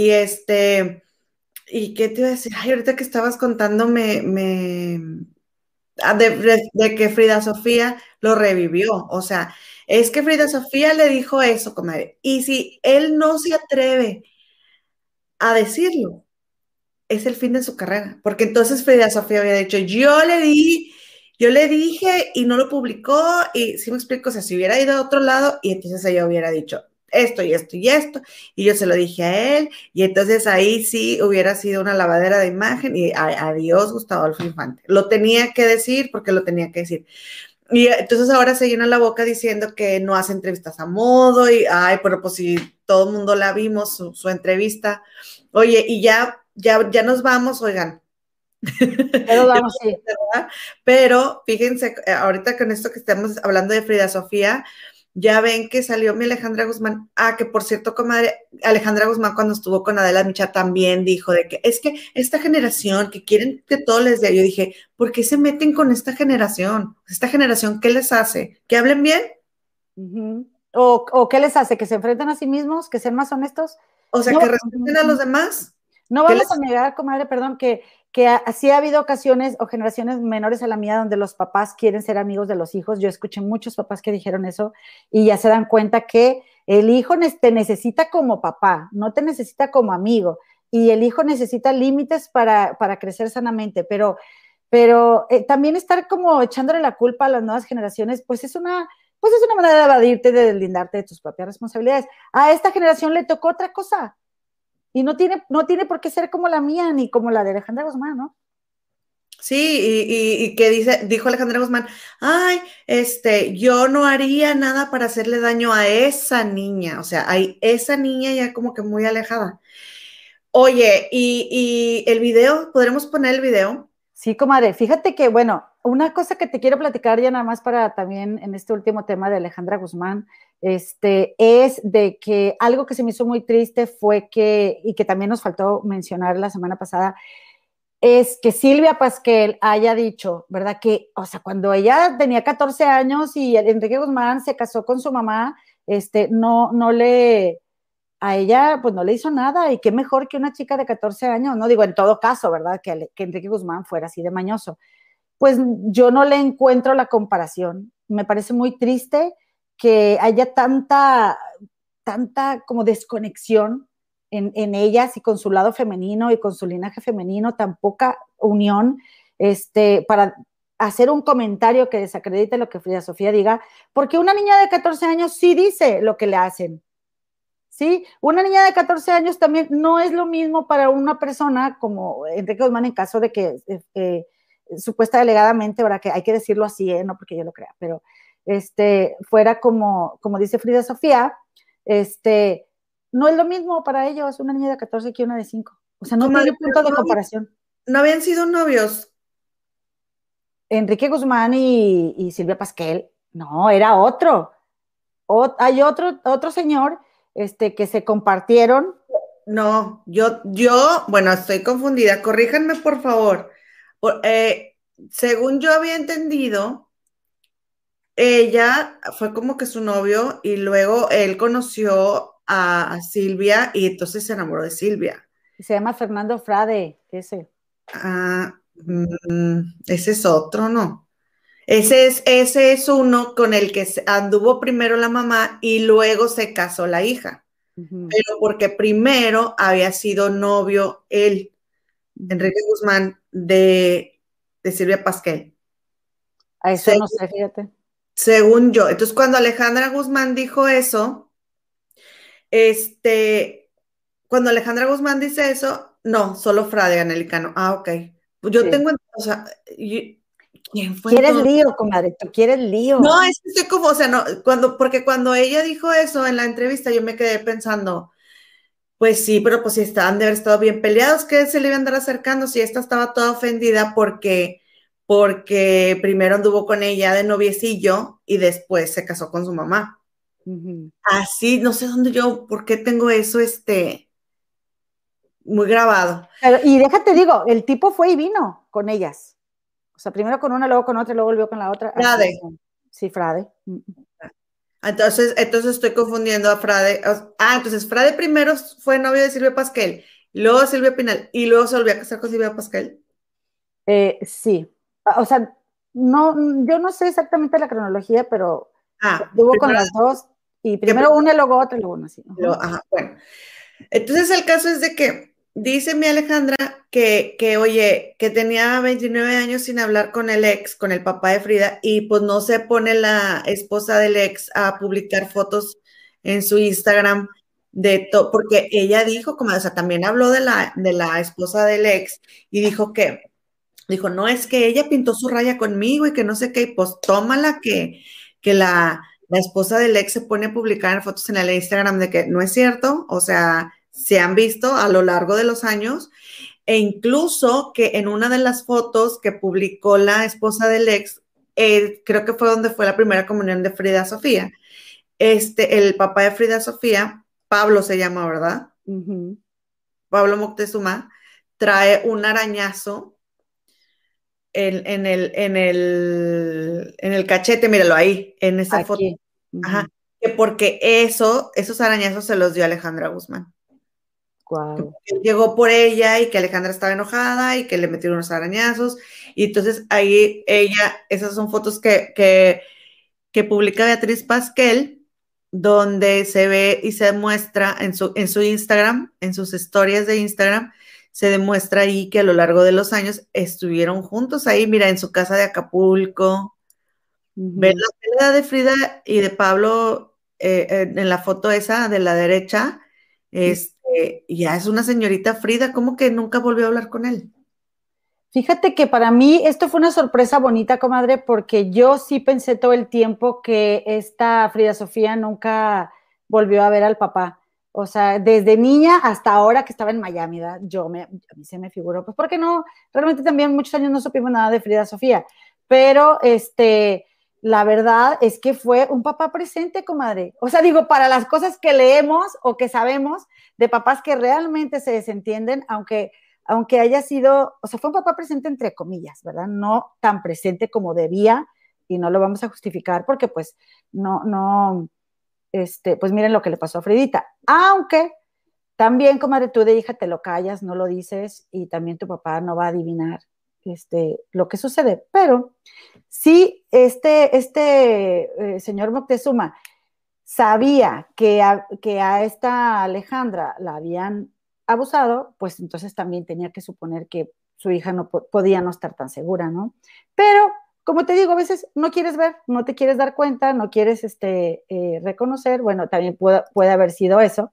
¿Y qué te iba a decir? Ay, ahorita que estabas contándome, de que Frida Sofía lo revivió. O sea, es que Frida Sofía le dijo eso, comadre. Y si él no se atreve a decirlo, es el fin de su carrera. Porque entonces Frida Sofía había dicho, yo le dije y no lo publicó. Y si me explico, o sea, si hubiera ido a otro lado y entonces ella hubiera dicho esto y esto y esto, y yo se lo dije a él, y entonces ahí sí hubiera sido una lavadera de imagen y adiós Gustavo Adolfo Infante. Lo tenía que decir porque lo tenía que decir. Y entonces ahora se llena la boca diciendo que no hace entrevistas a modo y, ay, pero pues si todo el mundo la vimos, su entrevista. Oye, y ya nos vamos, oigan. Pero vamos, sí. Pero fíjense, ahorita con esto que estamos hablando de Frida Sofía, ya ven que salió mi Alejandra Guzmán. Ah, que por cierto, comadre, Alejandra Guzmán cuando estuvo con Adela Micha también dijo de que es que esta generación que quieren que todo les dé. Yo dije, ¿por qué se meten con esta generación? ¿Esta generación qué les hace? ¿Que hablen bien? O qué les hace, que se enfrenten a sí mismos, que sean más honestos. O sea, No, que respeten a los demás. no vamos a negar, comadre, perdón, que así ha habido ocasiones o generaciones menores a la mía donde los papás quieren ser amigos de los hijos. Yo escuché muchos papás que dijeron eso y ya se dan cuenta que el hijo te necesita como papá, no te necesita como amigo. Y el hijo necesita límites para crecer sanamente, pero también estar como echándole la culpa a las nuevas generaciones, pues es una manera de evadirte, de deslindarte de tus propias responsabilidades. A esta generación le tocó otra cosa y no tiene por qué ser como la mía ni como la de Alejandra Guzmán, ¿no? Sí, y que dijo Alejandra Guzmán, ay, yo no haría nada para hacerle daño a esa niña, o sea, hay esa niña ya como que muy alejada. Oye, y el video, ¿podremos poner el video? Sí, comadre, fíjate que, bueno, una cosa que te quiero platicar ya nada más para también en este último tema de Alejandra Guzmán, es de que algo que se me hizo muy triste fue y que también nos faltó mencionar la semana pasada, es que Silvia Pasquel haya dicho, ¿verdad? Que, o sea, cuando ella tenía 14 años y Enrique Guzmán se casó con su mamá, no le, a ella pues no le hizo nada y qué mejor que una chica de 14 años, no digo en todo caso, ¿verdad? Que Enrique Guzmán fuera así de mañoso. Pues yo no le encuentro la comparación. Me parece muy triste que haya tanta como desconexión en ellas y con su lado femenino y con su linaje femenino, tan poca unión, para hacer un comentario que desacredite lo que Frida Sofía diga, porque una niña de 14 años sí dice lo que le hacen. ¿Sí? Una niña de 14 años también no es lo mismo para una persona como Enrique Guzmán en caso de que supuesta delegadamente, ahora que hay que decirlo así, no porque yo lo crea, pero fuera como dice Frida Sofía, no es lo mismo para ellos una niña de 14 que una de 5. O sea, no tiene punto de comparación. No habían sido novios. Enrique Guzmán y Silvia Pasquel, no, era otro. Hay otro señor que se compartieron No, bueno, estoy confundida. Corríjanme, por favor. Por- eh, Según yo había entendido, ella fue como que su novio y luego él conoció a Silvia y entonces se enamoró de Silvia. Se llama Fernando Frade, ese. Ese es otro, ¿no? Ese es uno con el que anduvo primero la mamá y luego se casó la hija. Pero porque primero había sido novio él, Enrique Guzmán, de Silvia Pasquel. A eso no Se- sé, fíjate. Según yo. Entonces, cuando Alejandra Guzmán dijo eso, este, cuando Alejandra Guzmán dice eso, no, solo Frade Angelicano. Ah, ok. Pues yo Sí. tengo, o sea, ¿quién fue ¿Quieres entonces? lío, comadre? ¿Tú quieres lío? No, es que estoy como, o sea, no, porque cuando ella dijo eso en la entrevista, yo me quedé pensando, pues sí, pero pues sí estaban de haber estado bien peleados, que se le iba a andar acercando, si esta estaba toda ofendida porque primero anduvo con ella de noviecillo y después se casó con su mamá. Así, no sé dónde por qué tengo eso, muy grabado. Pero, y déjate digo, el tipo fue y vino con ellas. O sea, primero con una, luego con otra, y luego volvió con la otra. Así Frade. son. Sí, Frade. Entonces estoy confundiendo a Frade. Entonces Frade primero fue novio de Silvia Pasquel, luego Silvia Pinal, y luego se volvió a casar con Silvia Pasquel. Sí. O sea, no, yo no sé exactamente la cronología, pero estuvo con Primero las dos, y que primero una, luego otra, y luego una, sí. bueno. Entonces el caso es de que dice mi Alejandra oye, que tenía 29 años sin hablar con el ex, con el papá de Frida, y pues no se pone la esposa del ex a publicar fotos en su Instagram de todo, porque ella dijo, como, o sea, también habló de la esposa del ex y dijo, no, es que ella pintó su raya conmigo y que no sé qué, y pues tómala que la esposa del ex se pone a publicar fotos en el Instagram de que no es cierto, o sea, se han visto a lo largo de los años, e incluso que en una de las fotos que publicó la esposa del ex, creo que fue donde fue la primera comunión de Frida Sofía, el papá de Frida Sofía, Pablo se llama, ¿verdad? Pablo Moctezuma, trae un arañazo en el cachete, míralo ahí, en esa foto. Aquí. Ajá, que porque esos arañazos se los dio Alejandra Guzmán. Wow. Él llegó por ella y que Alejandra estaba enojada y que le metieron unos arañazos. Y entonces ahí esas son fotos que publica Beatriz Pasquel, donde se ve y se muestra en su Instagram, en sus historias de Instagram, se demuestra ahí que a lo largo de los años estuvieron juntos ahí, mira, en su casa de Acapulco. Ven la pelea de Frida y de Pablo en la foto esa de la derecha, ya es una señorita Frida, ¿cómo que nunca volvió a hablar con él? Fíjate que para mí esto fue una sorpresa bonita, comadre, porque yo sí pensé todo el tiempo que esta Frida Sofía nunca volvió a ver al papá. O sea, desde niña hasta ahora que estaba en Miami, ¿verdad? A mí se me figuró, pues porque no, realmente también muchos años no supimos nada de Frida Sofía, pero la verdad es que fue un papá presente, comadre. O sea, digo, para las cosas que leemos o que sabemos de papás que realmente se desentienden, aunque haya sido, o sea, fue un papá presente entre comillas, ¿verdad? No tan presente como debía, y no lo vamos a justificar porque pues no, pues miren lo que le pasó a Fridita. Aunque también, comadre, tú de hija te lo callas, no lo dices, y también tu papá no va a adivinar lo que sucede. Pero sí, señor Moctezuma sabía que a esta Alejandra la habían abusado, pues entonces también tenía que suponer que su hija no podía no estar tan segura, ¿no? Pero, como te digo, a veces no quieres ver, no te quieres dar cuenta, no quieres reconocer, bueno, también puede haber sido eso,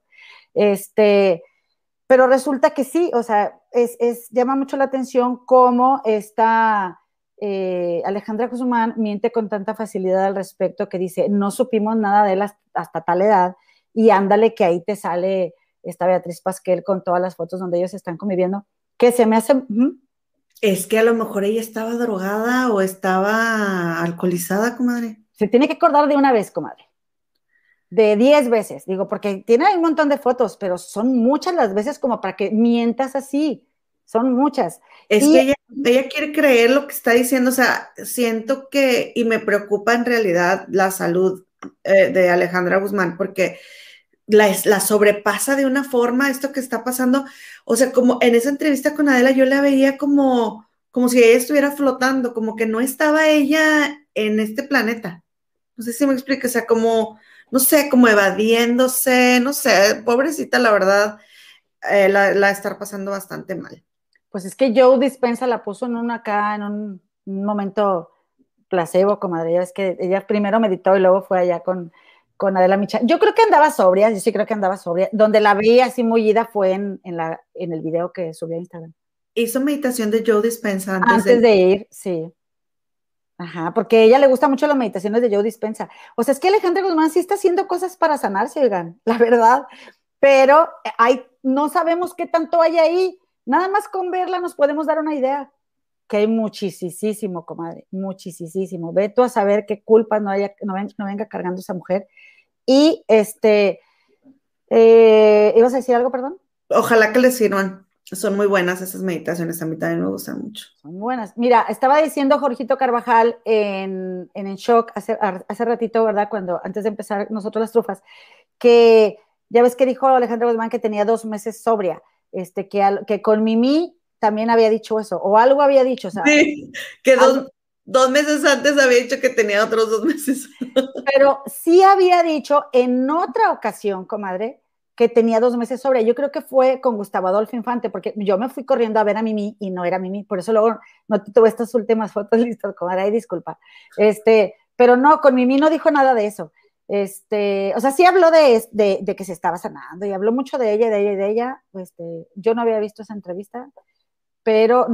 pero resulta que sí, o sea, llama mucho la atención cómo esta Alejandra Guzmán miente con tanta facilidad al respecto, que dice, no supimos nada de él hasta tal edad, y ándale que ahí te sale esta Beatriz Pasquel con todas las fotos donde ellos están conviviendo, que se me hace... Es que a lo mejor ella estaba drogada o estaba alcoholizada, comadre. Se tiene que acordar de una vez, comadre. de 10 veces, digo, porque tiene un montón de fotos, pero son muchas las veces como para que mientas así, son muchas. Es Y que ella quiere creer lo que está diciendo, o sea, siento que, y me preocupa en realidad la salud de Alejandra Guzmán, porque la sobrepasa de una forma esto que está pasando, o sea, como en esa entrevista con Adela yo la veía como si ella estuviera flotando, como que no estaba ella en este planeta. No sé si me explico, o sea, como, no sé, como evadiéndose, no sé, pobrecita, la verdad, la estar pasando bastante mal. pues es que Joe Dispensa la puso en un momento placebo, comadre. Ya ves que ella primero meditó y luego fue allá con Adela Micha. Yo creo que andaba sobria, yo sí creo que andaba sobria. Donde la vi así muy ida fue en el video que subió a Instagram. Hizo meditación de Joe Dispenza antes de... Antes de ir, sí. Ajá, porque a ella le gusta mucho las meditaciones de Joe Dispensa. O sea, es que Alejandra Guzmán sí está haciendo cosas para sanarse, oigan, la verdad. Pero no sabemos qué tanto hay ahí. Nada más con verla nos podemos dar una idea. Que hay muchísimo, comadre, muchísimo. Ve tú a saber qué culpa no venga cargando esa mujer. Y ¿ibas a decir algo, perdón? Ojalá que les sirvan. Son muy buenas esas meditaciones, a mí también me gustan mucho. Son buenas. Mira, estaba diciendo Jorgito Carvajal en Shock hace ratito, ¿verdad? Antes de empezar nosotros las trufas, que ya ves que dijo Alejandra Guzmán que tenía 2 meses sobria, que con Mimi también había dicho eso, o algo había dicho, o sea, Sí, que algo, dos meses antes había dicho que tenía otros 2 meses. pero sí había dicho en otra ocasión, comadre, que tenía 2 meses sobre. Yo creo que fue con Gustavo Adolfo Infante, porque yo me fui corriendo a ver a Mimi y no era Mimi, por eso luego no tuve estas últimas fotos listas, comadre, ay, disculpa. Pero no, con Mimi no dijo nada de eso. O sea, sí habló de que se estaba sanando y habló mucho de ella, de ella y de ella. Yo no había visto esa entrevista, pero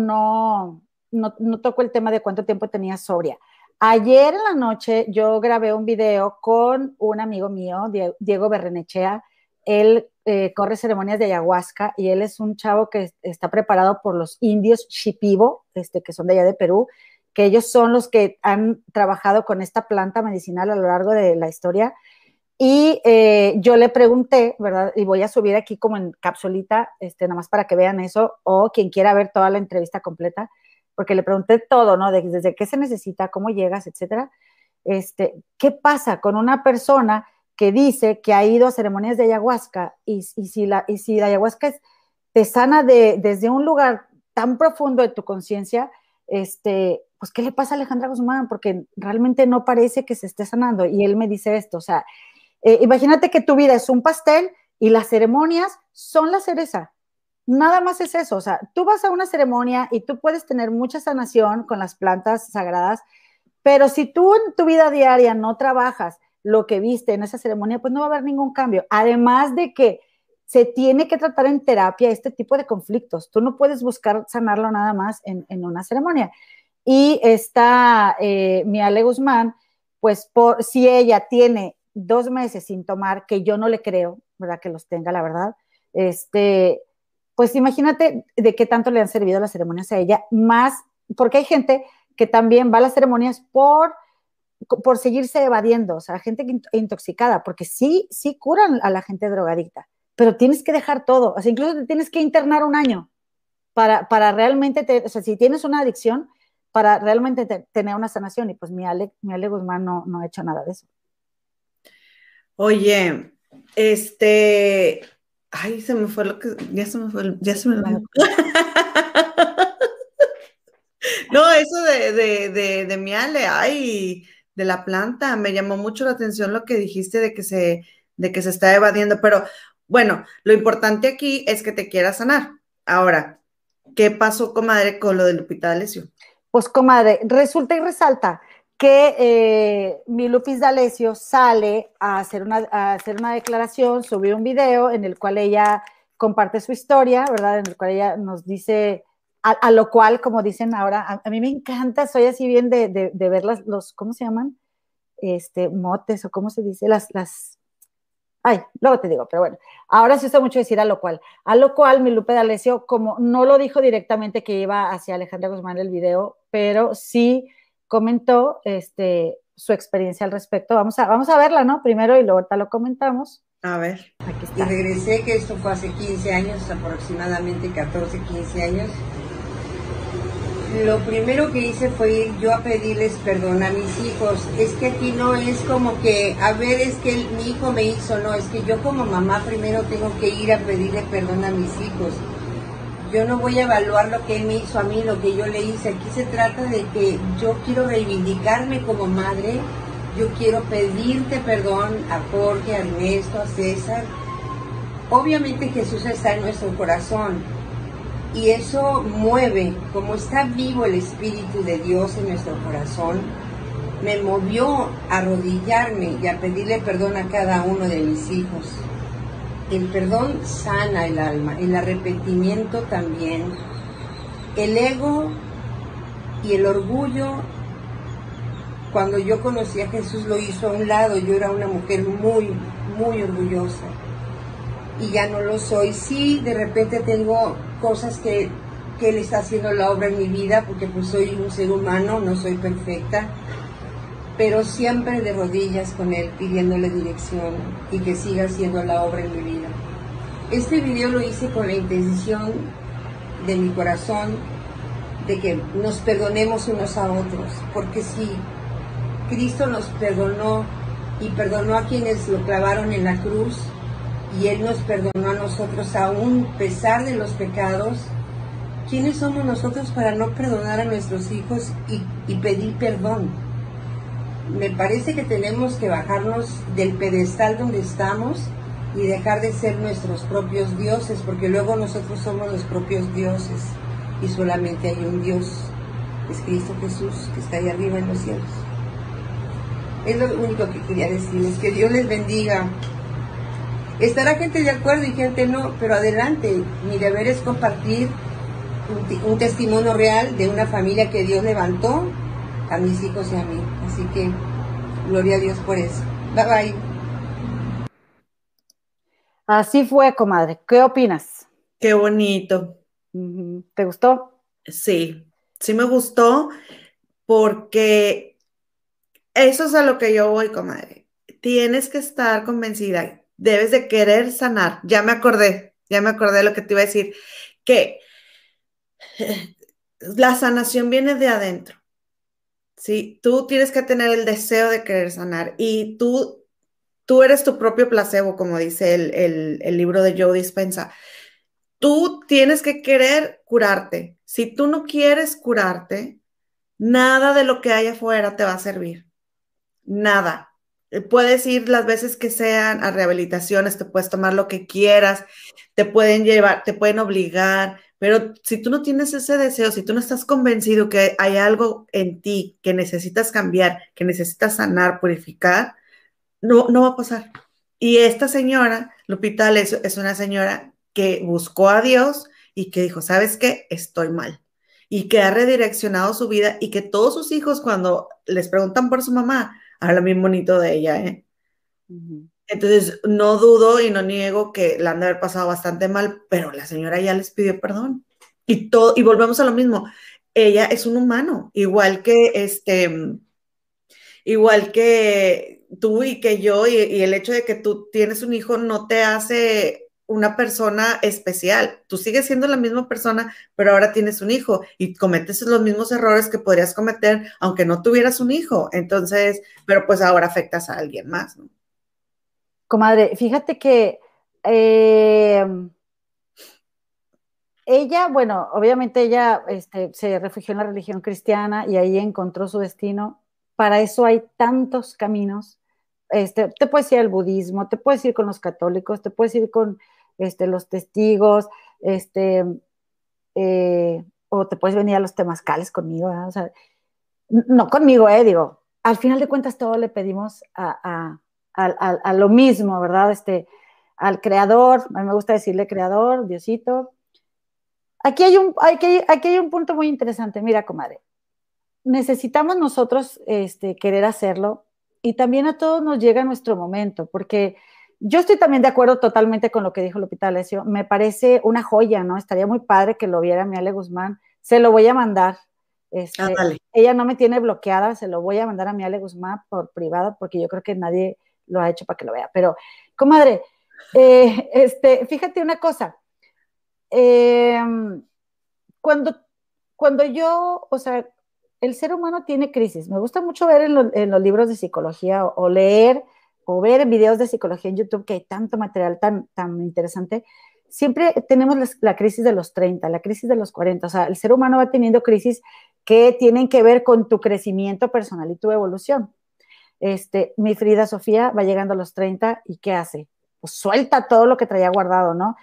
no tocó el tema de cuánto tiempo tenía sobria. Ayer en la noche yo grabé un video con un amigo mío, Diego Berrenechea. Él corre ceremonias de ayahuasca y él es un chavo que está preparado por los indios Shipibo, que son de allá de Perú, que ellos son los que han trabajado con esta planta medicinal a lo largo de la historia. Y yo le pregunté, ¿verdad? Y voy a subir aquí como en capsulita, nada más para que vean eso, o quien quiera ver toda la entrevista completa, porque le pregunté todo, ¿no? Desde qué se necesita, cómo llegas, etcétera. ¿Qué pasa con una persona que dice que ha ido a ceremonias de ayahuasca y si la ayahuasca te sana desde un lugar tan profundo de tu conciencia, pues, ¿qué le pasa a Alejandra Guzmán? Porque realmente no parece que se esté sanando. Y él me dice esto, o sea, imagínate que tu vida es un pastel y las ceremonias son la cereza. Nada más es eso, o sea, tú vas a una ceremonia y tú puedes tener mucha sanación con las plantas sagradas, pero si tú en tu vida diaria no trabajas lo que viste en esa ceremonia, pues no va a haber ningún cambio. Además de que se tiene que tratar en terapia este tipo de conflictos. Tú no puedes buscar sanarlo nada más en una ceremonia. Y está mi Ale Guzmán, pues si ella tiene 2 meses sin tomar, que yo no le creo, ¿verdad? Que los tenga, la verdad. Pues imagínate de qué tanto le han servido las ceremonias a ella, más porque hay gente que también va a las ceremonias por seguirse evadiendo, o sea, gente intoxicada, porque sí curan a la gente drogadicta, pero tienes que dejar todo, o sea, incluso te tienes que internar un año para realmente, o sea, si tienes una adicción, para realmente tener una sanación, y pues mi Ale Guzmán no ha hecho nada de eso. Oye, ay, se me fue lo que, ya se me fue, ya se me olvidó. No, eso de miale, ay, de la planta, me llamó mucho la atención lo que dijiste de que se está evadiendo, pero bueno, lo importante aquí es que te quieras sanar. Ahora, ¿qué pasó, comadre, con lo de Lupita D'Alessio? Pues, comadre, resulta y resalta que mi Lupis D'Alessio sale a hacer una declaración, subió un video en el cual ella comparte su historia, ¿verdad? En el cual ella nos dice, a lo cual, como dicen ahora, a mí me encanta, soy así bien de ver ¿cómo se llaman? Motes, o cómo se dice, ay, luego te digo, pero bueno, ahora se usa mucho decir a lo cual mi Lupe D'Alessio, como no lo dijo directamente que iba hacia Alejandra Guzmán el video, pero sí comentó su experiencia al respecto. Vamos a verla, ¿no? Primero y luego ahorita lo comentamos. A ver. Aquí está. Y regresé, que esto fue hace 15 años, aproximadamente 14, 15 años. Lo primero que hice fue ir yo a pedirles perdón a mis hijos. Es que aquí no es como que, a ver, es que mi hijo me hizo, no, es que yo como mamá primero tengo que ir a pedirle perdón a mis hijos. Yo no voy a evaluar lo que él me hizo a mí, lo que yo le hice. Aquí se trata de que yo quiero reivindicarme como madre, yo quiero pedirte perdón a Jorge, a Ernesto, a César. Obviamente Jesús está en nuestro corazón y eso mueve, como está vivo el Espíritu de Dios en nuestro corazón, me movió a arrodillarme y a pedirle perdón a cada uno de mis hijos. El perdón sana el alma, el arrepentimiento también. El ego y el orgullo, cuando yo conocí a Jesús lo hizo a un lado. Yo era una mujer muy, muy orgullosa y ya no lo soy. Sí, de repente tengo cosas que Él está haciendo la obra en mi vida, porque pues soy un ser humano, no soy perfecta, pero siempre de rodillas con Él, pidiéndole dirección y que siga haciendo la obra en mi vida. Este video lo hice con la intención de mi corazón de que nos perdonemos unos a otros, porque si Cristo nos perdonó y perdonó a quienes lo clavaron en la cruz, y Él nos perdonó a nosotros aún a pesar de los pecados, ¿quiénes somos nosotros para no perdonar a nuestros hijos y pedir perdón? Me parece que tenemos que bajarnos del pedestal donde estamos y dejar de ser nuestros propios dioses, porque luego nosotros somos los propios dioses y solamente hay un Dios, es Cristo Jesús, que está ahí arriba en los cielos. Es lo único que quería decirles, que Dios les bendiga. Estará gente de acuerdo y gente no, pero adelante. Mi deber es compartir un testimonio real de una familia que Dios levantó a mis hijos y a mí. Así que, gloria a Dios por eso. Bye bye. Así fue, comadre. ¿Qué opinas? Qué bonito. ¿Te gustó? Sí, sí me gustó, porque eso es a lo que yo voy, comadre. Tienes que estar convencida, debes de querer sanar. Ya me acordé de lo que te iba a decir, que la sanación viene de adentro. Sí, tú tienes que tener el deseo de querer sanar, y tú eres tu propio placebo, como dice el libro de Joe Dispenza. Tú tienes que querer curarte. Si tú no quieres curarte, nada de lo que hay afuera te va a servir. Nada. Puedes ir las veces que sean a rehabilitaciones, te puedes tomar lo que quieras, te pueden llevar, te pueden obligar, pero si tú no tienes ese deseo, si tú no estás convencido que hay algo en ti que necesitas cambiar, que necesitas sanar, purificar, no va a pasar. Y esta señora, Lupita D'Alessio, es una señora que buscó a Dios y que dijo, ¿sabes qué? Estoy mal. Y que ha redireccionado su vida, y que todos sus hijos, cuando les preguntan por su mamá, hablan bien bonito de ella, ¿eh? Entonces, no dudo y no niego que la han de haber pasado bastante mal, pero la señora ya les pidió perdón. Y volvemos a lo mismo. Ella es un humano, igual que tú y que yo, y el hecho de que tú tienes un hijo no te hace una persona especial. Tú sigues siendo la misma persona, pero ahora tienes un hijo y cometes los mismos errores que podrías cometer aunque no tuvieras un hijo. Entonces, pero pues ahora afectas a alguien más, ¿no? Comadre, fíjate que ella, bueno, obviamente ella se refugió en la religión cristiana y ahí encontró su destino. Para eso hay tantos caminos. Te puedes ir al budismo, te puedes ir con los católicos, te puedes ir con los testigos, o te puedes venir a los temazcales conmigo, ¿verdad? O sea, no conmigo, digo, al final de cuentas todo le pedimos a lo mismo, ¿verdad? Al creador, a mí me gusta decirle creador, Diosito. Aquí hay un punto muy interesante. Mira, comadre, necesitamos nosotros querer hacerlo, y también a todos nos llega nuestro momento, porque yo estoy también de acuerdo totalmente con lo que dijo Lupita D'Alessio. Me parece una joya, ¿no? Estaría muy padre que lo viera mi Ale Guzmán. Se lo voy a mandar. Dale. Ella no me tiene bloqueada, se lo voy a mandar a mi Ale Guzmán por privado, porque yo creo que nadie lo ha hecho para que lo vea. Pero, comadre, fíjate una cosa. Cuando yo, o sea, el ser humano tiene crisis. Me gusta mucho ver en los libros de psicología o leer o ver videos de psicología en YouTube, que hay tanto material tan interesante. Siempre tenemos la crisis de los 30, la crisis de los 40. O sea, el ser humano va teniendo crisis que tienen que ver con tu crecimiento personal y tu evolución. Mi Frida Sofía va llegando a los 30 y ¿qué hace? Pues suelta todo lo que traía guardado, ¿no?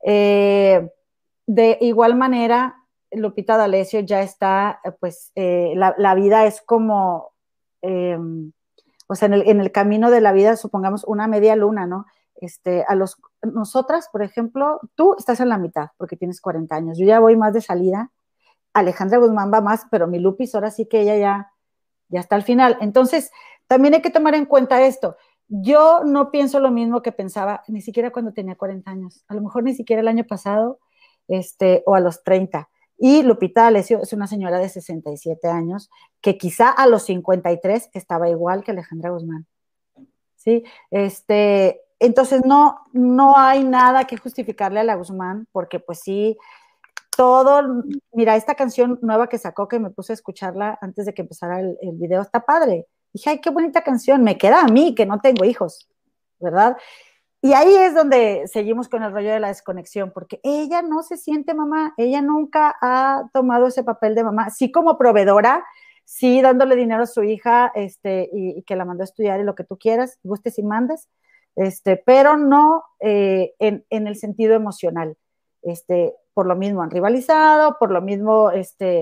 De igual manera, Lupita D'Alessio ya está, pues la vida es como, o sea, en el camino de la vida, supongamos una media luna, ¿no? Nosotras, por ejemplo, tú estás en la mitad porque tienes 40 años, yo ya voy más de salida, Alejandra Guzmán va más, pero mi Lupis ahora sí que ella ya está al final. Entonces, también hay que tomar en cuenta esto. Yo no pienso lo mismo que pensaba, ni siquiera cuando tenía 40 años, a lo mejor ni siquiera el año pasado, o a los 30. Y Lupita D'Alessio es una señora de 67 años que quizá a los 53 estaba igual que Alejandra Guzmán. ¿Sí? Entonces no hay nada que justificarle a la Guzmán, porque pues sí, mira, esta canción nueva que sacó, que me puse a escucharla antes de que empezara el video, está padre. Dije, ay, qué bonita canción, me queda a mí, que no tengo hijos, ¿verdad? Y ahí es donde seguimos con el rollo de la desconexión, porque ella no se siente mamá, ella nunca ha tomado ese papel de mamá, sí como proveedora, sí dándole dinero a su hija, y que la mandó a estudiar y lo que tú quieras, gustes y mandes, pero no en el sentido emocional. Por lo mismo han rivalizado, por lo mismo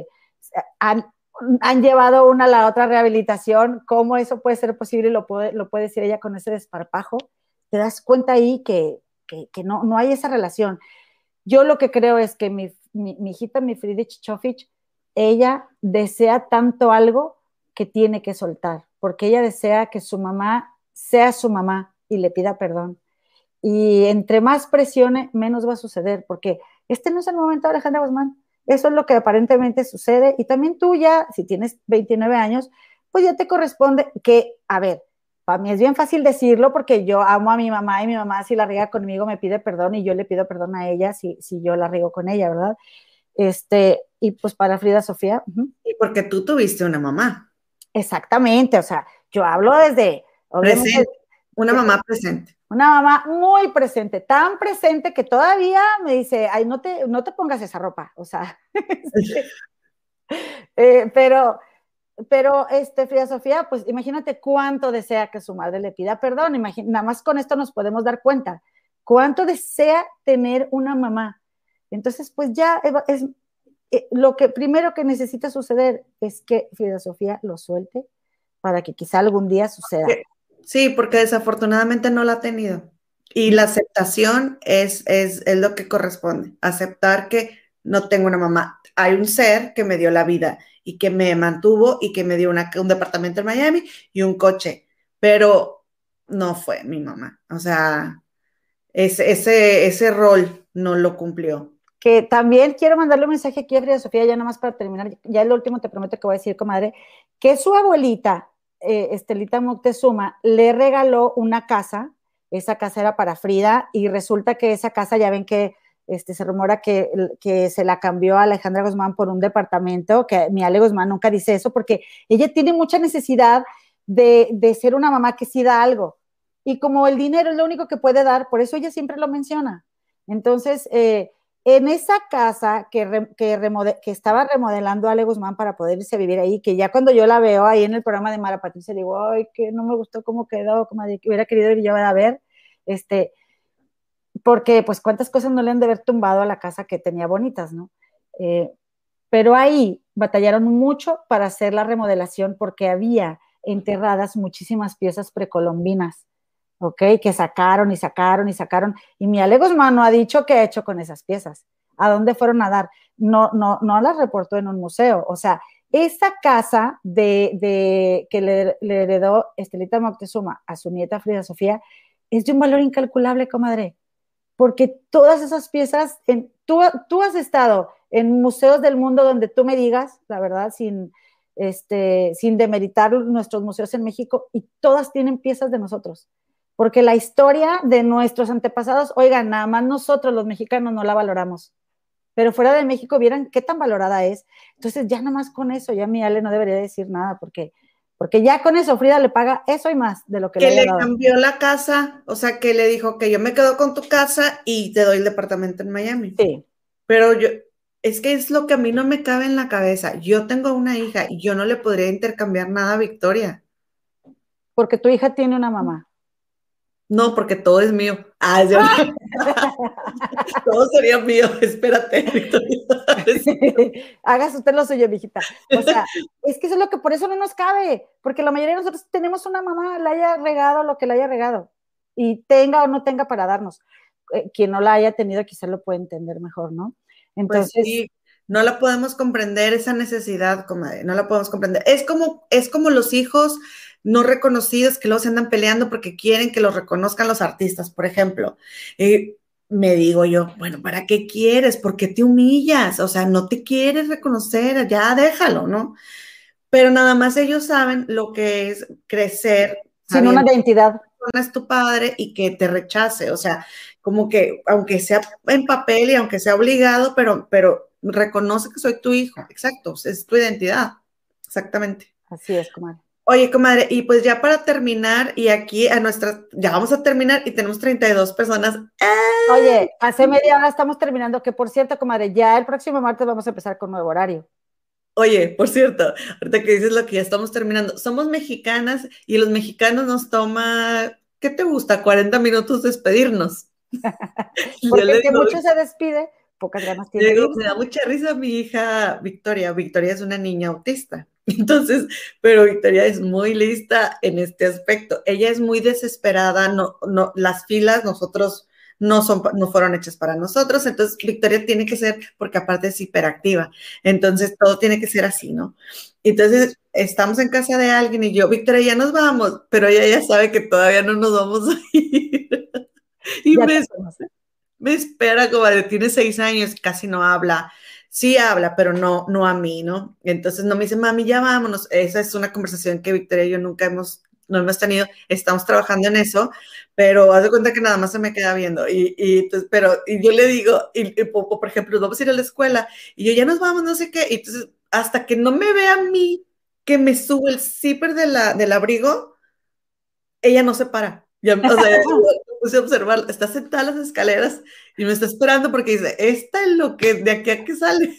han llevado una a la otra rehabilitación. ¿Cómo eso puede ser posible? Lo puede decir ella con ese desparpajo. Te das cuenta ahí que no hay esa relación. Yo lo que creo es que mi hijita, mi Friedrich Chofich, ella desea tanto algo que tiene que soltar, porque ella desea que su mamá sea su mamá y le pida perdón. Y entre más presione, menos va a suceder, porque no es el momento de Alejandra Guzmán. Eso es lo que aparentemente sucede. Y también tú ya, si tienes 29 años, pues ya te corresponde que, a ver, para mí es bien fácil decirlo porque yo amo a mi mamá y mi mamá si la riega conmigo me pide perdón y yo le pido perdón a ella si yo la riego con ella, ¿verdad? Y pues para Frida Sofía. Y porque tú tuviste una mamá. Exactamente, o sea, yo hablo desde... Presente, una mamá presente. Una mamá muy presente, tan presente que todavía me dice, ay, no te pongas esa ropa, o sea, pero Frida Sofía, pues imagínate cuánto desea que su madre le pida perdón, nada más con esto nos podemos dar cuenta, cuánto desea tener una mamá. Entonces, pues ya es lo que primero que necesita suceder es que Frida Sofía lo suelte para que quizá algún día suceda. Sí, porque desafortunadamente no la ha tenido. Y la aceptación es lo que corresponde. Aceptar que no tengo una mamá. Hay un ser que me dio la vida y que me mantuvo y que me dio un departamento en Miami y un coche. Pero no fue mi mamá. O sea, ese rol no lo cumplió. Que también quiero mandarle un mensaje aquí a Frida Sofía, ya nada más para terminar. Ya el último te prometo que voy a decir, comadre, que su abuelita, Estelita Moctezuma, le regaló una casa. Esa casa era para Frida y resulta que esa casa, ya ven que se rumora que se la cambió a Alejandra Guzmán por un departamento, que mi Ale Guzmán nunca dice eso porque ella tiene mucha necesidad de ser una mamá que sí da algo. Y como el dinero es lo único que puede dar, por eso ella siempre lo menciona. Entonces, en esa casa que estaba remodelando Ale Guzmán para poder irse a vivir ahí, que ya cuando yo la veo ahí en el programa de Mara Patricia, digo, ay, que no me gustó cómo quedó, como de que hubiera querido ir yo a ver, porque pues cuántas cosas no le han de haber tumbado a la casa que tenía bonitas, ¿no? Pero ahí batallaron mucho para hacer la remodelación porque había enterradas muchísimas piezas precolombinas, ¿ok? Que sacaron y sacaron y sacaron. Y mi Ale Guzmán no ha dicho qué ha hecho con esas piezas. ¿A dónde fueron a dar? No las reportó en un museo. O sea, esa casa que le heredó Estelita Moctezuma a su nieta Frida Sofía es de un valor incalculable, comadre. Porque todas esas piezas, tú has estado en museos del mundo donde tú me digas, la verdad, sin demeritar nuestros museos en México, y todas tienen piezas de nosotros. Porque la historia de nuestros antepasados, oigan, nada más nosotros los mexicanos no la valoramos. Pero fuera de México vieran qué tan valorada es. Entonces ya nada más con eso, ya mi Ale no debería decir nada, porque ya con eso Frida le paga eso y más de lo que le haya dado. Cambió la casa, o sea, que le dijo que yo me quedo con tu casa y te doy el departamento en Miami. Sí. Pero es que es lo que a mí no me cabe en la cabeza. Yo tengo una hija y yo no le podría intercambiar nada a Victoria. Porque tu hija tiene una mamá. No, porque todo es mío. Todo sería mío, espérate, Victoria. Hagas usted lo suyo, mijita. O sea, es que eso es lo que por eso no nos cabe, porque la mayoría de nosotros tenemos una mamá, la haya regado lo que la haya regado, y tenga o no tenga para darnos. Quien no la haya tenido quizás lo puede entender mejor, ¿no? Entonces, pues sí, no la podemos comprender, esa necesidad, comadre, no la podemos comprender. Es como los hijos no reconocidos que luego se andan peleando porque quieren que los reconozcan los artistas, por ejemplo. Me digo yo, bueno, ¿para qué quieres? ¿Por qué te humillas? O sea, no te quieres reconocer, ya déjalo, ¿no? Pero nada más ellos saben lo que es crecer sin una identidad. Es tu padre y que te rechace, o sea, como que aunque sea en papel y aunque sea obligado, pero reconoce que soy tu hijo, exacto, es tu identidad, exactamente. Así es, comadre. Oye, comadre, y pues ya para terminar, y aquí ya vamos a terminar y tenemos 32 personas. Oye, hace media hora estamos terminando, que por cierto, comadre, ya el próximo martes vamos a empezar con nuevo horario. Oye, por cierto, ahorita que dices lo que ya estamos terminando, somos mexicanas y los mexicanos nos toma, ¿qué te gusta? 40 minutos despedirnos. Porque el que mucho se despide, pocas ganas tiene. Me da mucha risa mi hija Victoria. Victoria es una niña autista. Entonces, pero Victoria es muy lista en este aspecto. Ella es muy desesperada, las filas nosotros no fueron hechas para nosotros, entonces Victoria tiene que ser, porque aparte es hiperactiva, entonces todo tiene que ser así, ¿no? Entonces, estamos en casa de alguien y yo, Victoria, ya nos vamos, pero ella ya sabe que todavía no nos vamos a ir. Y me espera, comadre, tiene 6 años, casi no habla. Sí habla, pero no a mí, ¿no? Entonces no me dice, mami, ya vámonos. Esa es una conversación que Victoria y yo no hemos tenido. Estamos trabajando en eso, pero haz de cuenta que nada más se me queda viendo. Y yo le digo, por ejemplo, vamos a ir a la escuela y yo ya nos vamos, no sé qué. Y entonces, hasta que no me vea a mí que me subo el zipper del abrigo, ella no se para. Ya, o sea, puse a observar, está sentada en las escaleras y me está esperando porque dice, esta es lo que de aquí a que sale.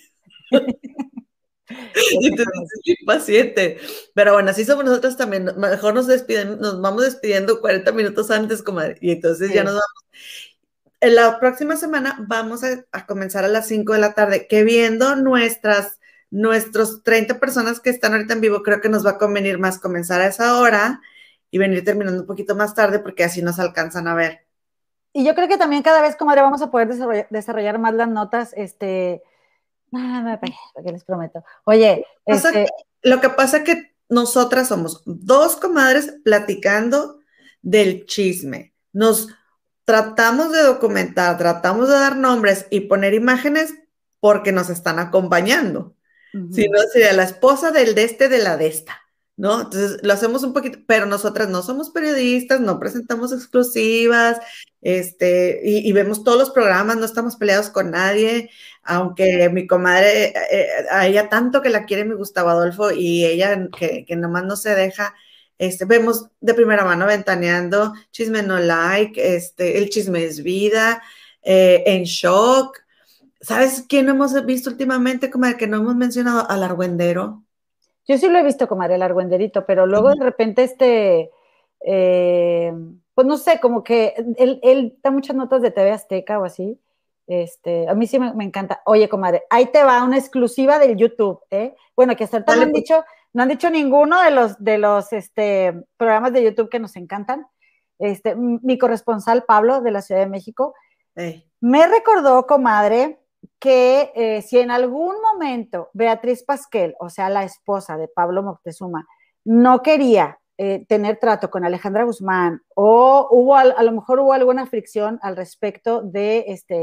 Y entonces es impaciente. Pero bueno, así somos nosotros también. Mejor nos vamos despidiendo 40 minutos antes, comadre. Y entonces sí, ya nos vamos. En la próxima semana vamos a comenzar a las 5 de la tarde, que viendo nuestros 30 personas que están ahorita en vivo, creo que nos va a convenir más comenzar a esa hora y venir terminando un poquito más tarde porque así nos alcanzan a ver. Y yo creo que también cada vez, comadre, vamos a poder desarrollar más las notas, ¿qué les prometo? Oye, lo que pasa es que nosotras somos 2 comadres platicando del chisme. Nos tratamos de documentar, tratamos de dar nombres y poner imágenes porque nos están acompañando. Si no, sería la esposa de la de esta, ¿no? Entonces lo hacemos un poquito, pero nosotras no somos periodistas, no presentamos exclusivas, y vemos todos los programas, no estamos peleados con nadie, aunque mi comadre, a ella tanto que la quiere mi Gustavo Adolfo y ella que nomás no se deja, vemos de primera mano Ventaneando, Chisme No Like, El Chisme es Vida, En Shock. ¿Sabes quién no hemos visto últimamente? Como el que no hemos mencionado, al Argüendero. Yo sí lo he visto, comadre, el Argüenderito, pero luego de repente pues no sé, como que él da muchas notas de TV Azteca o así. A mí sí me encanta. Oye, comadre, ahí te va una exclusiva del YouTube, ¿eh? Bueno, que hasta ahorita no han dicho ninguno de los programas de YouTube que nos encantan. Mi corresponsal Pablo de la Ciudad de México me recordó, comadre, que si en algún momento Beatriz Pasquel, o sea, la esposa de Pablo Moctezuma, no quería tener trato con Alejandra Guzmán, o a lo mejor hubo alguna fricción al respecto de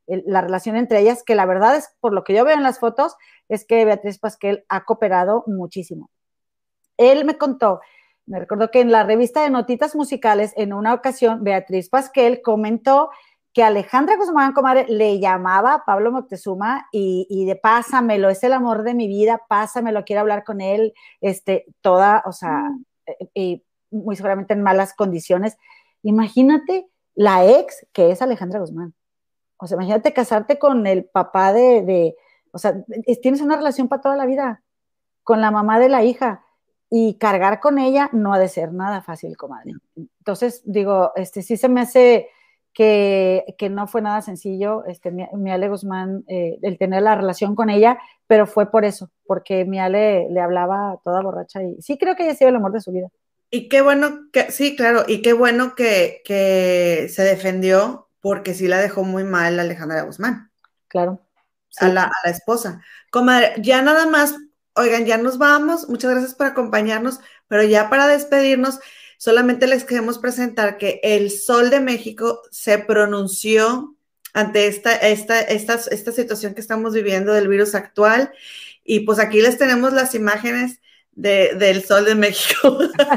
la relación entre ellas, que la verdad es, por lo que yo veo en las fotos, es que Beatriz Pasquel ha cooperado muchísimo. Él me contó, me recordó que en la revista de Notitas Musicales, en una ocasión, Beatriz Pasquel comentó que Alejandra Guzmán, comadre, le llamaba a Pablo Moctezuma y de pásamelo, es el amor de mi vida, pásamelo, quiero hablar con él, toda, o sea, muy seguramente en malas condiciones. Imagínate la ex que es Alejandra Guzmán. O sea, imagínate casarte con el papá o sea, tienes una relación para toda la vida, con la mamá de la hija, y cargar con ella no ha de ser nada fácil, comadre. Entonces, digo, sí se me hace que no fue nada sencillo, mi Ale Guzmán, el tener la relación con ella, pero fue por eso, porque mi Ale le hablaba toda borracha, y sí creo que ella ha sido el amor de su vida. Y qué bueno sí, claro, y qué bueno que se defendió, porque sí la dejó muy mal Alejandra Guzmán. Claro. Sí. A la esposa. Comadre, ya nada más, oigan, ya nos vamos, muchas gracias por acompañarnos, pero ya para despedirnos, solamente les queremos presentar que el Sol de México se pronunció ante esta situación que estamos viviendo del virus actual, y pues aquí les tenemos las imágenes del Sol de México.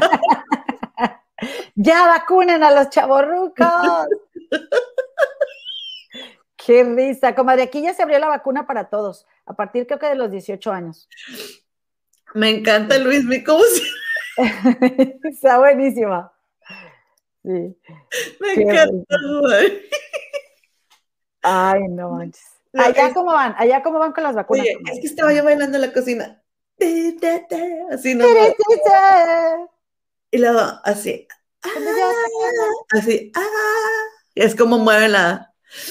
¡Ya vacunen a los chavorrucos! ¡Qué risa! Comadre, aquí ya se abrió la vacuna para todos, a partir creo que de los 18 años. Me encanta, Luis, ¿cómo se...? Está buenísima. Sí. Me encanta, güey. Ay, no manches. Allá cómo van con las vacunas. Oye, es que estaba yo bailando en la cocina. Así, ¿no? Y luego, así. Así. Es como mueve la...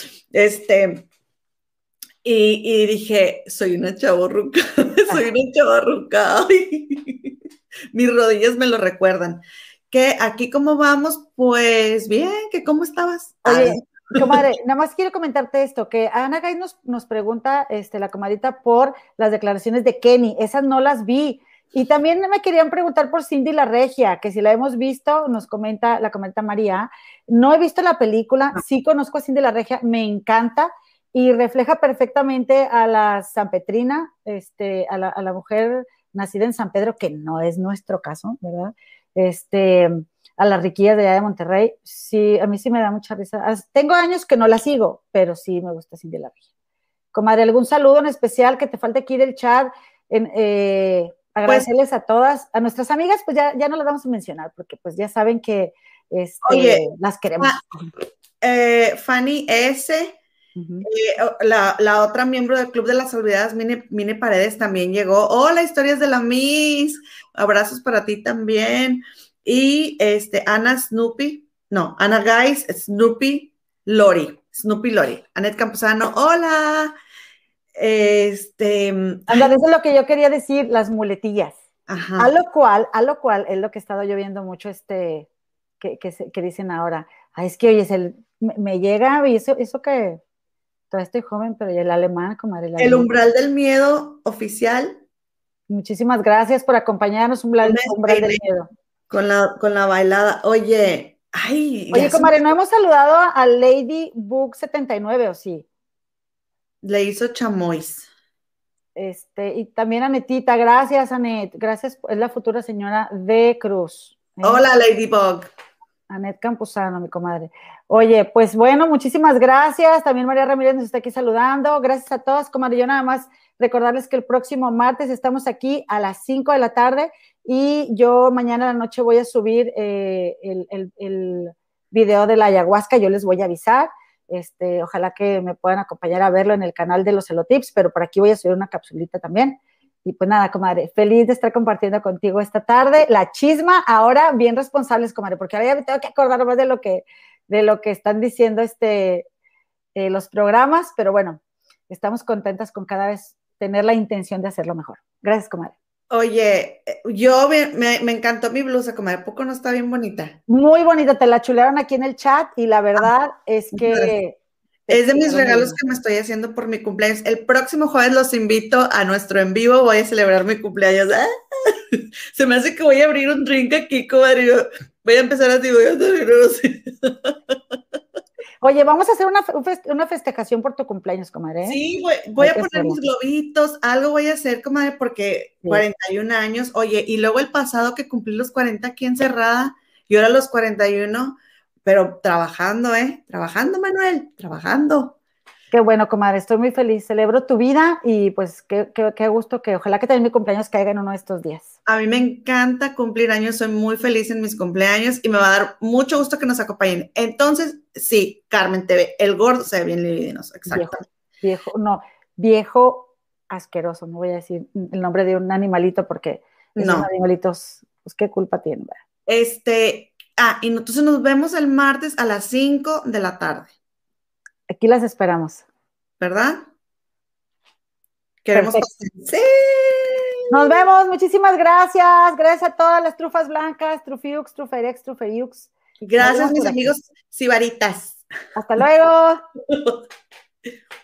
Y dije, soy una chavorruca. Soy una chavorruca. Mis rodillas me lo recuerdan. Que aquí, ¿cómo vamos? Pues bien, que ¿cómo estabas? Oye, comadre, nada más quiero comentarte esto, que Ana Gay nos pregunta, la comadita, por las declaraciones de Kenny. Esas no las vi. Y también me querían preguntar por Cindy la Regia, que si la hemos visto, nos comenta, la comenta María. No he visto la película, sí conozco a Cindy la Regia, me encanta y refleja perfectamente a la sanpetrina, a la mujer nacida en San Pedro, que no es nuestro caso, ¿verdad? A las riquillas de allá de Monterrey. Sí, a mí sí me da mucha risa. Tengo años que no la sigo, pero sí me gusta Cindy la Regia. Comadre, ¿algún saludo en especial que te falte aquí del chat? Agradecerles pues, a todas, a nuestras amigas, pues ya no las vamos a mencionar, porque pues ya saben que oye, las queremos. Fanny S., la otra miembro del Club de las Olvidadas, Mine Paredes, también llegó. Hola, historias de la Miss, abrazos para ti también. Y Ana Guys, Snoopy Lori, Anet Camposano, hola. Ándale, eso es lo que yo quería decir, las muletillas. Ajá. A lo cual es lo que he estado yo viendo mucho, que dicen ahora. Ay, es que, oye, me llega, y eso que todavía estoy joven, pero ya el alemán, comadre. El umbral del miedo oficial. Muchísimas gracias por acompañarnos, umbral del miedo. Con la bailada. Oye, ay. Oye, comadre, no hemos saludado a Lady Book 79, ¿o sí? Le hizo chamois. Y también a Anetita, gracias, Anet, gracias, es la futura señora de Cruz. Hola, Ladybug. Anet Campuzano, mi comadre. Oye, pues bueno, muchísimas gracias. También María Ramírez nos está aquí saludando. Gracias a todas, comadre. Yo nada más recordarles que el próximo martes estamos aquí a las 5 de la tarde y yo mañana a la noche voy a subir el video de la ayahuasca. Yo les voy a avisar. Ojalá que me puedan acompañar a verlo en el canal de los Celotips, pero por aquí voy a subir una capsulita también. Y pues nada, comadre, feliz de estar compartiendo contigo esta tarde. La chisma, ahora bien responsables, comadre, porque ahora ya me tengo que acordar más de lo que están diciendo los programas, pero bueno, estamos contentas con cada vez tener la intención de hacerlo mejor. Gracias, comadre. Oye, me encantó mi blusa, comadre. ¿A poco no está bien bonita? Muy bonita, te la chulearon aquí en el chat y la verdad es que... Es de mis regalos que me estoy haciendo por mi cumpleaños. El próximo jueves los invito a nuestro en vivo. Voy a celebrar mi cumpleaños. ¡Ah! Se me hace que voy a abrir un drink aquí, comadre. Voy a empezar así, voy a salir así. Oye, vamos a hacer una festejación por tu cumpleaños, comadre. Sí, voy a poner mis globitos, algo voy a hacer, comadre, porque 41 años, oye, y luego el pasado que cumplí los 40 aquí encerrada, y ahora los 41, pero trabajando, trabajando, Manuel, trabajando. Qué bueno, comadre, estoy muy feliz, celebro tu vida y pues qué gusto que ojalá que también mi cumpleaños caiga en uno de estos días. A mí me encanta cumplir años, soy muy feliz en mis cumpleaños y me va a dar mucho gusto que nos acompañen. Entonces, sí, Carmen TV, el gordo se ve bien libidinoso, exacto. Viejo asqueroso, no voy a decir el nombre de un animalito porque esos animalitos, pues qué culpa tienen, ¿verdad? Y entonces nos vemos el martes a las 5 de la tarde. Aquí las esperamos. ¿Verdad? Queremos pasar. ¡Sí! Nos vemos, muchísimas gracias. Gracias a todas las trufas blancas, Trufiux, Truferiux. Gracias, mis amigos sibaritas. Hasta luego.